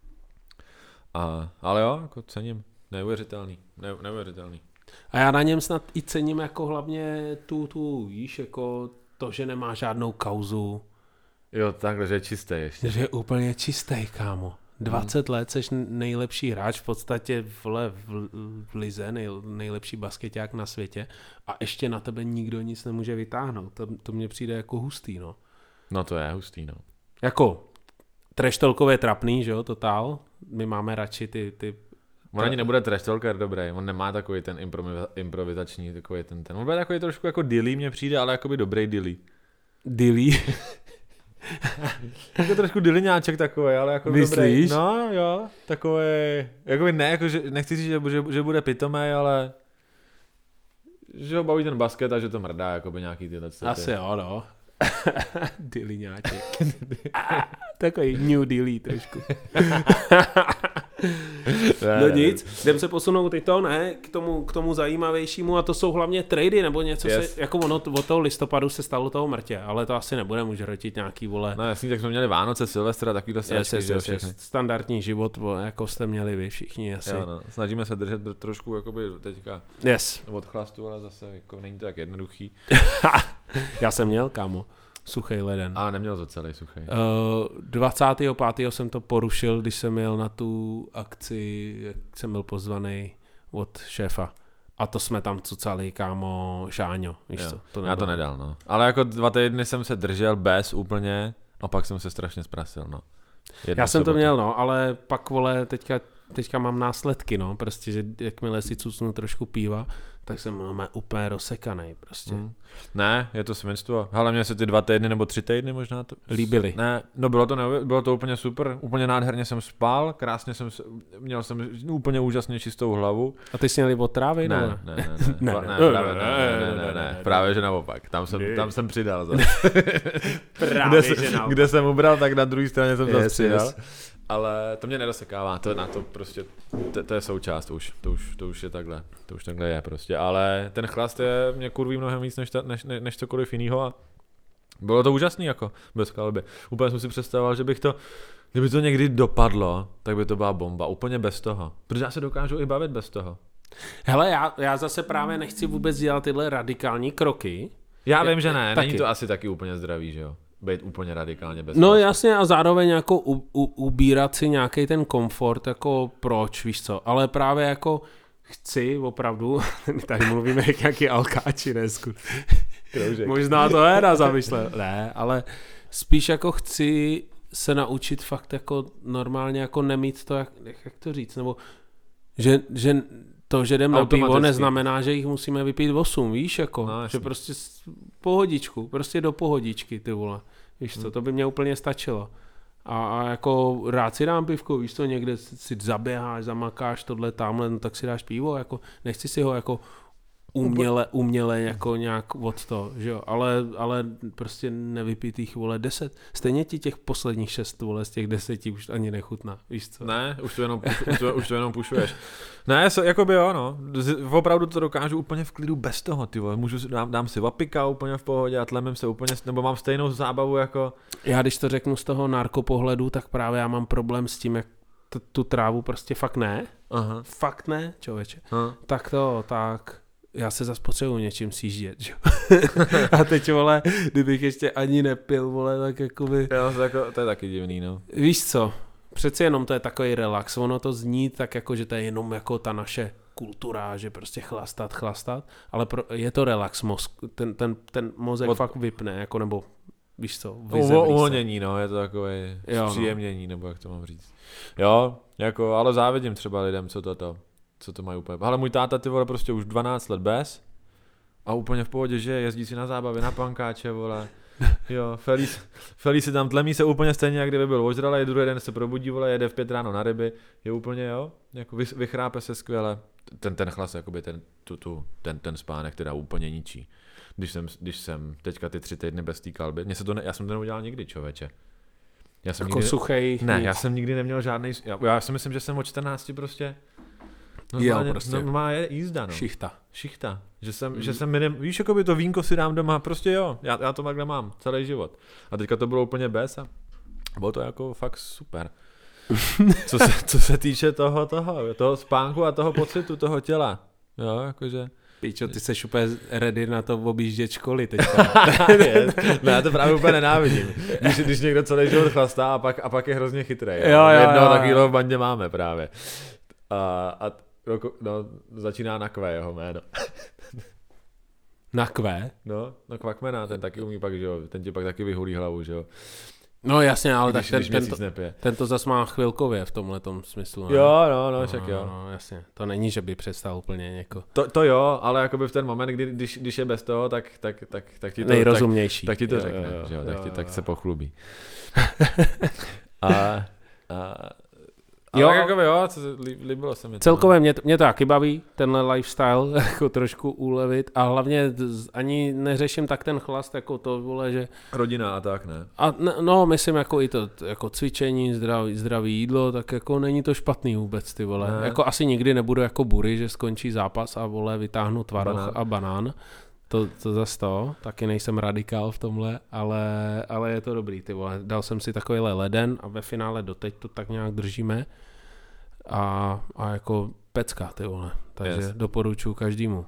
A, ale jo, jako cením, neuvěřitelný, ne, neuvěřitelný. A já na něm snad i cením jako hlavně tu, tu, víš, jako to, že nemá žádnou kauzu. Jo, takhle, že je čistý ještě. Že je úplně čistý, kámo. dvacet hmm. let seš nejlepší hráč v podstatě vle, v, v lize, nej, nejlepší baskeťák na světě a ještě na tebe nikdo nic nemůže vytáhnout. To, to mně přijde jako hustý, no. No to je hustý, no. Jako trash talkově trapný, že jo, totál. My máme radši ty... ty On ani nebude trash talker dobrý, on nemá takový ten improviza- improvizační, takový ten ten. On bude takový trošku jako dilly, mně přijde, ale jakoby dobrý dilly. Dilly? Jako trošku dillyňáček takový, ale jako myslíš? Dobrý. No jo, takový, jakoby ne, jako, že, nechci říct, že, že, že bude pitomej, ale že ho baví ten basket a že to mrdá, jakoby nějaký tyhle. Asi jo, no. Dillyňáček. Takový new dilly trošku. No nic, jdem se posunout i to, ne, k tomu, k tomu zajímavějšímu a to jsou hlavně trady, nebo něco yes. se, jako ono od toho listopadu se stalo toho mrtě, ale to asi nebudeme už hrotit nějaký, vole. No jasný, tak jsme měli Vánoce, Silvestra, takovýhle yes, yes, yes, yes. Standardní život, jako jste měli vy všichni asi. Jo, no. Snažíme se držet trošku, jakoby teďka yes. od chlastu, ale zase jako není to tak jednoduchý. Já jsem měl, kámo. Suchý leden. A neměl to celý suchý. Uh, dvacátého pátého jsem to porušil, když jsem jel na tu akci, jak jsem byl pozvaný od šéfa. A to jsme tam cucali, kámo, Šáňo, víš jo. co? To Já to nedal, no. Ale jako dva týdny jsem se držel bez úplně a pak jsem se strašně zprasil, no. Jednu Já jsem sobotu. To měl, no, ale pak, vole, teďka, teďka mám následky, no, prostě, že jakmile si cucnu trošku píva, tak jsem máme úplně rozsekanej, prostě. Hmm. Ne, je to svinstvo. Hele, mě se ty dva týdny nebo tři týdny možná to... líbily. Ne, no bylo to, ne, bylo to úplně super, úplně nádherně jsem spal, krásně jsem, měl jsem úplně úžasně čistou hlavu. A ty jsi měli od trávy? Ne, ne, ne, ne, ne, ne, ne, právě, ne, ne, ne, ne, právě že naopak, tam jsem, tam jsem přidal zase. Právě, kde, že naopak. Kde jsem ubral, tak na druhé straně jsem yes, zase přidal. Yes. Ale to mě nedosekává, to na to prostě, to, to je součást už, to už, to už je takhle, to už takhle je prostě, ale ten chlast je, mě kurví mnohem víc než, ta, než, než cokoliv jinýho a Bylo to úžasný jako, bez kalby. Úplně jsem si představoval, že bych to, kdyby to někdy dopadlo, tak by to byla bomba, úplně bez toho. Protože já se dokážu i bavit bez toho. Hele, já, já zase právě nechci vůbec dělat tyhle radikální kroky. Já vím, že ne, taky. není to asi taky úplně zdravý, že jo? Být úplně radikálně bez No toho. jasně a zároveň jako u, u, ubírat si nějaký ten komfort, jako proč, víš co, ale právě jako chci opravdu, my tady mluvíme jak nějaký alkáči, ne, možná to je na zamyšlet, ne, ale spíš jako chci se naučit fakt jako normálně jako nemít to, jak, jak to říct, nebo že, že to, že jdem na pivo, neznamená, že jich musíme vypít osm, víš, jako, no, že prostě pohodičku, prostě do pohodičky, ty vole, víš co, hmm. to by mě úplně stačilo. A, a jako rád si dám pivko, víš co, někde si zaběháš, zamakáš tohle tamhle, no tak si dáš pivo, jako nechci si ho jako uměle, uměle jako nějak od to, že jo, ale, ale prostě nevypít jich, vole, deset. Stejně ti těch posledních šest, vole, z těch deseti už ani nechutná, víš co. Ne, už to jenom, už to, už to jenom pušuješ. Ne, so, jakoby jo, no, opravdu to dokážu úplně v klidu bez toho, ty vole, můžu, dám, dám si vapika úplně v pohodě a tlemím se úplně, nebo mám stejnou zábavu jako... Já když to řeknu z toho narkopohledu, tak právě já mám problém s tím, jak t- tu trávu prostě fakt ne, Aha. fakt ne, člověče, Aha. tak to, tak... Já se zase potřebuji něčím sjíždět, že? A teď, vole, kdybych ještě ani nepil, vole, tak jakoby... Jo, to, jako, to je taky divný, no. Víš co, přeci jenom to je takový relax, ono to zní tak jako, že to je jenom jako ta naše kultura, že prostě chlastat, chlastat, ale pro, je to relax mozk, ten, ten, ten mozek Od... fakt vypne, jako nebo, víš co, uvolnění, no, je to takové zpříjemnění, no. Nebo jak to mám říct. Jo, jako, ale závidím třeba lidem, co to to. Co to mají úplně. Ale můj táta, ty vole, prostě už dvanáct let bez a úplně v pohodě, že jezdí si na zábavy, na pankáče, vole. Jo, Feliz, Feliz si tam tlemí se úplně stejně, jak kdyby byl ožralej, druhý den se probudí, vole, jede v pět ráno na ryby, je úplně, jo, jako vychrápe se skvěle. Ten, ten chlas, jakoby ten, tu, tu, ten, ten spánek teda úplně ničí. Když jsem, když jsem teďka ty tři týdny bez té kalby, mě se to ne, já jsem to neudělal nikdy, člověče. Já jsem jako nikdy, suchej. Ne, nic. Já jsem nikdy neměl žádný, já, já si myslím, že jsem od čtrnácti prostě Normálně, prostě. Normálně je jízda, no. Šichta. Šichta. Že jsem, mm. že jsem minim, víš, jakoby to vínko si dám doma, prostě jo, já, já to takhle mám, celý život. A teďka to bylo úplně bez a bylo to jako fakt super. co, se, co se týče toho, toho, toho spánku a toho pocitu, toho těla, jo, jakože... Píčo, ty seš úplně ready na to objíždět školy teďka. No já to právě úplně nenávidím. Když, když někdo celý život chlastá a pak, a pak je hrozně chytrý. Jo, jo, Jednoho jo, takového v bandě máme právě. A, a no, začíná na Q jeho jméno. Na Q? No, no Kvakmena, ten taky umí pak, že jo, ten ti pak taky vyhulí hlavu, že jo. No jasně, ale když, tak když ten, ten, to, ten to zas má chvilkově v tomhletom smyslu. Ne? Jo, no, no, no, však jo. No, jasně, to není, že by přestal úplně něko. To, to jo, ale jakoby v ten moment, kdy, když, když je bez toho, tak, tak, tak, tak ti to... Nejrozumnější. Tak, tak ti to jo, řekne, jo, že jo, jo, tak, ti, jo, tak jo. se pochlubí. a... a Ale jo, jakoby jo, co, líbilo se mi to. Celkově mě, mě to taky baví, tenhle lifestyle, jako trošku ulevit a hlavně ani neřeším tak ten chlast, jako to, vole, že... Rodina a tak, ne? A no, myslím jako i to, jako cvičení, zdravý, zdravý jídlo, tak jako není to špatný vůbec, ty vole. Ne. Jako asi nikdy nebudu jako Bury, že skončí zápas a vole, vytáhnu tvaroh banán. a banán. To, to zas to, taky nejsem radikál v tomhle, ale, ale je to dobrý, ty vole. Dal jsem si takovýhle leden a ve finále doteď to tak nějak držíme a, a jako pecka, ty vole. Takže yes. Doporučuji každému.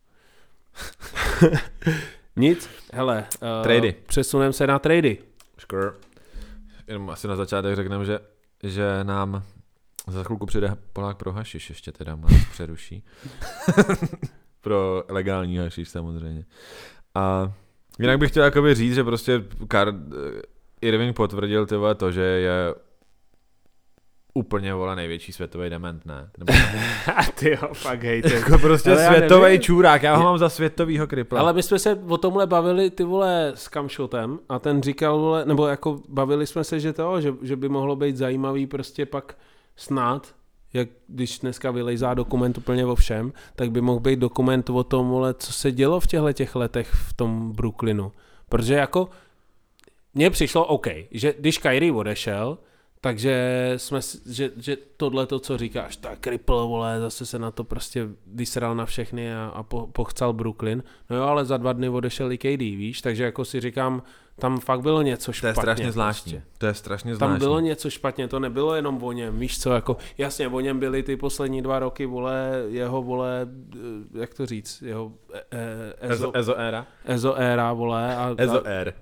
Nic, hele, uh, trady. Přesuneme se na trady. Škur. Jenom asi na začátek řekneme, že, že nám za chvilku přijde Polák pro hašiš, ještě teda nás přeruší. Pro legální hašiš samozřejmě. A jinak bych chtěl jakoby říct, že prostě Kar- Irving potvrdil ty vole to, že je úplně vole největší světový dement, ne? Nebo... Ty jo, fakt hejte. Jako prostě světový čůrák, já ho mám za světovýho kripla. Ale my jsme se o tomhle bavili ty vole s Kamšotem a ten říkal vole, nebo jako bavili jsme se, že to, že, že by mohlo být zajímavý prostě pak snad, jak když dneska vylejzá dokument úplně o všem, tak by mohl být dokument o tom, vole, co se dělo v těchto těch letech v tom Brooklynu. Protože jako mně přišlo OK, že když Kyrie odešel, takže jsme, že, že tohleto, co říkáš, tak kripl, vole, zase se na to prostě vysral na všechny a, a po, pochcal Brooklyn. No jo, ale za dva dny odešel i K D, víš, takže jako si říkám, tam fakt bylo něco To špatně. je strašně zvláštní. Prostě. To je strašně zvláštní. Tam bylo něco špatně, to nebylo jenom o něm, víš co, jako, jasně, o něm byly ty poslední dva roky, vole, jeho, vole, jak to říct, jeho e, e, Ezo, Ezo éra? Ezo éra, vole. A, Ezo ér.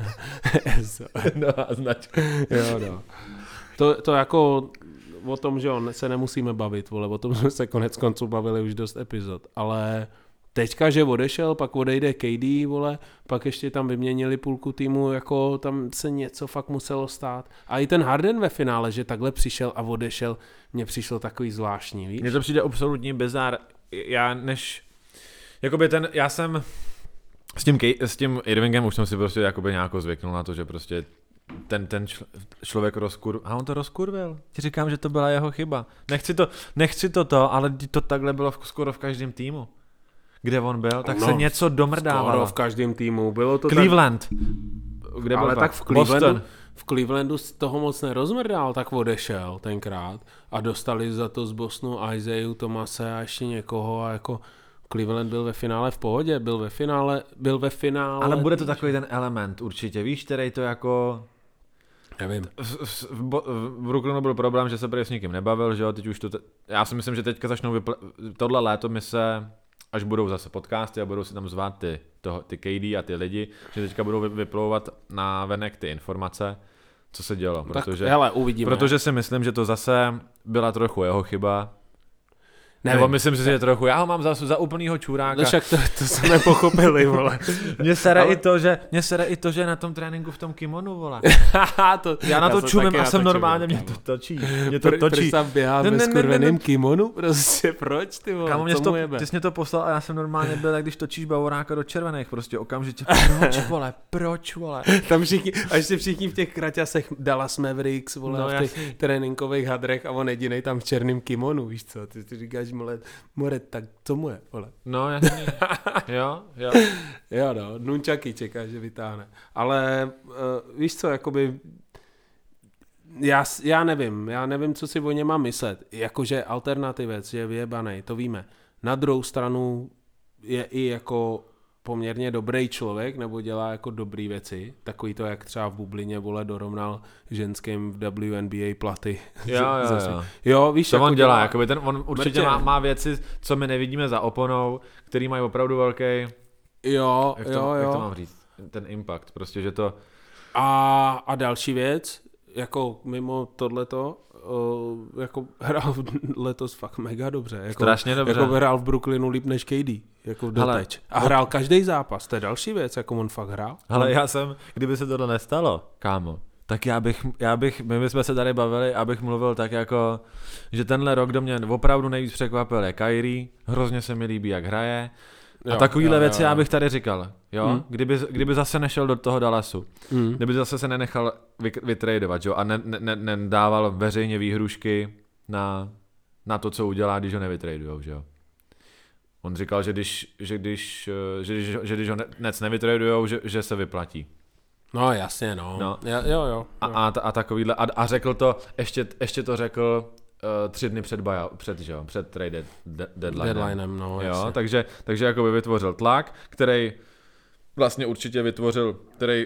Ezo. No a značka. Jo, no. To, to jako o tom, že on se nemusíme bavit, vole, o tom jsme se konec konců bavili už dost epizod, ale teďka, že odešel, pak odejde K D, vole, pak ještě tam vyměnili půlku týmu, jako tam se něco fakt muselo stát. A i ten Harden ve finále, že takhle přišel a odešel, mně přišlo takový zvláštní, víš? Mně to přijde absolutní bizár. Já než, jakoby ten, já jsem s tím, s tím Irvingem už jsem si prostě jakoby nějak zvyknul na to, že prostě ten, ten čl, člověk rozkurvil, a on to rozkurvil. Ti říkám, že to byla jeho chyba. Nechci to, nechci to to, ale to takhle bylo v, skoro v každém týmu. Kde on byl, tak no, se něco domrdávalo. Skoro v každém týmu. Bylo to Cleveland. Tak, kde ale byl tak v Clevelandu, Boston. v Clevelandu toho moc nerozmrdal, tak odešel tenkrát a dostali za to z Bostonu Isaiah Thomase a ještě někoho a jako Cleveland byl ve finále v pohodě, byl ve finále, byl ve finále. Ale bude to takový ten element určitě, víš, který to jako... Nevím. V, v, v, v Brooklynu byl problém, že se prý s nikým nebavil, že jo, teď už to... Te... Já si myslím, že teďka začnou vypl... tohle léto my se... Až budou zase podcasty a budou si tam zvát ty, toho, ty K D a ty lidi, že teďka budou vyplouvat na venek ty informace, co se dělo. Protože, tak, hele, uvidíme. Protože si myslím, že to zase byla trochu jeho chyba. Nevím. Nebo myslím si, že trochu, já ho mám za, za úplnýho čuráka. No však to, to jsme pochopili, vole. Mně sere, ale... i to, že, mě sere i to, že na tom tréninku v tom kimonu, vole. to, já na to já čumím a jsem normálně, čumím, mě to točí. Mě to točí. Proč tam běhám ve skurveným kimonu? Prostě proč, ty vole, Kámo, co to, mu jebe? ty jsi mě to poslal a já jsem normálně byl, jak když točíš bavoráka do červených, prostě okamžitě, proč, vole, proč, vole. Tam všichni, až si všichni v těch kraťasech Dallas Mavericks, vole, no, v těch jasný. tréninkových hadrech a on jedinej tam v černém kimonu, víš co, ty, ty říkáš, mole, more, tak co mu je, vole. No, jasný, jo, jo. Jo, no, nunčaky čeká, že vytáhne. Ale uh, víš co, jakoby, já, já nevím, já nevím, co si o něm mám myslet. Jakože alternativec, že je vyjebanej, to víme. Na druhou stranu je i jako poměrně dobrý člověk, nebo dělá jako dobrý věci. Takový to, jak třeba v bublině, vole, dorovnal ženským v W N B A platy. Jo, jo, jo. jo víš, to jako on dělá, dělá jakoby ten, on určitě má, má věci, co my nevidíme za oponou, který mají opravdu velký, jo, jak to, jo, jak jo. to mám říct, ten impact, prostě, že to... A, a další věc, jako mimo tohleto, uh, jako hrál letos fakt mega dobře. Jako, Strašně dobře. Jako hrál v Brooklynu líp než K D. Jako doteď. A hrál každý zápas, to je další věc, jako on fakt hrál. Ale já jsem, kdyby se tohle nestalo, kámo, tak já bych, já bych, my bychom se tady bavili, abych mluvil tak jako, že tenhle rok do mě opravdu nejvíc překvapil je Kyrie, hrozně se mi líbí, jak hraje. A jo, takovýhle jo, věci jo, jo. já bych tady říkal, jo, hmm. kdyby, kdyby zase nešel do toho Dallasu, hmm. kdyby zase se nenechal vytradovat, jo, a ne, ne, nedával veřejně výhrušky na, na to, co udělá, když ho nevytradujou, že jo. On říkal, že když, že když, že když, že když ho nec nevytradujou, že, že se vyplatí. No jasně, no. no. Ja, jo, jo. A, a, a takovýhle, a, a řekl to, ještě, ještě to řekl uh, tři dny před, buyout, před, že jo, před trade de, deadlinem. Deadlinem, no, jo, takže, takže jakoby vytvořil tlak, který vlastně určitě vytvořil, který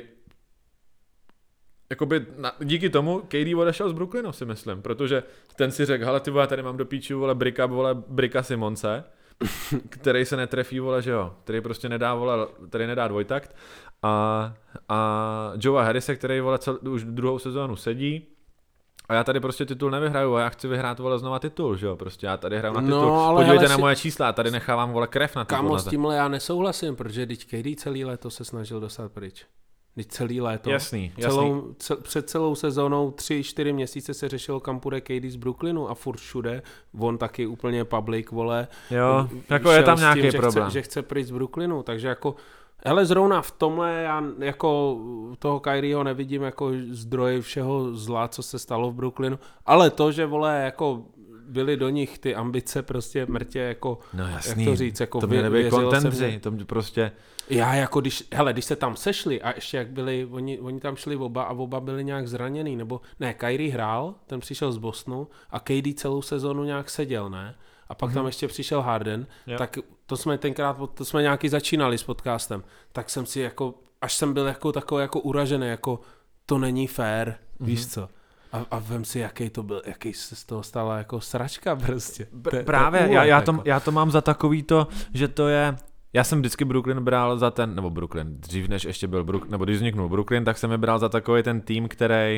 jakoby na, díky tomu K D odešel z Brooklynu, si myslím, protože ten si řekl, hele ty vole, tady mám do píču, vole, Bricka, vole, Bricka Simonse, který se netrefí, vole, že jo, který prostě nedá, vole, který nedá dvojtakt a, a Joea Harrise, který, vole, cel, už druhou sezónu sedí a já tady prostě titul nevyhraju a já chci vyhrát, vole, znova titul, že jo, prostě já tady hraju na titul, no, podívejte hele, na moje čísla, tady nechávám, vole, krev na titul. Kámo, s tímhle já nesouhlasím, protože teď K D celý léto se snažil dostat pryč. Teď celý léto. Jasný, jasný. Celou, cel, před celou sezónou tři, čtyři měsíce se řešilo, kam půjde K D z Brooklynu a furt všude. On taky úplně public, vole. Jo, jako je tam nějaký tím, že problém. Chce, že chce pryč z Brooklynu, takže jako hele, zrovna v tomhle já jako toho Kyrieho nevidím jako zdroj všeho zla, co se stalo v Brooklynu, ale to, že vole jako byly do nich ty ambice prostě mrtě jako, no jasný, jak to říct, jako to by nebyli kontendři, to mě prostě... Já jako když, hele, když se tam sešli a ještě jak byli, oni, oni tam šli oba a oba byli nějak zraněný, nebo ne, Kyrie hrál, ten přišel z Bostonu a K D celou sezonu nějak seděl, ne? A pak mm-hmm. tam ještě přišel Harden, yep. tak to jsme tenkrát, to jsme nějaký začínali s podcastem, tak jsem si jako až jsem byl jako takový jako uražený, jako to není fér, mm-hmm. víš co. A, a vem si, jaký to byl, jaký se z toho stala jako sračka prostě. Pr- právě, to já, já, to, já to mám za takový to, že to je, já jsem vždycky Brooklyn bral za ten, nebo Brooklyn, dřív než ještě byl Brooklyn, nebo když vzniknul Brooklyn, tak jsem je bral za takový ten tým, který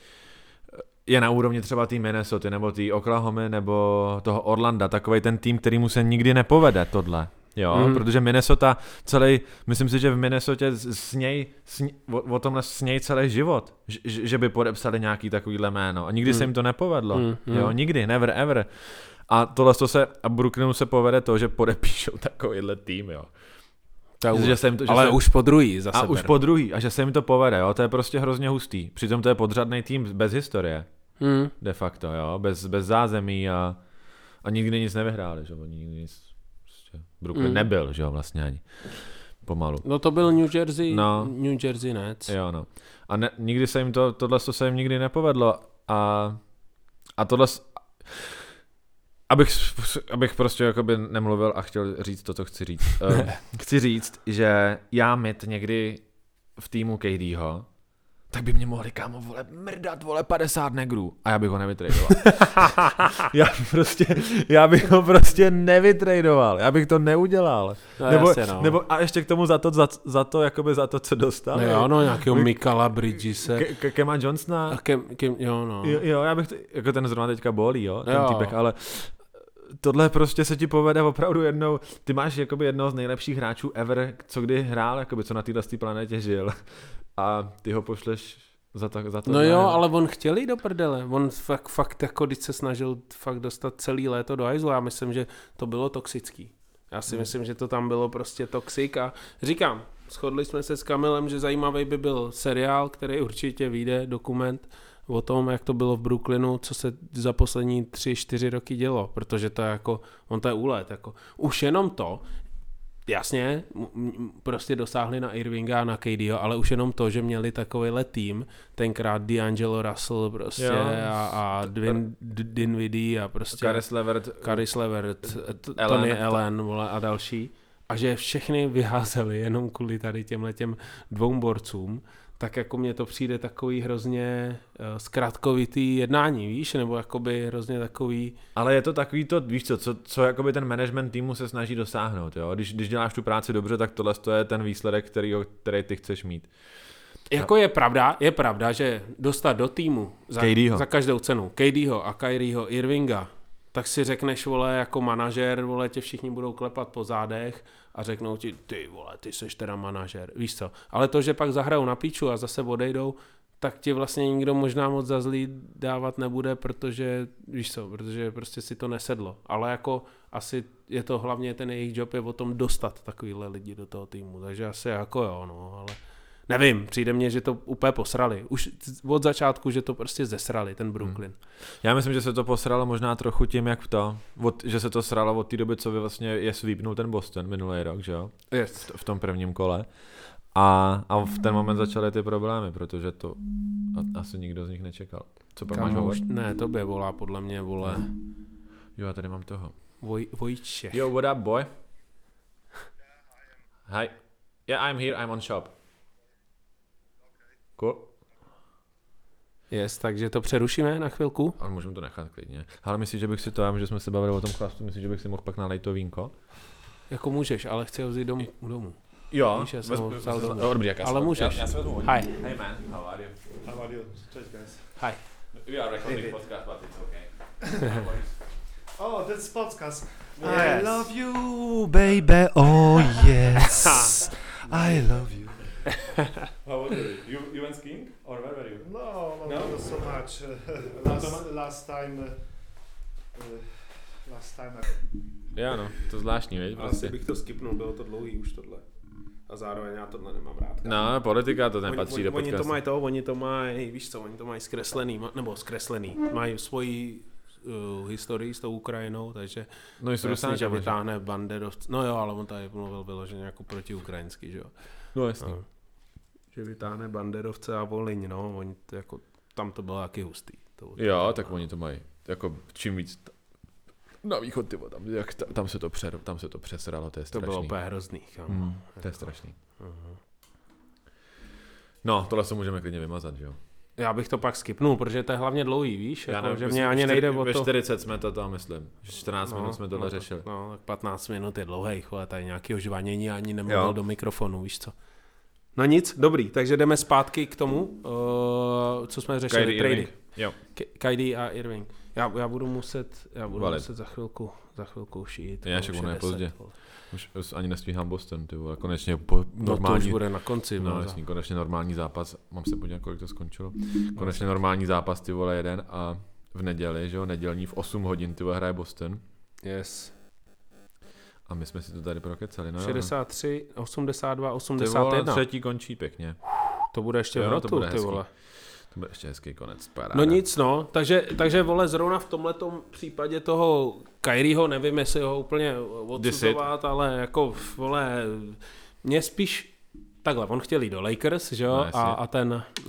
je na úrovni třeba té Minnesota, nebo té Oklahomy, nebo toho Orlanda, takový ten tým, který mu se nikdy nepovede tohle. Jo, mm. protože Minnesota celý, myslím si, že v Minnesotě sněj, sněj o, o tomhle sněj celý život, že, že by podepsali nějaký takovýhle jméno a nikdy mm. se jim to nepovedlo, mm. jo, nikdy, never ever. A tohle to se, a Brooklynu se povede to, že podepíšou takovýhle tým, jo. Že se jim to, že ale se, už po druhý zase. A ber. už po druhý, a že se jim to povede, jo, to je prostě hrozně hustý. Přitom to je podřadný tým bez historie, mm. de facto, jo, bez, bez zázemí a, a nikdy nic nevyhráli, že oni nikdy nic. Brooklyn mm. nebyl, že jo, vlastně ani pomalu. No to byl New Jersey, no. New Jersey Nets. Jo, no. A ne, nikdy se jim to, tohle se jim nikdy nepovedlo a, a tohle, abych, abych prostě jakoby nemluvil a chtěl říct to, co chci říct. um, chci říct, že já mít někdy v týmu K Dho, tak by mě mohli, kámo, vole, mrdat, vole, padesát negrů. A já bych ho nevytradoval. já prostě, já bych ho prostě nevytradoval. Já bych to neudělal. No, nebo, jasně, no. nebo a ještě k tomu za to, za, za to, jakoby za to, co dostal. No jo, no, nějakého Mikala Bridgese. Ke, ke, Kema Johnsona. A Kem, Kem, jo, no. Jo, jo, já bych, to, jako ten zrovna teďka bolí, jo, ten jo. týpek, ale tohle prostě se ti povede opravdu jednou. Ty máš jakoby jednoho z nejlepších hráčů ever, co kdy hrál, jakoby, co na této planetě žil. A ty ho pošleš za, ta, za to. No jo, ale on chtěl jít do prdele. On fakt, fakt jako když se snažil fakt dostat celý léto do hajzlu. Já myslím, že to bylo toxický. Já si hmm. myslím, že to tam bylo prostě toxik a říkám, shodli jsme se s Kamilem, že zajímavý by byl seriál, který určitě vyjde, dokument o tom, jak to bylo v Brooklynu, co se za poslední tři, čtyři roky dělo, protože to je jako, on to je úlet, jako už jenom to, jasně, prostě dosáhli na Irvinga a na K Dho, ale už jenom to, že měli takovýhle tým, tenkrát D'Angelo Russell prostě jo. a, a Dwin, Dinwiddie a prostě Caris LeVert, Caris LeVert Tony Allen vole, a další. A že všechny vyházeli jenom kvůli tady těmhle těm dvou borcům, tak jako mně to přijde takový hrozně uh, zkratkovitý jednání, víš, nebo jakoby hrozně takový... Ale je to takový to, víš co, co, co jakoby ten management týmu se snaží dosáhnout, jo, když, když děláš tu práci dobře, tak tohle je ten výsledek, který, který ty chceš mít. Jako je pravda, je pravda, že dostat do týmu za, za každou cenu K Dho a Kyrieho Irvinga, tak si řekneš, vole, jako manažer, vole, tě všichni budou klepat po zádech a řeknou ti, ty vole, ty seš teda manažer, víš co. Ale to, že pak zahrajou na píču a zase odejdou, tak ti vlastně nikdo možná moc za zlý dávat nebude, protože, víš co, protože prostě si to nesedlo. Ale jako asi je to hlavně ten jejich job je o tom dostat takovýhle lidi do toho týmu, takže asi jako jo, no, ale... Nevím, přijde mně, že to úplně posrali. Už od začátku, že to prostě zesrali, ten Brooklyn. Hmm. Já myslím, že se to posralo možná trochu tím, jak to, od, že se to sralo od té doby, co by vlastně je sweepnul ten Boston minulý rok, že jo? Yes. V tom prvním kole. A, a v ten moment začaly ty problémy, protože to asi nikdo z nich nečekal. Co pak máš hovor? Ne, tobě volá, podle mě vole. Jo, já tady mám toho. Voj, Vojčech. Yo, what up, boy? Hi. Yeah, I'm here, I'm on shop. Cool. Yes, takže to přerušíme na chvilku. Ale můžeme to nechat klidně. Ale myslíš, že bych si to, já že jsme se bavili o tom chlastu, myslíš, že bych si mohl pak nalejt to vínko? Jako můžeš, ale chci ho vzít domů, u domu. Jo. Víš, já jsem ho vzal domů. Dobrý, jak ale můžeš. Já, já Hi. Hey man, how are you? How are you? Cheers, guys. Hi. We are recording podcast, but it's okay. Oh, that's podcast. Yes. I love you, baby. Oh yes. I love you. How was it? You, you went skiing? Or where were you? No, no, No? not so much. Uh, last, last time, uh, uh, last time I... Já no, to zvláštní, veď? Prostě. Asi bych to skipnul, bylo to dlouhý už tohle. A zároveň já tohle nemám rád. No, politika to nepatří oni, do oni, podcastu. Oni to mají to, oni to mají, víš co, oni to mají zkreslený, nebo zkreslený. Mají svoji uh, historii s tou Ukrajinou, takže no i jasný, že vytáhne banderovce. No jo, ale on tady mluvil vyloženě jako protiukrajinsky, že jo. No jasný. No. Že vytáhne banderovce a Volyň, no, oni to jako, tam to bylo taky hustý. To jo, tak oni to mají, jako čím víc t- na východ, tyvo, tam, jak, tam, se to pře, tam se to přesralo, to je strašný. To bylo úplně hrozný, kámo. Mm, to je strašný. Uh-huh. No, tohle se můžeme klidně vymazat, že jo? Já bych to pak skipnul, protože to je hlavně dlouhý, víš? Já Jako, nevím, že myslím, mě ani čtyři, nejde o ve to... čtyřicet jsme to tam, myslím. čtrnáct No, minut jsme tohle no, řešili. No, tak patnáct minut je dlouhý, chvíle, tady nějakého žvanění ani nemluvil Jo. do mikrofonu, víš co? No nic, dobrý, takže jdeme zpátky k tomu, uh, co jsme řešili, Kyrie trady. Irving. Jo. K- Kyrie a Irving. Já, já budu muset, já budu Valid. muset za chvilku, za chvilku už jít. Já to však už ono je deset, pozdě. vole. Už, už ani nestíhám Boston, ty vole, konečně po No to už normální, bude na konci. no, vole, za- jasný, konečně normální zápas, mám se podívat, kolik to skončilo, konečně normální zápas, ty vole, jeden a v neděli, že jo, nedělní v osm hodin, ty vole, hraje Boston Yes. a my jsme si to tady prokecali, no jo, šedesát tři, osmdesát dva, no. Ty osmdesát vole, jedna. třetí končí pěkně, To bude ještě Jo, v to rotu, bude ty hezký. vole. to bude ještě hezký konec, paráda. No nic, no, takže, takže vole, zrovna v tomhletom případě toho Kyrieho, nevím, jestli ho úplně odsuzovat, ale jako, vole, mě spíš, takhle, on chtěl jít do Lakers, že jo, No, a, jasně. a ten uh,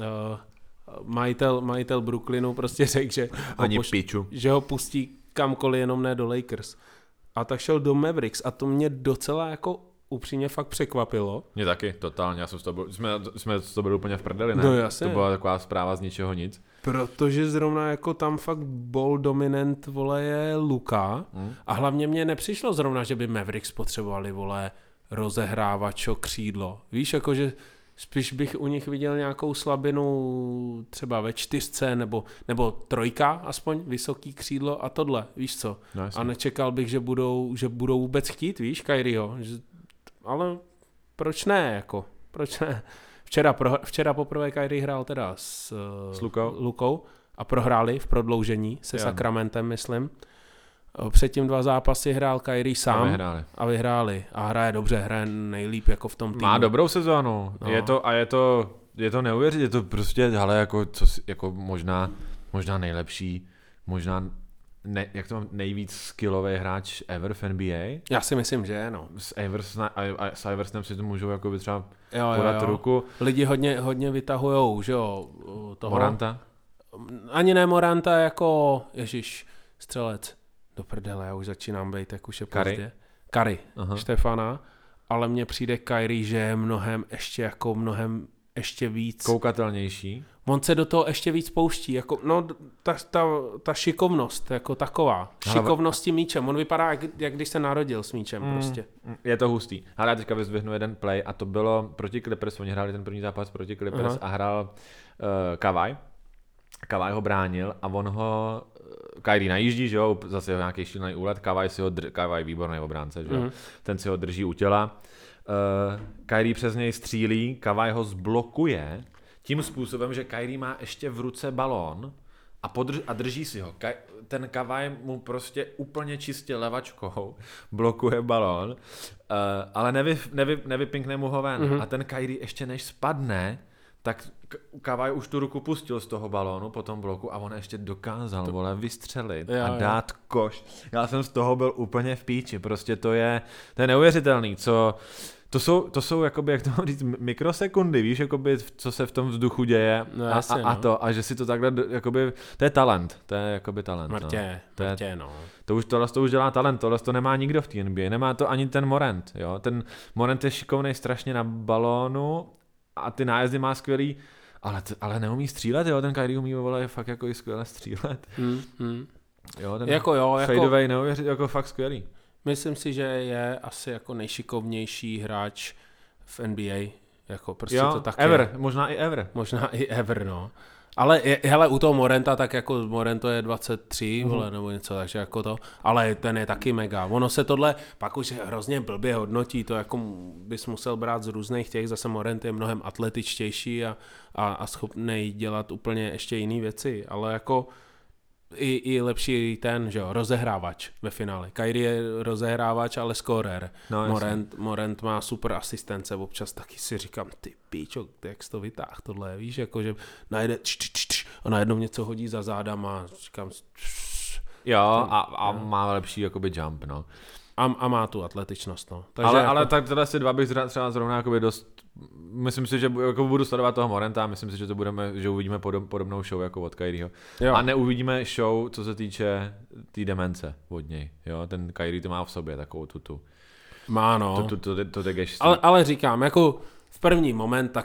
majitel, majitel Brooklynu prostě řekl, že, ho Ani poš- piču. že ho pustí kamkoliv, jenom ne do Lakers. A tak šel do Mavericks a to mě docela jako upřímně fakt překvapilo. Mě taky, totálně, já jsem z toho byl, jsme, jsme z toho byli úplně v prdeli, ne? No jasně. To byla taková zpráva z ničeho nic. Protože zrovna jako tam fakt ball dominant, vole, je Luka. Hmm. A hlavně mně nepřišlo zrovna, že by Mavericks potřebovali, vole, rozehrávačo křídlo. Víš, jakože spíš bych u nich viděl nějakou slabinu třeba ve čtyřce, nebo, nebo trojka, aspoň vysoký křídlo a tohle, víš co. No, jasně. A nečekal bych, že budou, že budou vůbec chtít, víš, Kyrieho. Že, ale proč ne, jako, proč ne? Včera, pro, včera poprvé Kyrie hrál teda s, S Lukou. Lukou a prohráli v prodloužení se Jo. Sacramentem, myslím. Předtím dva zápasy hrál Kyrie sám A vyhráli. a vyhráli. A hraje dobře, hraje nejlíp jako v tom týmu. Má dobrou sezónu. No. Je to, a je to, je to neuvěřit, je to prostě, ale jako, co, si- jako možná, možná nejlepší, možná ne, jak to mám, nejvíc skillový hráč ever v N B A. Já si myslím, že je, no. S Iverson, a, a s Iversonem si to můžou jako třeba Jo, jo, podat jo. ruku. Lidi hodně, hodně vytahujou, že jo, toho. Moranta. Ani ne Moranta jako, ježiš, střelec. Do prdele, já už začínám být, jak už je Curry? pozdě. Curry, Aha. Štefana, ale mně přijde Kyrie, že je mnohem ještě jako mnohem ještě víc. Koukatelnější. On se do toho ještě víc pouští, jako, no, ta, ta, ta šikovnost, jako taková. Ale- Šikovnosti míčem. On vypadá, jak, jak když se narodil s míčem, Mm. prostě. Je to hustý. Ale já teďka vyzvihnu jeden play a to bylo proti Clippers, oni hráli ten první zápas proti Clippers Aha. a hrál uh, Kawhi. Kawhi ho bránil a on ho, Kyrie najíždí, že jo, zase jeho nějaký šílený úlet, Kawhi si ho, dr- Kawhi výborný obránce, že jo, Mhm. ten si ho drží u těla. Uh, Kyrie přes něj střílí, Kawhi ho zblokuje tím způsobem, že Kyrie má ještě v ruce balón a, podrž- a drží si ho. Ka- ten Kawhi mu prostě úplně čistě levačkou blokuje balón, uh, ale nevy, nevy, nevypinkne mu ho ven. Mhm. Mm-hmm. A ten Kyrie ještě než spadne, tak K- Kawhi už tu ruku pustil z toho balónu po tom bloku a on ještě dokázal, vole, vystřelit Jo, a jo. dát koš. Já jsem z toho byl úplně v píči, prostě to je, to je neuvěřitelný, co, to jsou, to jsou jakoby, jak to mám říct, mikrosekundy, víš, jakoby, co se v tom vzduchu děje No, a, jasně, a, a no. to, a že si to takhle, d- jakoby, to je talent, to je jakoby talent. Mrtě, To je- mrtě, no. To už, tohle to už dělá talent, tohle to nemá nikdo v té N B A, nemá to ani ten Morant, jo, ten Morant je šikovnej strašně na balónu a ty nájezdy má skvělý, ale, t- ale neumí střílet, jo, ten Kyrie umí, vole, fakt jako i skvěle střílet, Hmm, hmm. jo, ten Jako jo, jako, fadeaway neuvěřit, jako fakt skvělý. myslím si, že je asi jako nejšikovnější hráč v N B A. Jako prostě Jo, to tak ever, je. možná i ever. Možná i ever, no. Ale je, hele, u toho Morenta, tak jako Morento je dvacet tři, Mhm. vole, nebo něco, takže jako to, ale ten je taky mega. Ono se tohle pak už hrozně blbě hodnotí, to jako bys musel brát z různých těch, zase Morent je mnohem atletičtější a, a, a schopný dělat úplně ještě jiné věci, ale jako i, i lepší ten, že jo, rozehrávač ve finále. Kyrie je rozehrávač, ale scorer. No, jasně. Morant, Morant má super asistence, občas taky si říkám, ty píčo, jak jsi to vytáh, tohle, víš, jako, že najde č, č, č, č, a najednou něco hodí za zádama a říkám, č, Jo, a, a má lepší jakoby jump, no. a, a má tu atletičnost, no. Takže Ale, jako, ale tak tyhle si dva bych zra- třeba zrovna jakoby dost, myslím si, že bu- jako budu sledovat toho Moranta a myslím si, že to budeme, že uvidíme podob, podobnou show jako od Kyrieho. jo, A neuvidíme show, co se týče té demence od něj, jo, ten Kyrie to má v sobě, takovou tu, tu, má, no. to, to, to, to, to, to ale, ale říkám, jako v první moment taky.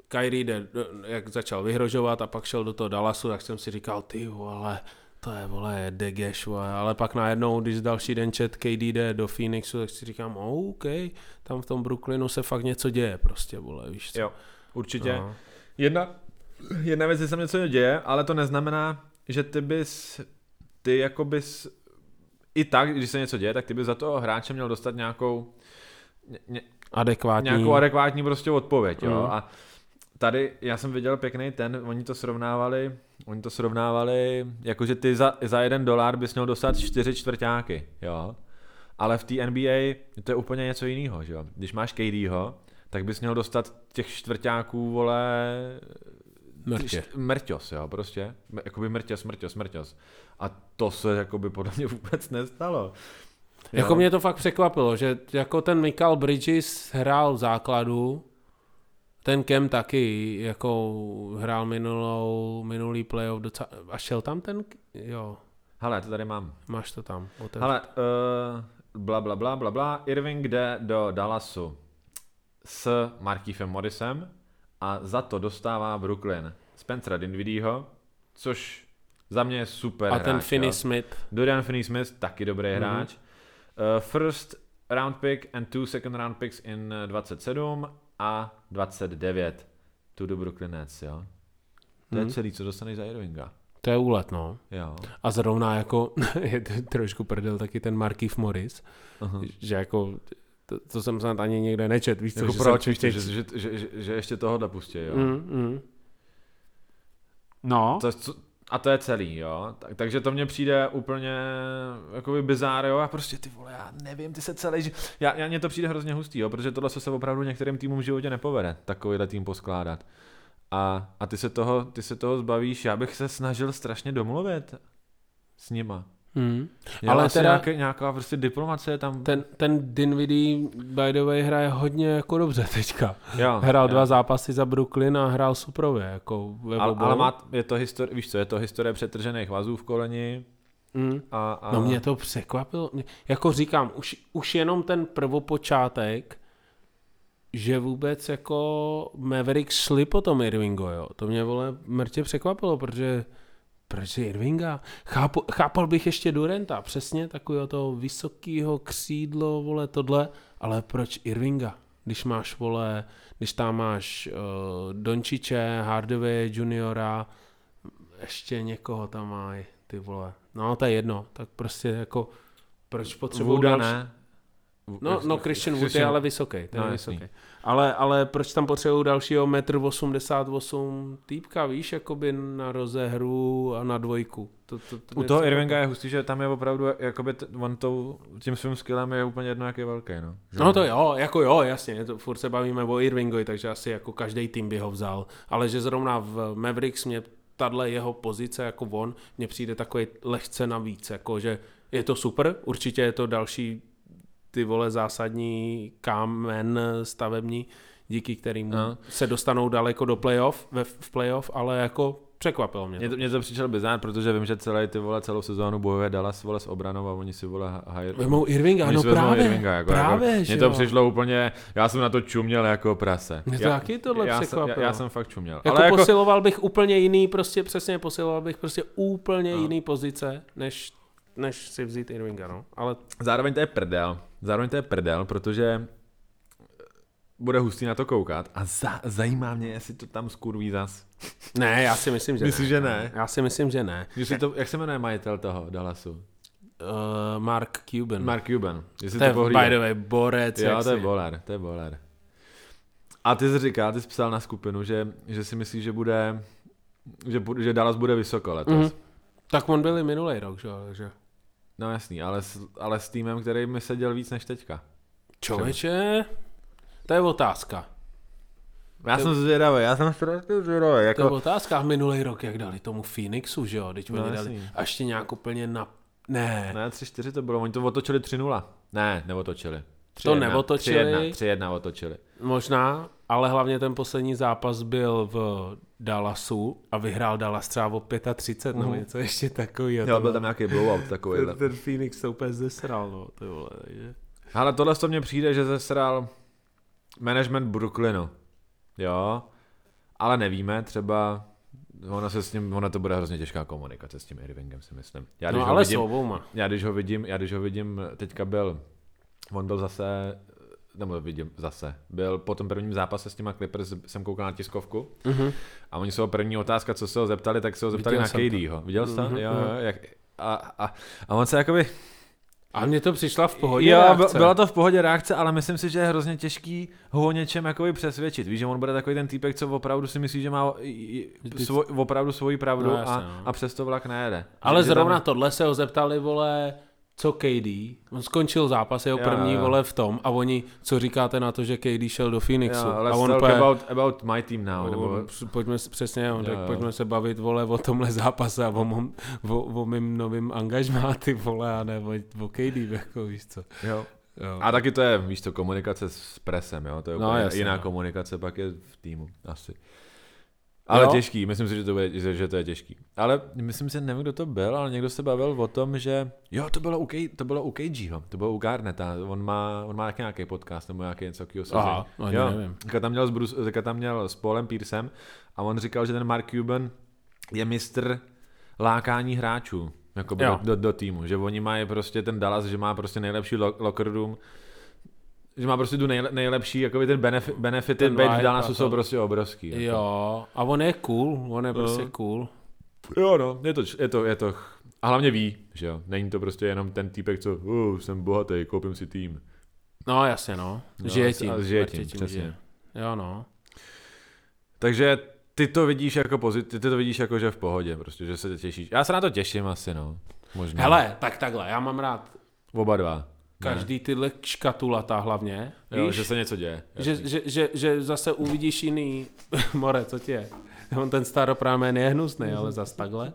Kyrie jde, jak začal vyhrožovat a pak šel do toho Dallasu, tak jsem si říkal, ty vole, to je vole Degeš, vole. Ale pak najednou, když další den čet K D jde do Phoenixu, tak si říkám, oh, OK, tam v tom Brooklynu se fakt něco děje prostě, vole, víš co? Jo, určitě. Aha. Jedna, jedna věc, že se něco děje, ale to neznamená, že ty bys, ty jako bys, i tak, když se něco děje, tak ty bys za toho hráče měl dostat nějakou, ně, adekvátní. nějakou adekvátní prostě odpověď, jo, Mm. a tady já jsem viděl pěkný ten, oni to srovnávali, oni to srovnávali, jakože ty za, za jeden dolar bys měl dostat čtyři čtvrťáky, jo, ale v té N B A to je úplně něco jiného, že jo, když máš KDho, tak bys měl dostat těch čtvrťáků, vole, Mrtě. mrťos, jo, prostě, jakoby mrťos, mrťos, mrťos. A to se jakoby podle mě vůbec nestalo. Jo. Jako mě to fakt překvapilo, že jako ten Mikal Bridges hrál v základu, ten Kem taky jako hrál minulou, minulý playoff docela, a šel tam ten, jo, Hele, to tady mám. máš to tam. Otevř. Hele, uh, bla, bla, bla, bla, bla, Irving jde do Dallasu s Markifem Morrisem a za to dostává Brooklyn Spencera Dinwiddieho, což za mě je super A hráč. ten Finney jo. Smith. Dorian Finney-Smith, taky dobrý Mhm. hráč. Uh, first round pick and two second round picks in dvacet sedm a dvacet devět. To do Brooklyn Nets, jo. To je Mhm. celý, co dostaneš za Irvinga. To je úlet, no. Jo. A zrovna jako, je to trošku prdel taky ten Markieff Morris, Uh-huh. že jako, to, to jsem snad ani někde nečet, víš co, Jako že proč, jsem víš, že, že, že, že, že ještě tohohle pustí, jo. Mm, mm. No, To, co, a to je celý, jo. Tak, takže to mně přijde úplně jakoby bizár, jo. A prostě ty vole, já nevím, ty se celý, že... Já, já mně to přijde hrozně hustý, jo, protože tohle se opravdu některým týmům v životě nepovede, takovýhle tým poskládat. A, a ty se toho, ty se toho zbavíš, já bych se snažil strašně domluvit s nima. Mm. Jo, Ale asi teda- nějaké, nějaká prostě diplomacie tam... Ten, ten Dinwiddie, by the way, hraje hodně jako dobře teďka. jo, Hrál jo. dva zápasy za Brooklyn a hrál suprově, jako ve Ale, obou. ale má, je to historie, víš co, je to historie přetržených vazů v koleni Mm. a... a... No mě to překvapilo. Jako říkám, už, už jenom ten prvopočátek, že vůbec jako Mavericks šli po tom Irvingo, jo. To mě, vole, mrtě překvapilo, protože proč Irvinga? Chápu, chápal bych ještě Duranta, přesně takového toho vysokého křídlo, vole, tohle, ale proč Irvinga? Když máš, vole, když tam máš uh, Dončiče, Hardaway juniora, ještě někoho tam mají, ty vole. No, to je jedno, tak prostě jako, proč potřebují Vůda další... ne. No, no Christian Wood je ale vysoký, ten No, je jasný. vysoký. Ale, ale proč tam potřebují dalšího metr osmdesát osm týpka, víš, jakoby na rozehru a na dvojku. To, to, to U toho Irvinga je hustý, že tam je opravdu, jakoby t- on tou, tím svým skillem je úplně jedno, jak je velký, no. Že? No to jo, jako jo, jasně, to furt se bavíme o Irvingovi, takže asi jako každý tým by ho vzal. Ale že zrovna v Mavericks mě tahle jeho pozice jako on, mně přijde takový lehce navíc, jako že je to super, určitě je to další ty vole zásadní kámen stavební, díky kterým No. se dostanou daleko do playoff, ve, v playoff, ale jako překvapilo mě Mně to. to, mě to přišel bizár, protože vím, že celý ty vole celou sezónu bojuje Dallas vole s obranou a oni si vole hají. Vemou Irvinga, Oni no si vezmou právě, Irvinga, jako, právě, jako, že mně to jo. přišlo úplně, já jsem na to čuměl jako prase. Mě to já, taky tohle já, jsem, překvapilo. já, já jsem fakt čuměl. Jako Ale jako, posiloval bych úplně jiný, prostě přesně posiloval bych prostě úplně No. jiný pozice, než, než si vzít Irvinga, no. Ale zároveň to je prdel, zároveň to je prdel, protože bude hustý na to koukat a za, zajímá mě, jestli to tam skurví zas. ne, já si myslím, že Myslíš, ne. že ne? Já si myslím, že ne. Jestli to, jak se jmenuje majitel toho Dallasu? Uh, Mark Cuban. Mark Cuban. Jestli to je, to by pohlídá. the way, borec. Jo, jak to je si- boler, to je boler. A ty jsi říkal, ty jsi psal na skupinu, že, že si myslíš, že bude, že, bu- že Dallas bude vysoko letos. Mhm. Tak on byl i minulý rok, že jo, takže... No jasný, ale s, ale s týmem, který mi seděl víc než teďka. Člověče, to je otázka. Já To- jsem zvědavý, já jsem strašně zvědavý. To je Jako, otázka. Minulý rok, jak dali tomu Phoenixu, že jo, teď No, oni jasný. dali a ještě nějak úplně na... Ne, ne, tři čtyři to bylo, oni to otočili tři nula. Ne, neotočili. To neotočili. tři jedna otočili. možná, ale hlavně ten poslední zápas byl v Dallasu a vyhrál Dallas třeba o třicet pět nebo Mhm. něco ještě takového. Jo, byl tam nějaký blowout takovýhle. ten, ten Phoenix to úplně zesral, no, to vole, takže... Ale tohle to mně přijde, že zesral management Brooklynu. Jo. ale nevíme, třeba ona se s ním, ona to bude hrozně těžká komunikace s tím Irvingem, si myslím. Já, no ho ale vidím, s obouma. Já když ho vidím, já když ho vidím, teďka byl, on byl zase, nebo vidím zase, byl po tom prvním zápase s těma Clippers, jsem koukal na tiskovku Mm-hmm. a oni se ho první otázka, co se ho zeptali, tak se ho zeptali Viděl na K D ho. Viděl jsi to? Mm-hmm. Jo, jo, jak, a, a, a on se jakoby... A mně to přišla v pohodě Jo, reakce. byla to v pohodě reakce, ale myslím si, že je hrozně těžký ho o něčem jakoby přesvědčit. Víš, že on bude takový ten týpek, co opravdu si myslí, že má svoj, opravdu svoji pravdu No, a, jasně, no. a přesto vlak nejede. Ale že, že zrovna tam... tohle se ho zeptali, vole, co K D. On skončil zápas, jeho Jo, první, jo. vole, v tom a oni, co říkáte na to, že K D šel do Phoenixu. Jo, a let's on talk úplně, about, about my team now. Nebo... pojďme se, přesně, jo, tak jo. pojďme se bavit, vole, o tomhle zápase a o, mom, o, o mým novým angažmá, ty vole, a ne o, o K D, jako víš co. Jo. Jo. A taky to je, víš co, komunikace s presem, jo? To je No, úplně jasně, jiná no. komunikace, pak je v týmu, asi. Ale Jo. těžký, myslím si, že to, bude, že, že to je těžký. Ale myslím si, nevím, kdo to byl, ale někdo se bavil o tom, že jo, to bylo u, K, to bylo u K G ho, to bylo u Garneta, on má, on má taky nějaký podcast nebo nějaký něco takového. Aha, no, jo, nevím. teďka tam měl s, Bruce, teďka tam měl s Paulem Piercem a on říkal, že ten Mark Cuban je mistr lákání hráčů jako do, do, do týmu, že oni mají prostě ten Dallas, že má prostě nejlepší lo, locker room, že má prostě tu nejle, nejlepší, jakoby ten benefit, benefity Ten být v vibe Dallasu a jsou to. prostě obrovský. Jako. Jo, a on je cool, on je No. prostě cool. Jo, no, je to, je to, je to, a hlavně ví, že jo, není to prostě jenom ten týpek, co, uh, jsem bohatý, koupím si tým. No jasně, no. Jo, Žije a- tím. a žije určitě tím, přesně. žije. Jo, no. Takže ty to vidíš jako pozit, ty to vidíš jako, že v pohodě, prostě, že se těšíš. Já se na to těším asi, no, možná. Hele, tak takhle, já mám rád Oba dva. každý tyhle škatulata hlavně, Ne. Jo, víš? že se něco děje. Že, že, že, že zase uvidíš jiný, more, co ti je? On ten staroprámen je hnusný, ale zas takhle.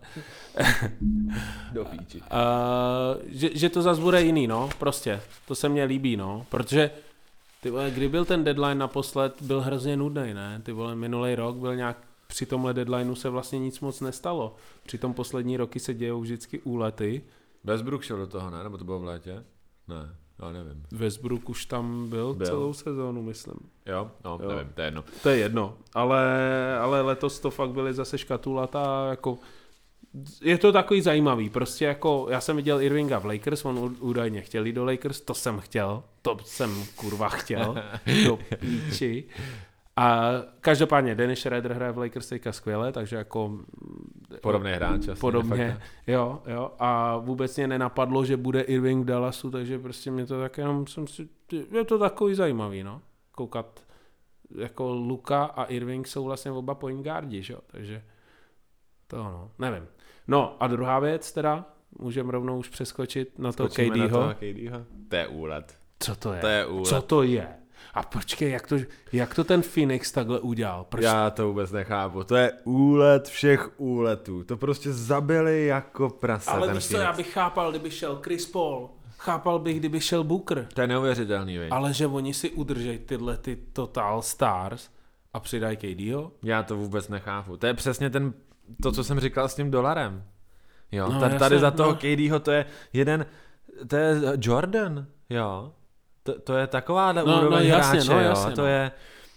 Do píči. Uh, že, že to zase bude jiný, no, prostě. To se mně líbí, no, protože ty vole, kdy byl ten deadline naposled, byl hrozně nudný, ne? Ty vole, minulý rok byl nějak, při tomhle deadlineu se vlastně nic moc nestalo. Přitom poslední roky se dějou vždycky úlety. Westbrook šel do toho, ne? Nebo to bylo v létě? Ne, já nevím. Westbrook už tam byl, Byl. celou sezónu, myslím. Jo? No, Jo. nevím, to je jedno. To je jedno, ale, ale letos to fakt byly zase škatulata, jako je to takový zajímavý, prostě jako já jsem viděl Irvinga v Lakers, on údajně chtěl jít do Lakers, to jsem chtěl, to jsem kurva chtěl, do píči. A každopádně Dennis Schroeder hraje v Lakers teďka skvěle, takže jako Podobný hráč. Asi, podobně, jo, jo, a vůbec mě nenapadlo, že bude Irving v Dallasu, takže prostě mě to tak jenom, jsem si, je to takový zajímavý, no, koukat, jako Luka a Irving jsou vlastně oba point guardi, že jo, takže to no, nevím. No a druhá věc teda, můžeme rovnou už přeskočit na to Skočíme na K D ho. toho K D ho. To je úlet. Co to je? To je úlet. Co to je? A počkej, jak to, jak to ten Phoenix takhle udělal? Proč? Já to vůbec nechápu. To je úlet všech úletů. To prostě zabili jako prase. Ale ten víš co, Phoenix. já bych chápal, kdyby šel Chris Paul, chápal bych, kdyby šel Booker, To je neuvěřitelný, vej. ale že oni si udržej tyhle ty Total Stars a přidají K D ho? Já to vůbec nechápu. To je přesně ten, to, co jsem říkal s tím dolarem. Jo, No, ta, jasně, tady za toho no. K D ho to je jeden, to je Jordan, jo. To, to je takováhle No, no, úroveň jasně, hráče, no, jo. jasně, To no. je,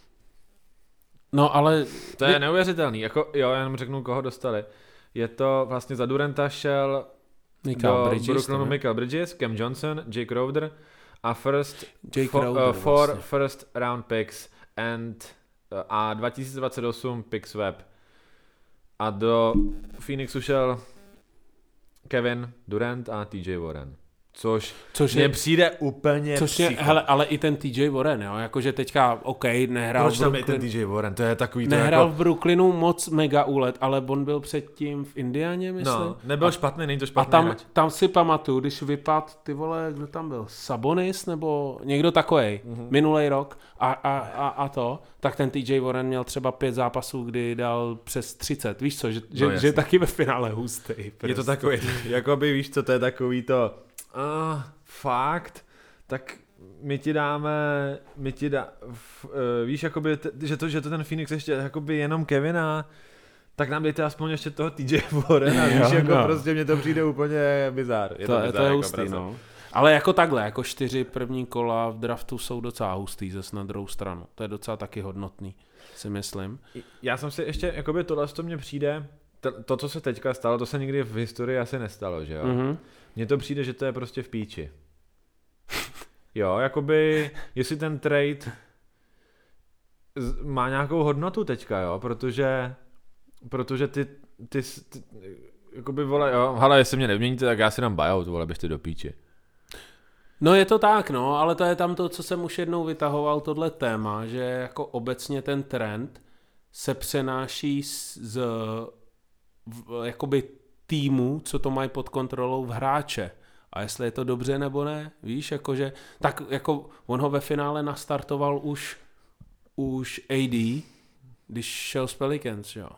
No ale... to je neuvěřitelný. Jako, jo, já jenom řeknu, koho dostali. Je to vlastně za Duranta šel Michael do Bridges, Brooklynu ne? Michael Bridges, Cam Johnson, Jake Crowder a first Jake fo, Crowder uh, four vlastně. first round picks and uh, a dva tisíce dvacet osm pick swap. A do Phoenixu šel Kevin Durant a T J Warren. Což, Což mně je, přijde úplně což je, psycho. hele, ale i ten T J Warren, jo, jakože teďka, OK, nehrál Proč v tam je ten Brooklynu, T J Warren? To je takový to nehrál jako... v Brooklynu moc mega úlet, ale on byl předtím v Indianě, myslím. No, nebyl a, špatný, není to a špatný tam, hráč. tam si pamatuju, když vypad, ty vole, kdo tam byl, Sabonis nebo někdo takovej, mm-hmm. minulej rok a, a, a, a to, tak ten T J Warren měl třeba pět zápasů, kdy dal přes třicet, víš co, že, že, jasně. že je taky ve finále hustý. Prostě. Je to takový, jakoby víš co, to je takový to, uh, fakt, tak my ti dáme, my ti dá, f, uh, víš, jakoby, t, že, to, že to ten Phoenix ještě jakoby jenom Kevina, tak nám dejte aspoň ještě toho T J Warrena, víš, Jo, jako no. prostě mně to přijde úplně bizár. Je To, to, to, bizár to je jako hustý, prasa. no. Ale jako takhle, jako čtyři první kola v draftu jsou docela hustý zase na druhou stranu. To je docela taky hodnotný, si myslím. Já jsem si ještě, jakoby tohle to mně přijde, to, to, co se teďka stalo, to se nikdy v historii asi nestalo, že jo? Mm-hmm. Mně to přijde, že to je prostě v píči. Jo, jakoby, jestli ten trade z- má nějakou hodnotu teďka, jo, protože, protože ty, ty, ty jakoby, vole, jo, hele, jestli mě neměníte, tak já si dám buyout, vole, běžte do píči. No je to tak, no, ale to je tam to, co jsem už jednou vytahoval, tohle téma, že jako obecně ten trend se přenáší z, z v, jakoby týmu, co to mají pod kontrolou v hráče. A jestli je to dobře nebo ne, víš, jakože, tak jako on ho ve finále nastartoval už, už A D, když šel z Pelicans, jo.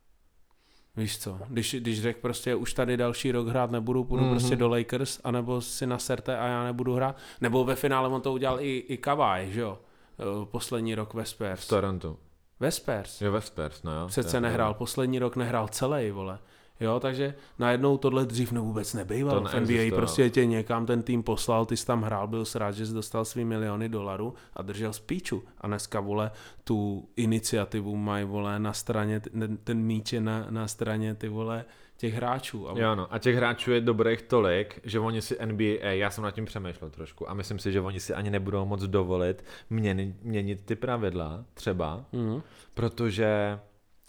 Víš co, když, když řekl prostě už tady další rok hrát nebudu, půjdu mm-hmm. prostě do Lakers, anebo si naserte a já nebudu hrát. Nebo ve finále on to udělal i, i Kawhi, že jo, poslední rok ve Spurs. V Toronto. Ve Spurs. Jo, ve Spurs, no jo. Přece nehrál, poslední rok nehrál celý, vole. Jo, takže najednou tohle dřív ne vůbec nebejvalo. V N B A prostě tě někam ten tým poslal, ty jsi tam hrál, byl jsi rád, že jsi dostal svý miliony dolarů a držel spíču. A dneska, vole, tu iniciativu mají, vole, na straně, ten, ten míč je na, na straně, ty vole, těch hráčů. A... Jo, no, a těch hráčů je dobrých tolik, že oni si N B A, já jsem nad tím přemýšlel trošku a myslím si, že oni si ani nebudou moc dovolit měnit, měnit ty pravidla, třeba, mm. protože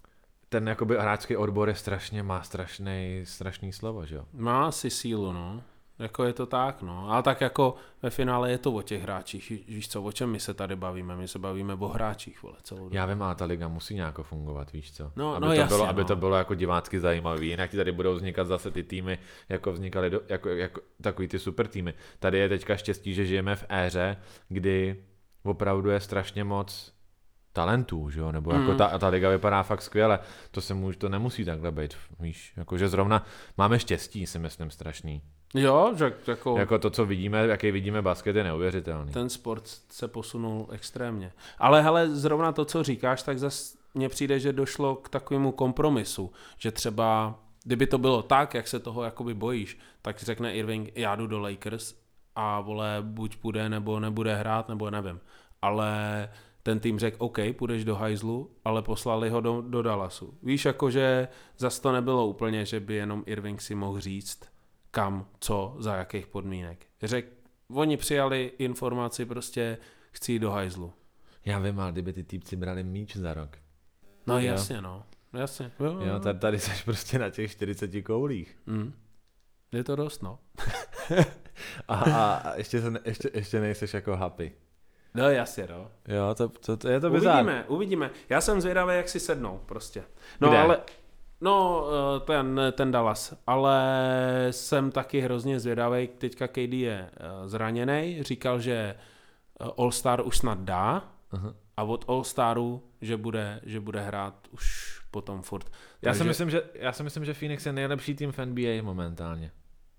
ten jakoby hráčský odbor je strašně, má strašný, strašný slovo, že jo? Má asi sílu, no. Jako je to tak, no. A tak jako ve finále je to o těch hráčích. Víš co, o čem my se tady bavíme? My se bavíme o hráčích, vole, celou dobu. Já vím, ale ta liga musí nějak fungovat, víš co? No, aby no to jasně, bylo, no. aby to bylo jako divácky zajímavý, jinak tady budou vznikat zase ty týmy, jako vznikaly do, jako, jako, takový ty super týmy. Tady je teďka štěstí, že žijeme v éře, kdy opravdu je strašně moc talentů, že jo, nebo jako mm. ta, ta liga vypadá fakt skvěle, to se může, to nemusí takhle být, víš, jakože zrovna máme štěstí, si myslím, strašný. Jo, že jako... Jako to, co vidíme, jaký vidíme basket, je neuvěřitelný. Ten sport se posunul extrémně. Ale hele, zrovna to, co říkáš, tak zase mně přijde, že došlo k takovému kompromisu, že třeba, kdyby to bylo tak, jak se toho jakoby bojíš, tak řekne Irving, já jdu do Lakers a vole, buď půjde, nebo nebude hrát, nebo nevím. Ale ten tým řekl, OK, půjdeš do hajzlu, ale poslali ho do, do Dallasu. Víš, jakože zase to nebylo úplně, že by jenom Irving si mohl říct, kam, co, za jakých podmínek. Řekl, oni přijali informaci, prostě chci jít do hajzlu. Já vím, ale kdyby ty týpci brali míč za rok. No jasně, jo. no. Jasně. Jo, jo. jo tady, tady seš prostě na těch čtyřiceti koulích. Mm. Je to dost, no. a, a ještě, se, ještě, ještě nejseš jako happy. No jasně, no. Jo, to, to, to je to bizár. Uvidíme, uvidíme. Já jsem zvědavý, jak si sednou prostě. No Kde? ale... No, ten, ten Dallas, ale jsem taky hrozně zvědavý, teďka K D je zraněný, říkal, že All-Star už snad dá uh-huh. a od All-Staru, že bude, že bude hrát už potom furt. Já, Takže... si myslím, že, já si myslím, že Phoenix je nejlepší tým v N B A momentálně.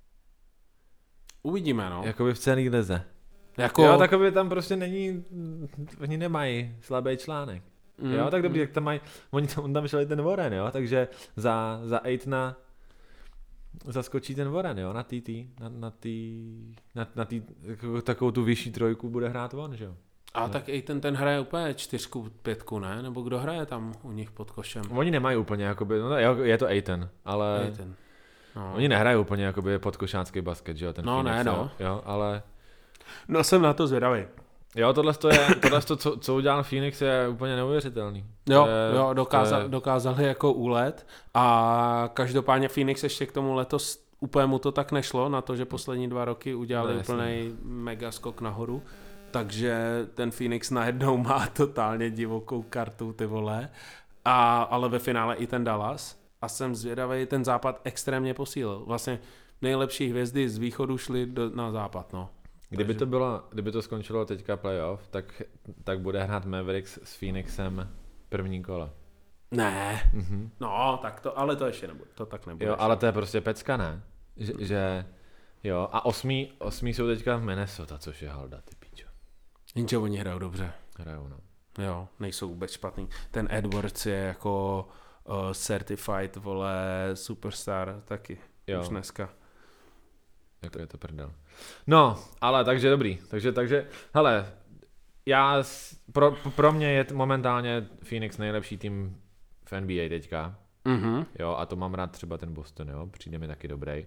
Uvidíme, no. Jakoby v celý lize. Jako... Jo, takový tam prostě není, oni nemají slabý článek. Mm, jo, tak dobrý, mm. jak tam mají, oni tam, on tam šel i ten Warren, jo, takže za, za Aitona zaskočí ten Warren, jo, na tý, tý na, na tý, na, na tý, jako, takovou tu vyšší trojku bude hrát on, že jo. A no. Tak Aiton ten hraje úplně čtyřku, pětku, ne? Nebo kdo hraje tam u nich pod košem? Oni nemají úplně, jakoby, no jo, je to Aiton, ale Aiton. No. Oni nehrají úplně jakoby podkošácký basket, že jo, ten no, Phoenix, ne, no. jo, ale... No jsem na to zvědavý. Jo, tohle je, tohle to, co, co udělal Phoenix, je úplně neuvěřitelný. Jo, je, jo dokázal, je... dokázali jako úlet a každopádně Phoenix ještě k tomu letos úplně mu to tak nešlo, na to, že poslední dva roky udělali no, úplnej mega skok nahoru, takže ten Phoenix najednou má totálně divokou kartu, ty vole, a, ale ve finále i ten Dallas a jsem zvědavý, ten západ extrémně posílil. Vlastně nejlepší hvězdy z východu šly do, na západ, no. Kdyby to bylo, kdyby to skončilo teďka playoff, tak, tak bude hrát Mavericks s Phoenixem první kolo. Ne, mm-hmm. no, tak to, ale to ještě nebude, to tak nebude. Jo, ale to je prostě pecka, ne? Že, že jo, a osmí, osmí jsou teďka v Minnesota, což je halda, ty píčo. Jenže oni hrajou dobře. Hrajou, no. Jo, nejsou vůbec špatný. Ten Edwards je jako uh, certified, vole, superstar taky, jo. Už dneska. jako je to prdel. No, ale takže dobrý, takže, takže, hele, já, pro, pro mě je momentálně Phoenix nejlepší tým v N B A teďka, Mhm. jo, a to mám rád třeba ten Boston, jo, přijde mi taky dobrý.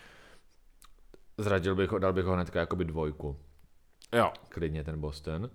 Zradil bych ho, dal bych ho hnedka jakoby dvojku, Jo. klidně ten Boston.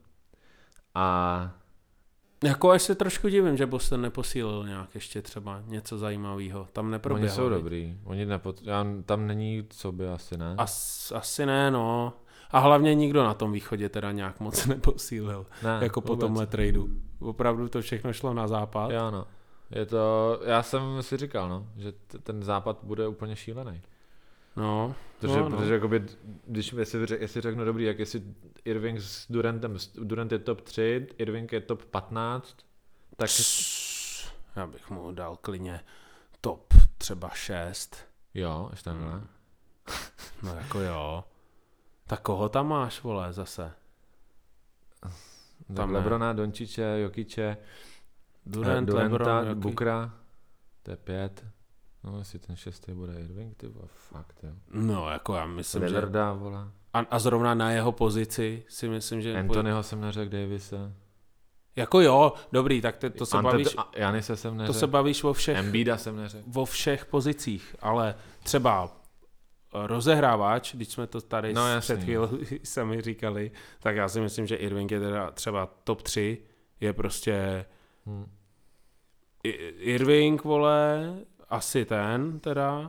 A Jako až se trošku divím, že Boston neposílil nějak ještě třeba něco zajímavého. Tam neproběhlo. oni jsou viď? dobrý, oni nepot, já, tam není co by asi, ne? As, asi ne, no. A hlavně nikdo na tom východě teda nějak moc neposílil. Ne, jako po vůbec. tomhle tradu. Opravdu to všechno šlo na západ. Jo, no. Je to, já jsem si říkal, no, že t- ten západ bude úplně šílený. No, Protože, no, no. protože jakoby, když jestli, řek, jestli řeknu dobrý, jak jestli Irving s Durantem, Durant je top tři, Irving je top patnáct, tak Pss, já bych mu dal klidně top třeba šest. jo, ještě takhle. No jako jo. Tak koho tam máš, vole, zase? Tak Tam ne. Lebrona, Dončiče, Jokiče, Durant, Duranta, LeBron, Jokic. Bookera, to je pět. No, jestli ten šestý bude Irving, ty vole, fakt, jo. No, jako já myslím, že... Lillarda, vole. A, a zrovna na jeho pozici si myslím, že... Anthonyho jsem neřekl, Davise. Jako jo, dobrý, tak te, to se Ante- bavíš... a Janise jsem To neřekl. se bavíš o všech, Embiida jsem neřekl. o všech pozicích, ale třeba rozehrávač, když jsme to tady No, no, jasný. před chvílí sami říkali, tak já si myslím, že Irving je teda třeba top tři, je prostě Hm. I- Irving, vole, asi ten teda,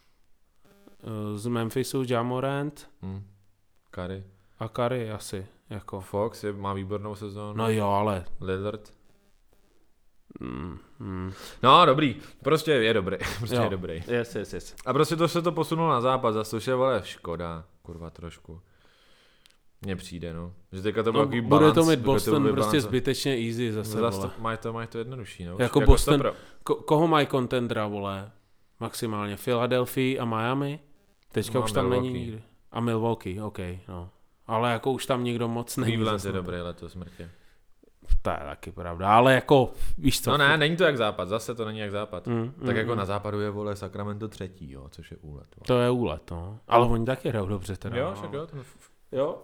eh, z Memphisu Ja Morant Hm. Curry. a Curry asi, jako. Fox je, má výbornou sezónu. No jo, ale... Lillard. Mm, mm. No, dobrý. Prostě je dobrý. Prostě Jo. je dobrý. Yes, yes, yes. A prostě to se to posunulo na západ, zase už je, vole, škoda, kurva, trošku. Mně přijde, no. Že teďka to byl No, takový bude balans. to mít bude to Boston být prostě balans- zbytečně easy zase, Zase vole. to, mají to, mají to jednodušší, no. Jako Už Boston- stopro. Ko- koho mají contendera, vole? Maximálně Philadelphia a Miami? Teďka No, už tam Milwaukee. není nikdy. A Milwaukee, ok, no. Ale jako už tam nikdo moc není. Cleveland zase je na to. dobrý letos, mrtě. To je taky pravda, ale jako, víš co? No ne, není to jak západ, zase to není jak západ. Mm, Tak mm, jako mm. na západu je, vole, Sacramento třetí, jo, což je úlet. Vole. To je úlet, no. Ale oni taky hrajou dobře teda. Jo, no. však jo. Ten... Jo.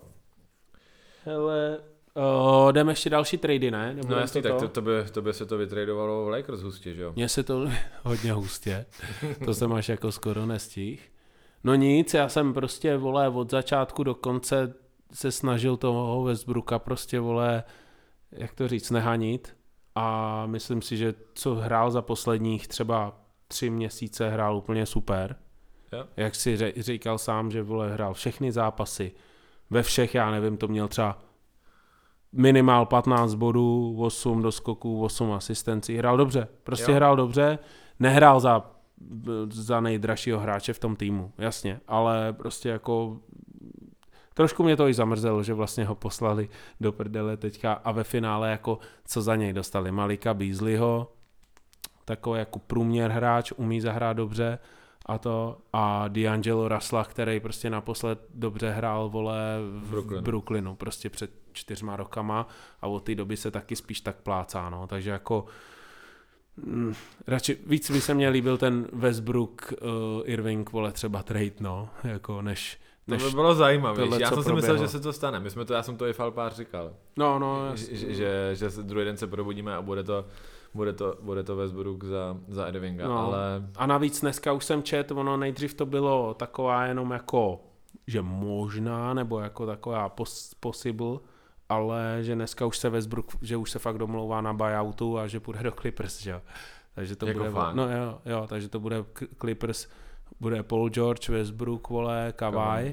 Hele, uh, jdeme ještě další trady, ne? Nebo No jasný, to tak to, to, by, to by se to vytradovalo v Lakers hustě, že jo? Mně se to hodně hustě. To jsem až jako skoro nestih. No nic, já jsem prostě, vole, od začátku do konce se snažil toho Westbrooka prostě, vole, jak to říct, nehanit. A myslím si, že co hrál za posledních třeba tři měsíce, hrál úplně super. Jo. Jak si ře- říkal sám, že, vole, hrál všechny zápasy. Ve všech, já nevím, to měl třeba minimál patnáct bodů, osm doskoků, osm asistencí. Hrál dobře, prostě Jo. hrál dobře. Nehrál za, za nejdražšího hráče v tom týmu, jasně, ale prostě jako trošku mě to i zamrzelo, že vlastně ho poslali do prdele teďka a ve finále jako co za něj dostali. Malika Beasleyho, takový jako průměr hráč, umí zahrát dobře a to a D'Angelo Russella, který prostě naposled dobře hrál, vole, v Brooklynu. Brooklynu, prostě před čtyřma rokama a od té doby se taky spíš tak plácá, no, takže jako mm, radši víc by se mně líbil ten Westbrook uh, Irving, vole, třeba trade, no, jako než, To než by bylo zajímavé. tohle, Já co jsem si myslel, proběhlo. že se to stane. My jsme to, já jsem to i Falpár říkal. no, no, Že, jasně. že, že, že se druhý den se probudíme a bude to, bude to, bude to Westbrook za, za Irvinga, No. ale A navíc dneska už jsem čet, ono nejdřív to bylo taková jenom jako, že možná, nebo jako taková pos, possible, ale že dneska už se Westbrook, že už se fakt domlouvá na buyoutu a že půjde do Clippers, že jo. Takže to Jako bude, fakt? no jo, jo, takže to bude K- Clippers, bude Paul George, Westbrook, vole, Kawhi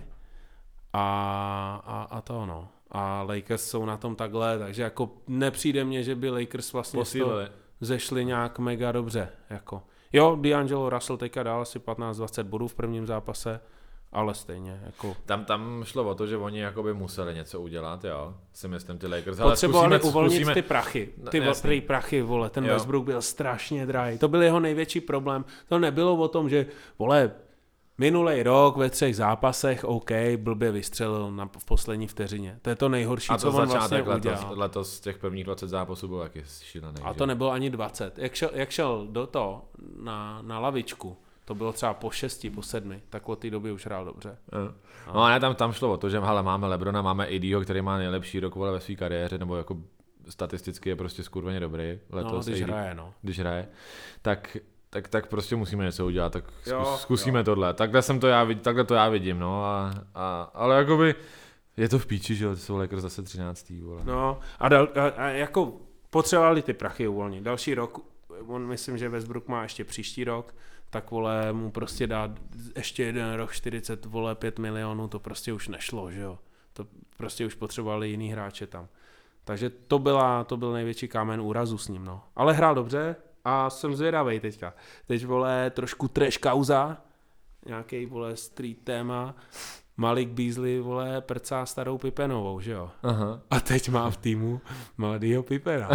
a, a, a to no. A Lakers jsou na tom takhle, takže jako nepřijde mně, že by Lakers vlastně z toho posílili. zešli nějak mega dobře. Jako. Jo, D'Angelo Russell teďka dal asi patnáct dvacet bodů v prvním zápase, ale stejně. Jako. Tam, tam šlo o to, že oni jakoby museli něco udělat, jo. Si myslím ty Lakers. Ale Potřebovali zkusíme, uvolnit zkusíme, ty prachy. No, Ty jasný. ostrý prachy, vole. Ten Jo. Westbrook byl strašně drahý. To byl jeho největší problém. To nebylo o tom, že, vole, minulej rok ve třech zápasech, OK, blbě vystřelil na, v poslední vteřině. To je to nejhorší, a co to on vlastně začátek letos, udělal. letos těch prvních dvacet zápasů bylo taky šílený. A že? to nebylo ani dvacet. Jak šel, jak šel do toho na, na lavičku, To bylo třeba po šesti, po sedmi, tak od té doby už hrál dobře. No, no ne, tam, tam šlo o to, že hele, máme LeBrona, máme A D ho, který má nejlepší rok vole, ve své kariéře, nebo jako statisticky je prostě skurveně dobrý. Letos no, když A D, hraje, no. Když hraje, tak, tak, tak prostě musíme něco udělat, tak zkus, Jo, zkusíme jo. tohle. Takhle, jsem to já, takhle to já vidím, no, a, a, ale jakoby je to v píči, že jo, to jsou Lakers zase třináctý vole. No a, dal, a, a jako potřebovali ty prachy uvolnit. Další rok, on myslím, že Westbrook má ještě příští rok, tak vole mu prostě dát ještě jeden rok čtyřicet, vole pět milionů, to prostě už nešlo, že jo. To prostě už potřebovali jiný hráče tam. Takže to, byla, to byl největší kámen úrazu s ním, no. Ale hrál dobře a jsem zvědavej teďka. Teď, vole, trošku trash kauza, nějaký, vole, street téma. Malik Beasley, vole, prcá starou Pippenovou, že jo. Aha. A teď má v týmu mladýho Pippena.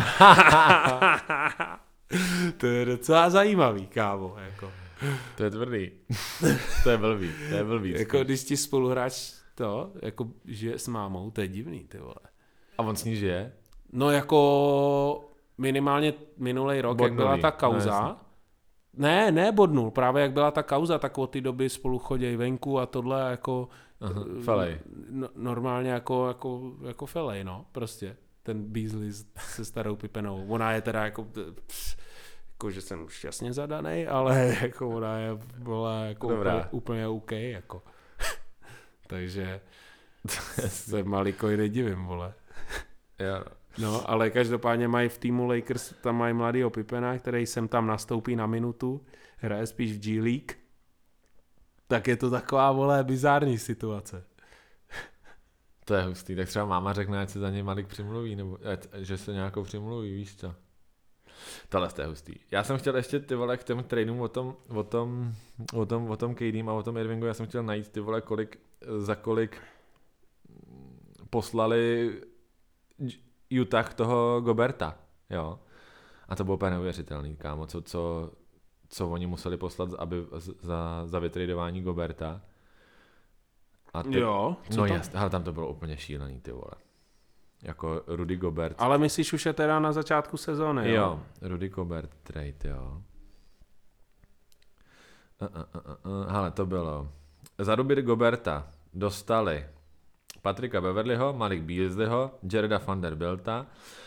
To je docela zajímavý, kámo, jako. To je tvrdý. To je blbý, to je blbý. Jako když ti spoluhráč to, jako žije s mámou, to je divný, ty vole. A on s ní žije? No jako minimálně minulej rok, Bodnulý. jak byla ta kauza. No, ne, ne bodnul, právě jak byla ta kauza, tak od té doby spolu choděj venku a tohle jako Aha, felej. No, normálně jako, jako, jako felej, no, prostě. Ten Beasley se starou Pippenou. Ona je teda jako, pš, jako že jsem šťastně zadanej, ale jako ona je byla jako úplně, úplně OK, jako. Takže se maliko i nedivím, vole. Jo. No, ale každopádně mají v týmu Lakers, tam mají mladýho Pippena, který sem tam nastoupí na minutu, hraje spíš v G League. Tak je to taková, vole, bizární situace. To je hustý, tak třeba máma řekne, ať se za něj Malik přimluví, nebo ať, že se nějakou přimluví, víš co. Tohle je hustý. Já jsem chtěl ještě ty vole k těm tradeům o tom, o tom, o tom, o tom K D a o tom Irvingu, já jsem chtěl najít ty vole, kolik, za kolik poslali Utah toho Goberta, jo. A to bylo úplně neuvěřitelný, kámo, co, co, co oni museli poslat, aby za, za vytradování Goberta. A ty, jo, co no tam? jasně, ale tam to bylo úplně šílený, ty vole. Jako Rudy Gobert. Ale myslíš už je teda na začátku sezóny, jo? Jo, Rudy Gobert trade, jo. Uh, uh, uh, uh, hele, to bylo. Za Rudy Goberta dostali Patricka Beverlyho, Malik Beasleyho, Jareda Vanderbilta,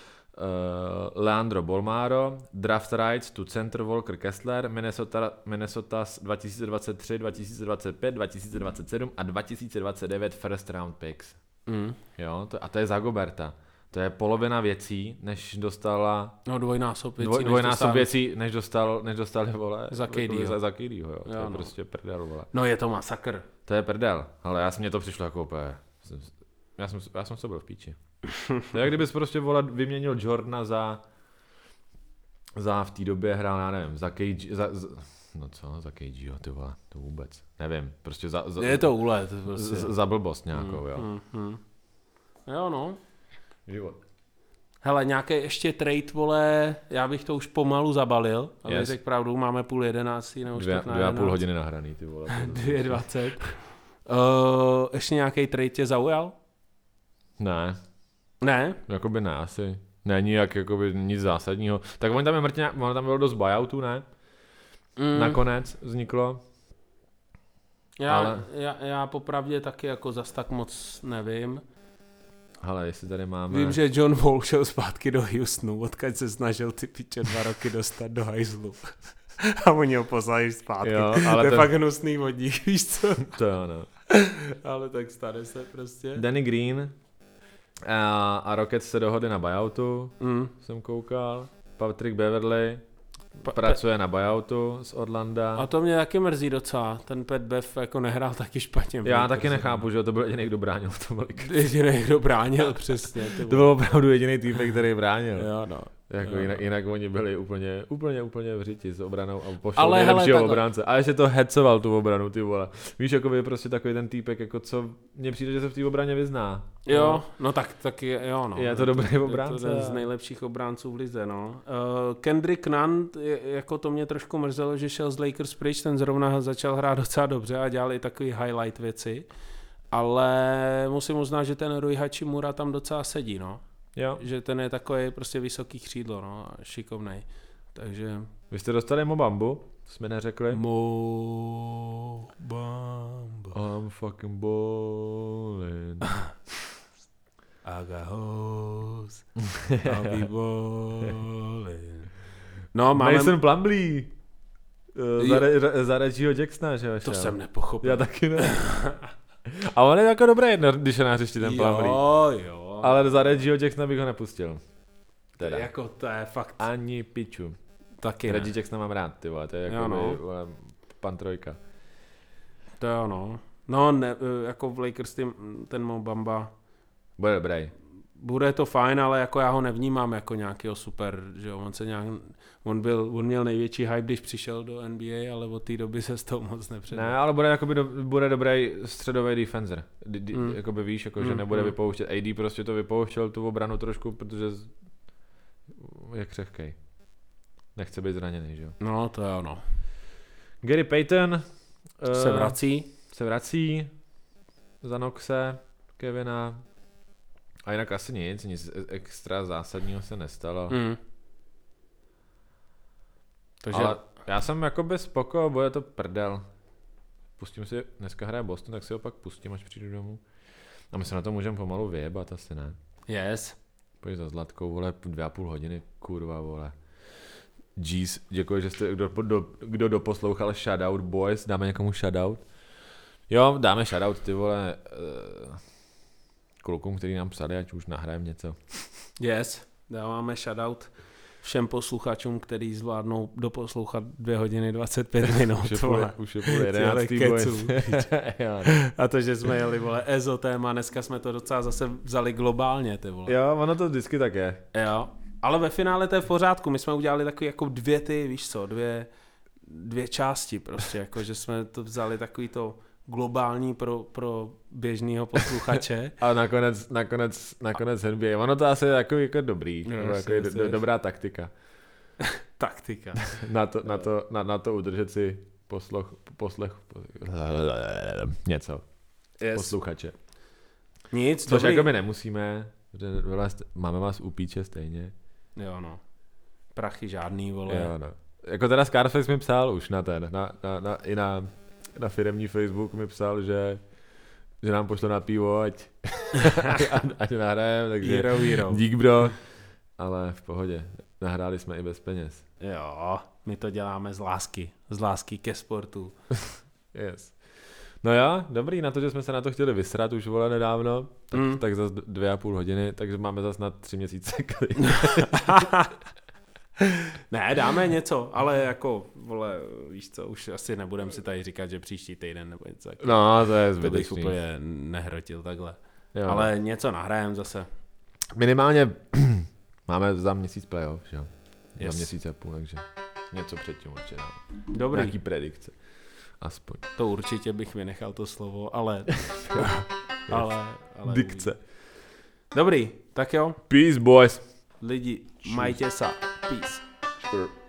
uh, Leandro Bolmaro, draft rights to center Walker Kessler, Minnesota, Minnesota dva tisíce dvacet tři, dva tisíce dvacet pět, dva tisíce dvacet sedm a dva tisíce dvacet devět first round picks. Mm. Jo, to, a to je za Goberta. To je polovina věcí, než dostala... No dvojnásob věcí, Dvoj, dvojnásob dostal... věcí, než dostal, než dostali, vole... Za K D, za, za K D, jo. jo. To je no. prostě prdel, vole. No je to masakr. To je prdel, ale já jsem mě to přišlo jako úplně... Já jsem, já jsem se byl v píči. To je, jak kdybys prostě, vole, vyměnil Jordana za... Za v té době hrál, já nevím, za K G... Za, za, no co, za K G, jo, ty vole, to vůbec. Nevím, prostě za... za je to úlet. Prostě. Z, za blbost nějakou, mm, jo. Mm, mm. Jo, no. Život. Hele, nějaký ještě trade, vole, já bych to už pomalu zabalil, aby Yes. řekl pravdu, máme půl jedenáctý, nebo Dvě, čtvrt na dvě a půl jedenáct. hodiny nahraný, ty vole. Dvě dvacet. uh, ještě nějaký trade tě zaujal? Ne, Ne? jakoby ne, asi. Není jak, jakoby nic zásadního. Tak oni tam je mrtně, ono tam bylo dost buyoutů, ne? Mm. Nakonec vzniklo. Já, ale- já, já popravdě taky jako zas tak moc nevím. Hele, jestli tady máme... Vím, že John Wall šel zpátky do Houstonu, odkud se snažil ty piče dva roky dostat do hajzlu. A oni ho poslali zpátky. Jo, to ale je ten- fakt hnusný vodník, víš co? To jo, no. Ale tak stane se prostě. Danny Green a, a Rockets se dohodli na buyoutu, Mm. jsem koukal. Patrick Beverly Pa- pracuje na buyoutu z Orlanda. A to mě taky mrzí docela. Ten Pat Bev jako nehrál taky špatně. Já taky nechápu, že to byl jediný, kdo bránil v tom Lakers. Jediný, kdo bránil, přesně. Ty To byl opravdu jediný týpek, který bránil. jo, no. Jako Jo, jinak, no. jinak oni byli úplně, úplně, úplně v řiti s obranou a Ale pošlou hele, nejlepšího takhle- obránce. A ještě to hecoval tu obranu, ty vole. Víš, jako by prostě takový ten týpek, jako co mně přijde, že se v té obraně vyzná. Jo, no tak, tak je, jo, no. Je to dobrý Je obránce. to jeden z nejlepších obránců v lize, no. Uh, Kendrick Nunn, je, jako to mě trošku mrzelo, že šel z Lakers pryč, ten zrovna začal hrát docela dobře a dělal i takový highlight věci. Ale musím uznat, že ten Rui Hachimura tam docela sedí, no. Jo. Že ten je takový prostě vysoký křídlo, no, a šikovnej. Takže... Vy jste dostali Mobambu? Jsme neřekli? Mobamba. I'm fucking ballin'. I got hoes. I'll be ballin'. No, máme... Mason Plumlee. Uh, za, re, za Reggieho Jacksona, že jo? To jsem nepochopil. Já taky ne. A on je jako dobrý, když je na hřišti ten Plumlee. Jo, jo. Ale za Reggieho Jacksona bych ho nepustil. Teda. Jako to je fakt... Ani piču. Taky ne. Reggie Jacksona mám rád, ty vole, to je jako Jo, no. vole, pan trojka. To jo, no. No, ne, jako v Lakers ten, ten Mobamba... Bude dobrý. Bude to fajn, ale jako já ho nevnímám jako nějakýho super, že jo, on se nějak, on byl, on měl největší hype, když přišel do N B A, ale od té doby se s tou moc nepředal. Ne, ale bude, jakoby do, bude dobrý středový defender. D, d, Mm. Jakoby víš, jako, Mm, že nebude mm. vypouštět. A D prostě to vypouštěl tu obranu trošku, protože z, je křehkej. Nechce být zraněný, že jo. No, to jo, no. Gary Payton uh, Se vrací. se vrací za Knoxe, Kevina. A jinak asi nic, nic extra zásadního se nestalo. Mm. Takže... Ale já jsem jakoby spoko, bude to prdel. Pustím si, dneska hraje Boston, tak si ho pak pustím, až přijdu domů. A my se na to můžeme pomalu vyjebat, asi ne. Yes. Pojď za Zlatkou, vole, dvě a půl hodiny, kurva, vole. Jeez, děkuji, že jste, kdo, do, kdo doposlouchal shoutout, boys, dáme někomu shoutout. Jo, dáme shoutout, ty vole, uh, klukům, který nám psali, ať už nahrajeme něco. Yes. Dáváme shoutout všem posluchačům, který zvládnou doposlouchat dvě hodiny dvacet pět minut. Už je půl, už je půl jedenáctý, boys. Jo, A to, že jsme jeli, vole, ezo téma, dneska jsme to docela zase vzali globálně, ty vole. jo, ono to vždycky tak je. Jo. Ale ve finále to je v pořádku, my jsme udělali takový jako dvě ty, víš co, dvě, dvě části prostě, jako že jsme to vzali takový to globální pro, pro běžného posluchače. A nakonec, nakonec, nakonec N B A. Ono to asi je jako, jako dobrý, No, nebo jako yes, do, yes. dobrá taktika. Taktika. Na to, na to, na, na to udržet si posloch, poslech, něco, Yes. posluchače. Nic, Což dobrý. jako my nemusíme, že vlastně máme vás u píče stejně. Jo no. Prachy žádný, vole. Jo, no. Jako teda Scarface mi psal už na ten, na, na, na, i na, na firemní Facebook mi psal, že že nám pošlo na pivo, ať, ať, ať nahrajeme, takže Hero, hero. dík bro, ale v pohodě, nahráli jsme i bez peněz. Jo, my to děláme z lásky, z lásky ke sportu. Yes. No jo, dobrý, na to, že jsme se na to chtěli vysrat už vole nedávno, tak, Mm. mm. tak zase dvě a půl hodiny, takže máme zase na tři měsíce klid. Ne, dáme něco, ale jako, vole, víš co, už asi nebudem si tady říkat, že příští týden nebo něco. No, to je To bych zbytečný. úplně nehrotil takhle. Jo. Ale něco nahrajeme zase. Minimálně máme za měsíc playoff, že jo? Yes. Za měsíc a půl, takže něco předtím určitě dáme. Dobrý, Nějaký predikce. Aspoň. to určitě bych vynechal to slovo, ale... ale, ale Dikce. Dobrý, tak jo, Peace boys. lidi, majte se. Peace. Sure.